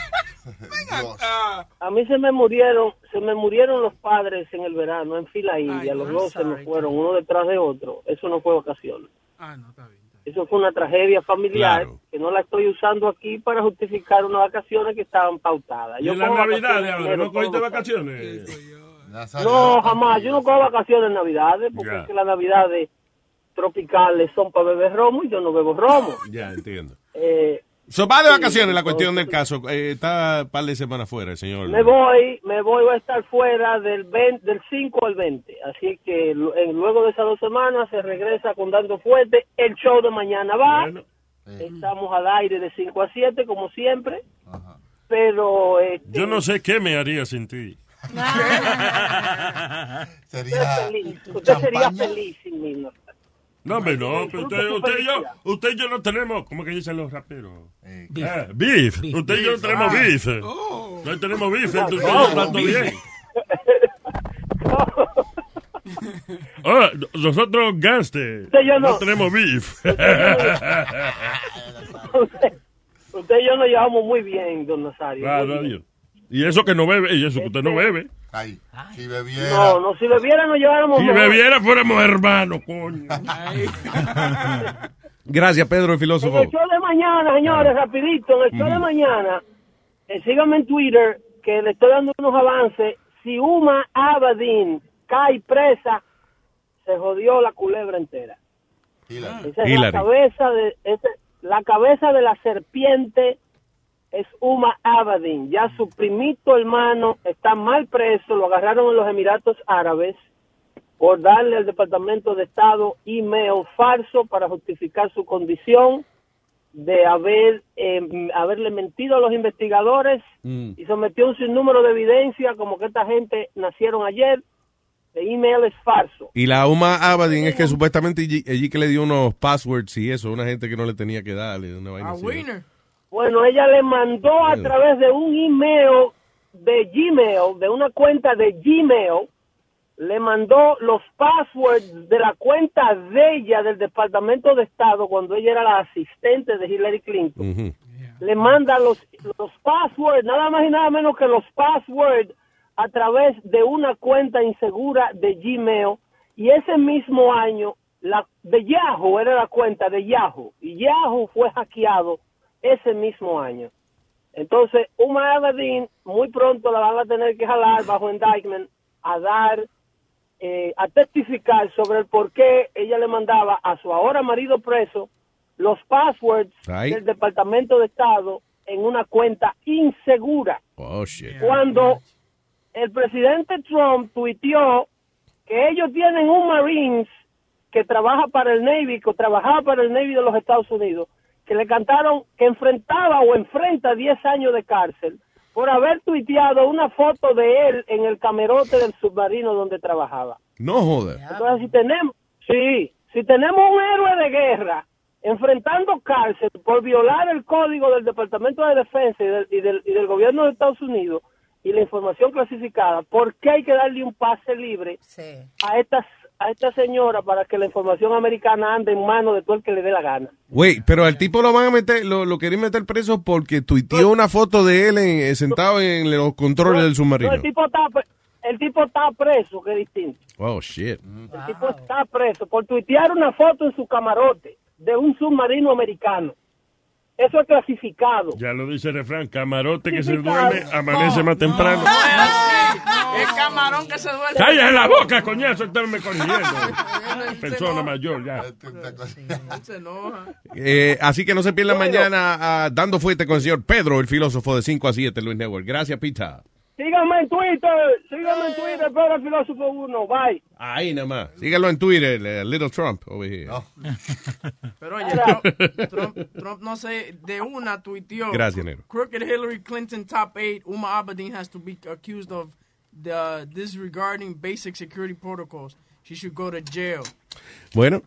A mí se me murieron, se me murieron los padres en el verano, en fila india. Los dos se me fueron, uno detrás de otro. Eso no fue vacaciones. Ah, no, está bien. Eso fue una tragedia familiar Claro. que no la estoy usando aquí para justificar unas vacaciones que estaban pautadas. Y en la cojo Navidad, vacaciones ahora, enero ¿no cogiste todos los vacaciones? No, jamás. Yo no cojo vacaciones en Navidades porque Ya. es que las Navidades tropicales son para beber romo y yo no bebo romo. Ya, entiendo. Eh, So, va de sí, vacaciones la cuestión del entonces, caso. Eh, está un par de semanas fuera el señor. Me voy, me voy, voy a estar fuera del veinte, del cinco al veinte. Así que lu- eh, luego de esas dos semanas se regresa con Dando Fuerte. El show de mañana va. Estamos al aire de cinco a siete, como siempre. Pero este, Yo no sé qué me haría sin ti. usted es feliz. Usted sería feliz sin mí. ¿no? No, hombre, no. Pero usted, Disfruta su usted, y yo, felicidad. usted y yo no tenemos, ¿cómo que dicen los raperos? Ah, beef. Usted y yo no tenemos Ah. beef. Oh. No tenemos beef. No, Entonces no, yo trato beef. bien. Oh, nosotros gangsters Usted y yo no. no tenemos beef. usted, usted y yo nos llevamos muy bien, don Nazario. Claro, Muy bien. adiós. Y eso que no bebe, y eso que usted no bebe. Ay, si bebiera. No, no, si bebiera nos lleváramos Si mejor. bebiera fuéramos hermanos, coño. Gracias, Pedro, el En filósofo. el show de mañana, señores, rapidito, en el show de mañana, eh, síganme en Twitter, que le estoy dando unos avances. Si Uma Abedin cae presa, se jodió la culebra entera. Esa es Hillary. la cabeza de esa- la cabeza de la serpiente es Uma Abedin. Ya su primito hermano está mal preso, lo agarraron en los Emiratos Árabes por darle al Departamento de Estado email falso para justificar su condición de haber eh, haberle mentido a los investigadores Mm. y sometió un sinnúmero de evidencia como que esta gente nacieron ayer. El email es falso. Y la Uma Abedin es que supuestamente allí, allí que le dio unos passwords y eso, una gente que no le tenía que darle. Una vaina A así. winner. Bueno, ella le mandó a Bueno. través de un email de Gmail, de una cuenta de Gmail, le mandó los passwords de la cuenta de ella del Departamento de Estado cuando ella era la asistente de Hillary Clinton. Ujú. Le manda los, los passwords, nada más y nada menos que los passwords a través de una cuenta insegura de Gmail. Y ese mismo año, la de Yahoo era la cuenta de Yahoo. Y Yahoo fue hackeado ese mismo año. Entonces, Uma Abedin muy pronto la van a tener que jalar bajo indictment a dar, eh, a testificar sobre el por qué ella le mandaba a su ahora marido preso los passwords Ay. del Departamento de Estado en una cuenta insegura. Oh, shit. Cuando el presidente Trump tuiteó que ellos tienen un Marines que trabaja para el Navy, que trabajaba para el Navy de los Estados Unidos, que le cantaron que enfrentaba o enfrenta diez años de cárcel por haber tuiteado una foto de él en el camarote del submarino donde trabajaba. No joder. Entonces, si tenemos, sí, si tenemos un héroe de guerra enfrentando cárcel por violar el código del Departamento de Defensa y del, y del, y del gobierno de Estados Unidos y la información clasificada, ¿por qué hay que darle un pase libre a estas a esta señora para que la información americana ande en manos de todo el que le dé la gana? Güey, pero al tipo lo van a meter, lo, lo querían meter preso porque tuiteó una foto de él en- sentado en los controles del No, submarino. el tipo está, pre- el tipo está preso, que es distinto. Oh, shit. El tipo está preso por tuitear una foto en su camarote de un submarino americano. Eso es clasificado. Ya lo dice el refrán, camarote que Sí, se sí, duerme, claro. amanece No, más temprano. No es así. El camarón que se duerme. ¡Calla en la boca, coñazo! Usted me corrigiendo. Persona mayor, ya. Se enoja. Eh, así que no se pierdan mañana ah, dando fuerte con el señor Pedro, el filósofo de cinco a siete, Luis Network. Gracias, Pita. Síganme en Twitter, síganme en Twitter, Pedro el Filósofo uno, bye. Ahí nada más. Síganlo en Twitter, eh, Little Trump, over here. Pero oye, Trump, Trump, Trump, no sé, de una tuiteó. Gracias, negro. Crooked Hillary Clinton top eight. Uma Abedin has to be accused of the disregarding basic security protocols. She should go to jail. Bueno,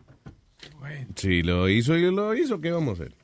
si lo hizo y lo hizo, ¿qué vamos a hacer?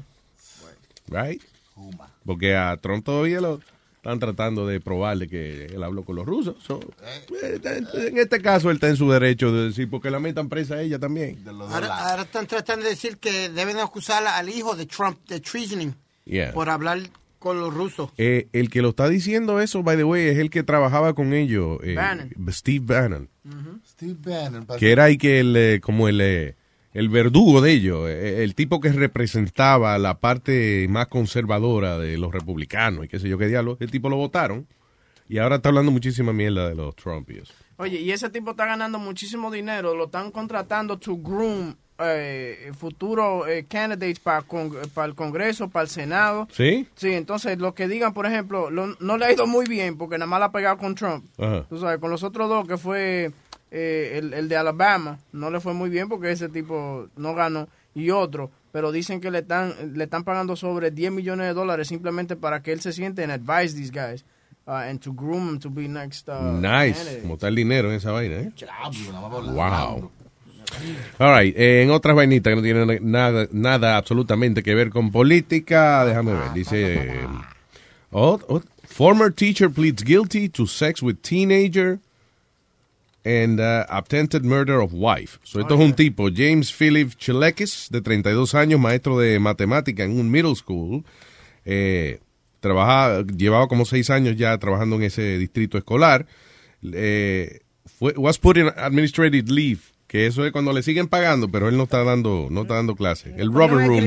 Right? Porque a Trump todavía lo están tratando de probarle que él habló con los rusos. So, eh, en este caso, él está en su derecho de decir, porque la metan presa a ella también. Ahora, ahora están tratando de decir que deben acusar al hijo de Trump de treasoning Yeah. por hablar con los rusos. Eh, el que lo está diciendo eso, by the way, es el que trabajaba con ellos, eh, Bannon. Steve Bannon, Steve Bannon. que era ahí que el, eh, como el, eh, el verdugo de ellos, eh, el tipo que representaba la parte más conservadora de los republicanos y qué sé yo qué diablo. El tipo lo votaron y ahora está hablando muchísima mierda de los Trump y eso. Oye, y ese tipo está ganando muchísimo dinero. Lo están contratando to groom eh, futuros eh, candidates para para el Congreso, para el Senado. ¿Sí? Sí, entonces lo que digan, por ejemplo, lo- no le ha ido muy bien porque nada más la ha pegado con Trump. Ajá. Tú sabes, con los otros dos, que fue eh, el, el de Alabama, no le fue muy bien porque ese tipo no ganó. Y otro, pero dicen que le están le están pagando sobre diez millones de dólares simplemente para que él se siente and advise these guys uh, and to groom them to be next uh, Nice. candidate. Como está el dinero en esa vaina, ¿eh? Wow. All right. eh, en otras vainitas que no tienen nada, nada absolutamente que ver con política, déjame ver. Dice, eh, oh, oh, former teacher pleads guilty to sex with teenager and uh, attempted murder of wife. So, esto es un tipo, James Philip Chilekis, de treinta y dos años, maestro de matemática en un middle school. Eh, trabaja, llevaba como seis años ya trabajando en ese distrito escolar. Eh, fue, was put in administrative leave, que eso es cuando le siguen pagando, pero él no está dando, no está dando clase. El rubber room.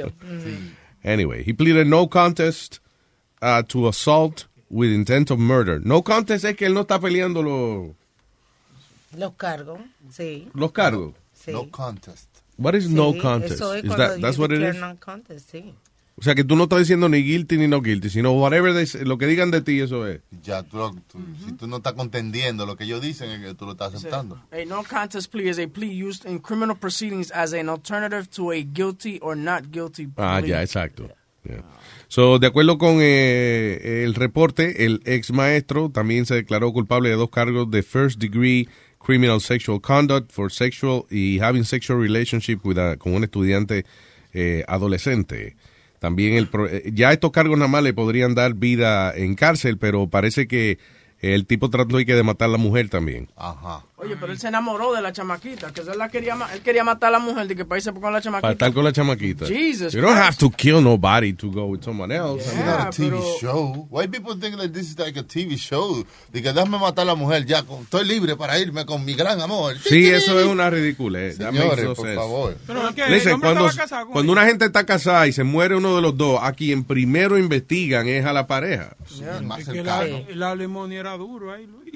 Anyway, he pleaded no contest uh, to assault with intent of murder. No contest es que él no está peleando los Los cargos, sí. los cargos. Sí. No contest. What is no Sí, contest? Eso es Is cuando that, that's you what it declare is? non-contest, sí. O sea, que tú no estás diciendo ni guilty ni no guilty, sino whatever they- lo que digan de ti, eso es. Ya, tú, lo- tú- si tú no estás contendiendo lo que ellos dicen, es que tú lo estás aceptando. A no contest plea is a plea used in criminal proceedings as an alternative to a guilty or not guilty plea. Ah, ya, exacto. Yeah. So, de acuerdo con eh, el reporte, el ex maestro también se declaró culpable de dos cargos de first degree criminal sexual conduct for sexual y having sexual relationship with a- con un estudiante eh, adolescente. También el pro- eh, ya estos cargos nada más le podrían dar vida en cárcel, pero parece que el tipo trató de que de matar a la mujer también. Ajá. Oye, pero él se enamoró de la chamaquita, que él la quería, ma- él quería matar a la mujer de que para irse con la chamaquita. Para estar con la chamaquita. Jesus You don't Christ. have to kill nobody to go with someone else. It's not a T V show. Why people think that this is like a T V show? De que déjame matar a la mujer ya, con- estoy libre para irme con mi gran amor. Sí, eso es una ridícula. eh. That makes Señores, no por sense. favor. Pero es que el Listen, hombre cuando, estaba casado con cuando una gente está casada y se muere uno de los dos, a quien primero investigan es a la pareja. Es que la, la limonia era duro ahí, Luis.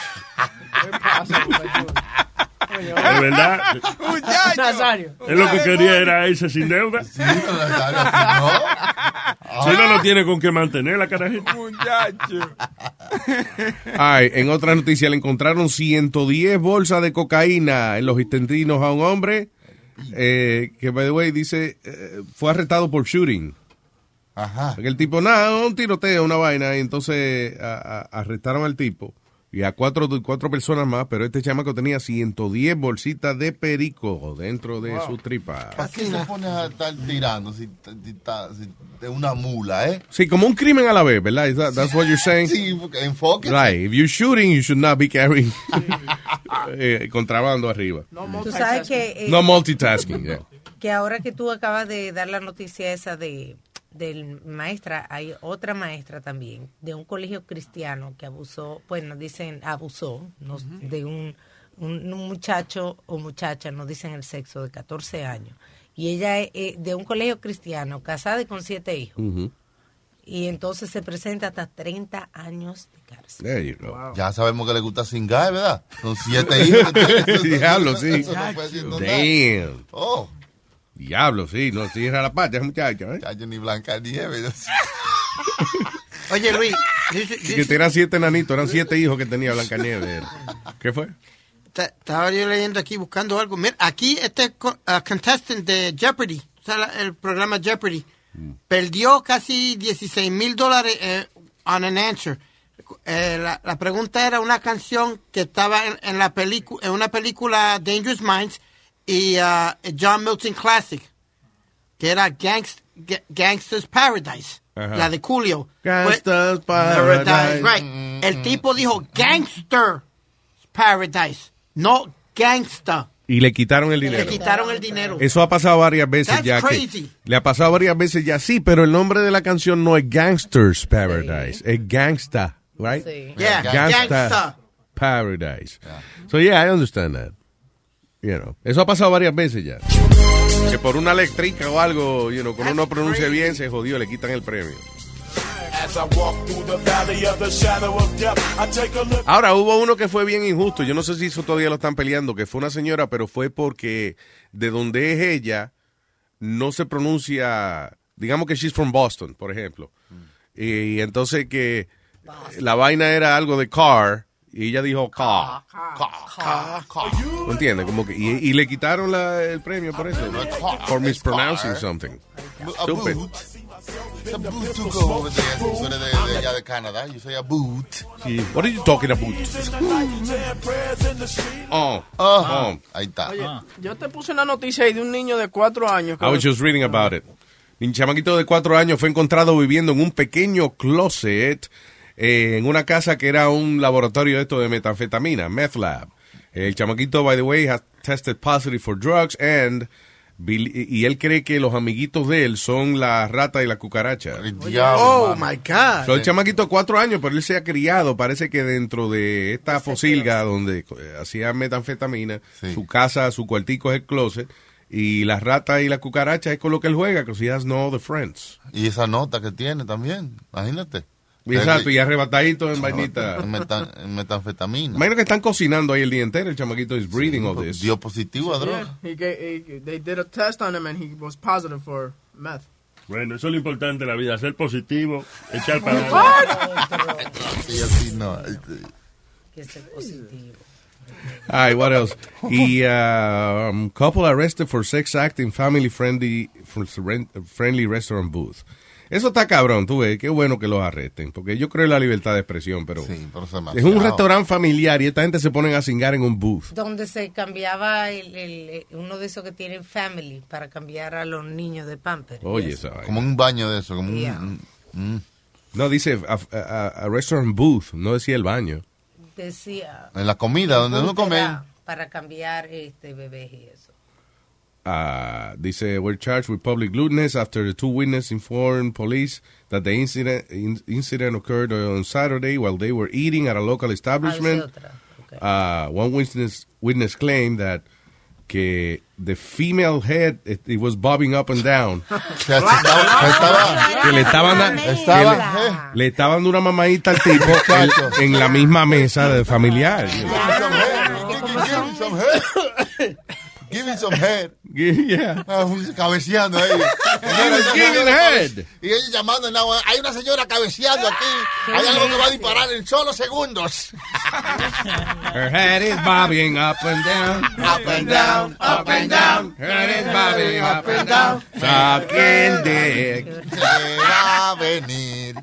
De verdad. Nazario. Él lo que quería era irse sin deuda. Si no lo tiene con qué mantener la carajita. Muchacho. Ay, en otra noticia le encontraron ciento diez bolsas de cocaína en los intestinos a un hombre eh, que, by the way, dice, eh, fue arrestado por shooting. Ajá. Porque el tipo, nada, un tiroteo, una vaina, y entonces a- a- arrestaron al tipo y a cuatro, cuatro personas más, pero este chamaco tenía ciento diez bolsitas de perico dentro de Wow. su tripa. ¿Para qué se pone a estar tirando si, si está si, de una mula, eh? Sí, como un crimen a la vez, ¿verdad? Is that- that's what you're saying? Sí, porque enfoque. Right, if you're shooting, you should not be carrying eh, contrabando arriba. Tú sabes que, eh, No multitasking, yeah. que ahora que tú acabas de dar la noticia esa de del maestra, hay otra maestra también de un colegio cristiano que abusó, bueno, dicen abusó, no, uh-huh. de un, un, un muchacho o muchacha, no dicen el sexo, de catorce años. Y ella es eh, de un colegio cristiano, casada y con siete hijos. Uh-huh. Y entonces se presenta hasta treinta años de cárcel. There you go. Wow. Ya sabemos que le gusta cingar, ¿verdad? Son siete hijos. Diablo, sí. Eso no puede decir Damn. Oh. Diablo, sí. No cierra la pata, muchacho, ¿eh? Muchacho, ni Blanca Nieve. Oye, Luis. Dice, dice, que eran siete nanitos, eran siete hijos que tenía Blancanieves. ¿Qué fue? Estaba yo leyendo aquí, buscando algo. Mira, aquí este uh, contestant de Jeopardy, o sea, la, el programa Jeopardy, mm. perdió casi dieciséis mil dólares eh, on an answer. Eh, la, la pregunta era una canción que estaba en, en la película, en una película Dangerous Minds y uh, John Milton Classic, que era Gangst, G- Gangster's Paradise, uh-huh. la de Coolio. Gangster's pues, Paradise. Paradise right. Mm-hmm. El tipo dijo Gangster's Paradise. No gangsta. Y le quitaron el dinero. Le quitaron el dinero. Eso ha pasado varias veces That's ya. Crazy. Que le ha pasado varias veces ya, sí, pero el nombre de la canción no es Gangster's Paradise, sí. es Gangsta, right? Sí. Yeah, Gangsta, Gangsta Paradise. Yeah. So yeah, I understand that. You know, eso ha pasado varias veces ya. Que por una eléctrica o algo, you know, cuando uno pronuncia bien se jodió, le quitan el premio. Ahora, hubo uno que fue bien injusto. Yo no sé si eso todavía lo están peleando, que fue una señora, pero fue porque de donde es ella no se pronuncia, digamos que she's from Boston, por ejemplo. Mm. Y, y entonces que Boston. La vaina era algo de car y ella dijo car. Car, car, car, car. ¿No entiendes? Como que, y, y le quitaron la, el premio por eso. For mispronouncing something. Stupid. It's a boot to go over there. Tú eres de, de allá de Canadá. You say a boot. Sí. What are you talking about? Oh. Uh-huh. Oh. Ahí está. Oye, yo te puse una noticia ahí de un niño de cuatro años. I was just reading about it. Un chamaquito de cuatro años fue encontrado viviendo en un pequeño closet eh, en una casa que era un laboratorio de esto de metanfetamina, meth lab. El chamaquito, by the way, has tested positive for drugs and... y él cree que los amiguitos de él son la rata y la cucaracha. Oh, my God. Son el chamaquito de cuatro años, pero él se ha criado, parece que dentro de esta fosilga donde hacía metanfetamina, sí. Su casa, su cuartico es el closet, y la rata y la cucaracha es con lo que él juega, because he has no other friends. Y esa nota que tiene también, imagínate. Exacto, y arrebatadito en vainita. En, metan, en metanfetamina. Imagino que están cocinando ahí el día entero. El chamaquito is breathing sí, all this. Dio positivo a droga. Yeah, he gave, he, they did a test on him and he was positive for meth. Bueno, eso es lo importante en la vida, ser positivo, echar para adelante. Sí, así no. Que ser positivo. Ay, what else? Y uh, um, couple arrested for sex act in family friendly, friendly restaurant booth. Eso está cabrón, tú ves, qué bueno que los arresten, porque yo creo en la libertad de expresión, pero, sí, pero es un restaurante familiar y esta gente se ponen a cingar en un booth. Donde se cambiaba el, el, uno de esos que tienen family para cambiar a los niños de Pampers. Oye, esa vaina. Como un baño de eso, como yeah. un... un, un. No, dice a, a, a restaurant booth, no decía el baño. Decía... En la comida, donde uno come. Para cambiar este bebés y eso. Uh, dice, we're charged with public lewdness after the two witnesses informed police that the incident in, incident occurred on Saturday while they were eating at a local establishment. Okay. Uh, one witness witness claimed that que the female head it, it was bobbing up and down. que le estaban da, estaba, le, le estaban dando una mamadita al tipo en, en la misma mesa de familiar. Give me some head. Yeah. Cabeceando ahí. Give me head. Y ellos llamando. No, hay una señora cabeceando aquí. Hay algo que va a disparar en solo segundos. Her head is bobbing up and down. Up and down. Up and down. Her head is bobbing up and down. Sucking dick. Quiera venir.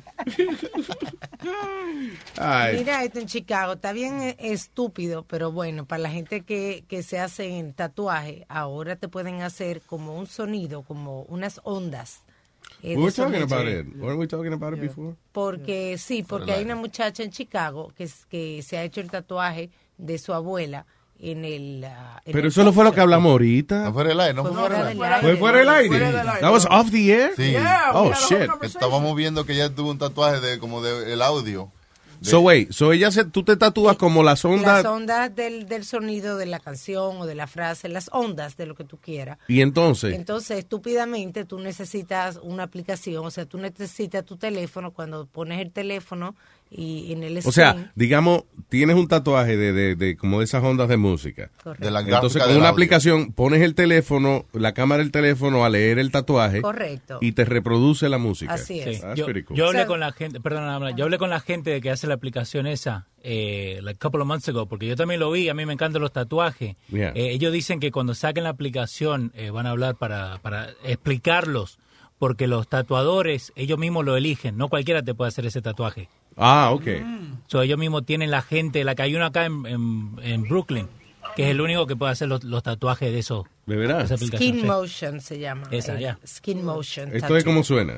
Ay. Mira esto en Chicago, está bien estúpido, pero bueno, para la gente que, que se hacen tatuaje, ahora te pueden hacer como un sonido, como unas ondas. Eh, we were talking about it. Weren't we talking about it before? Porque sí, porque hay una muchacha en Chicago que, que se ha hecho el tatuaje de su abuela en el... uh, en Pero el eso no fue lo poster. que hablamos ahorita. No fue el aire, no Fue fue fuera del aire. ¿Fue fuera del aire? Fuera del aire. That was off the air? Sí. Oh, shit. Estábamos viendo que ella tuvo un tatuaje de como de el audio. De- So, wait, so ella se, tú te tatúas como las ondas Las ondas del, del sonido de la canción o de la frase, las ondas de lo que tú quieras. y entonces... Entonces, estúpidamente, tú necesitas una aplicación, o sea, tú necesitas tu teléfono, cuando pones el teléfono y en el O sea, screen, digamos, tienes un tatuaje de, de, de como de esas ondas de música. Correcto. De la Entonces, gráfica con del una audio. aplicación, pones el teléfono, la cámara del teléfono a leer el tatuaje. Correcto. Y te reproduce la música. Así es. Sí. That's Yo, pretty cool. yo hablé O sea, con la gente, perdón, yo hablé con la gente de que hace la aplicación esa, eh, like a couple of months ago, porque yo también lo vi, a mí me encantan los tatuajes. Yeah. Eh, ellos dicen que cuando saquen la aplicación eh, van a hablar para, para explicarlos, porque los tatuadores, ellos mismos lo eligen, no cualquiera te puede hacer ese tatuaje. Ah, ok. So, ellos mismos tienen la gente, la que hay uno acá en, en, en Brooklyn, que es el único que puede hacer los, los tatuajes de eso. ¿De verdad? esa aplicación, Skin sí. Motion se llama. Esa, el ya. Skin Motion. Esto tattoo. es como suena.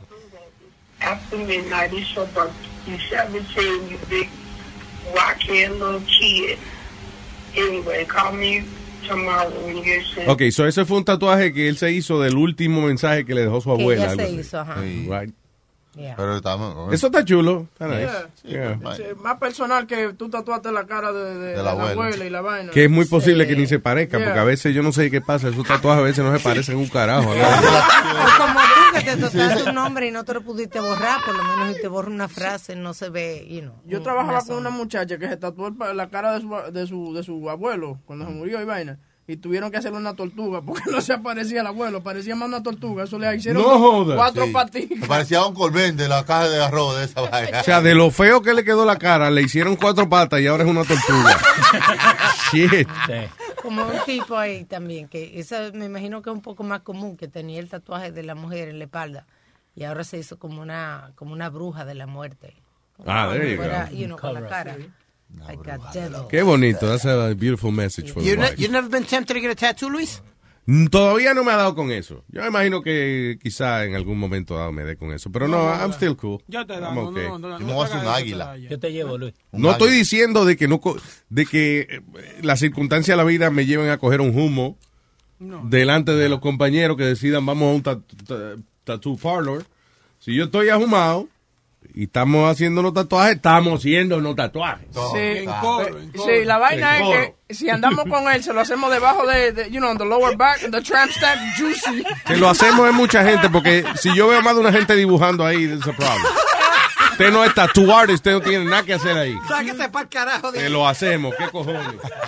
After midnight, it's your birthday. You seventeen, you big rockhead little kid. Anyway, call me tomorrow when you get set. Ok, so ese fue un tatuaje que él se hizo del último mensaje que le dejó su Que abuela. ella algo se así. hizo, ajá. Sí. Right. Yeah. Pero estamos... Eso está chulo. Está nice. Yeah. Yeah. Sí, más personal que tú tatuaste la cara de, de- de la, abuela. y la vaina. Que es muy posible que ni se parezca, Yeah. porque a veces yo no sé qué pasa, esos tatuajes a veces no se parecen un carajo. ¿no? O como tú que te tatuaste un nombre y no te lo pudiste borrar, por lo menos si te borra una frase no se ve, you know. Yo un- trabajaba una con una zona. muchacha que se tatuó el pa- la cara de su, de su, de su abuelo cuando se murió y vaina. Y tuvieron que hacerle una tortuga porque no se aparecía el abuelo, parecía más una tortuga. Eso le hicieron No jodas. cuatro Sí. patitas. Me parecía un colmen de la caja de arroz de esa vaina. O sea, de lo feo que le quedó la cara, le hicieron cuatro patas y ahora es una tortuga. Shit. Como un tipo ahí también, que eso me imagino que es un poco más común, que tenía el tatuaje de la mujer en la espalda y ahora se hizo como una como una bruja de la muerte. Como Ah, si there you fuera, go. you know, con la cara. Like a devil. Qué bonito. That's a beautiful message for You, the ne- wife. you never been tempted to get a tattoo, Luis? Mm, Todavía no me ha dado con eso. Yo me imagino que quizá en algún momento dado me dé con eso. Pero no, No, I'm still cool. Ya te da, I'm no, okay. no, no, no, Yo me voy a hacer un hagas eso, águila. te da ya. Yo te llevo, Luis. No estoy diciendo de que no co- de que eh, las circunstancias de la vida me lleven a coger un humo delante de los compañeros que decidan vamos a un tat- ta- tattoo parlor. Si yo estoy ahumado y estamos haciendo unos tatuajes, estamos haciendo unos tatuajes. Sí, En coro, en coro. sí, la vaina En es que si andamos con él, se lo hacemos debajo de, de you know, the lower back, the tramp stamp, juicy. Que lo hacemos en mucha gente, porque si yo veo más de una gente dibujando ahí, there's a problem. Usted no es tattoo artist, usted no tiene nada que hacer ahí. Sáquese para el carajo de Que ahí. lo hacemos, qué cojones.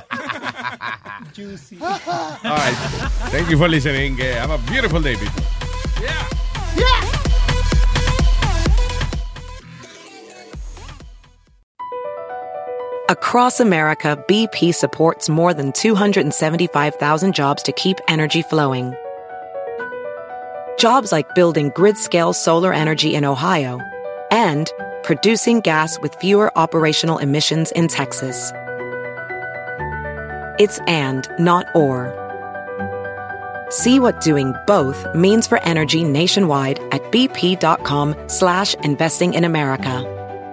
All right. Thank you for listening. Uh, have a beautiful day, people. Across America, B P supports more than two hundred seventy-five thousand jobs to keep energy flowing. Jobs like building grid-scale solar energy in Ohio and producing gas with fewer operational emissions in Texas. It's and, not or. See what doing both means for energy nationwide at bp.com slash investing in America.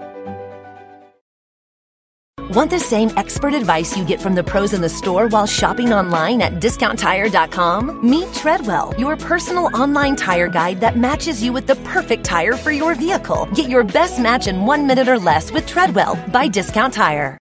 Want the same expert advice you get from the pros in the store while shopping online at discount tire dot com? Meet Treadwell, your personal online tire guide that matches you with the perfect tire for your vehicle. Get your best match in one minute or less with Treadwell by Discount Tire.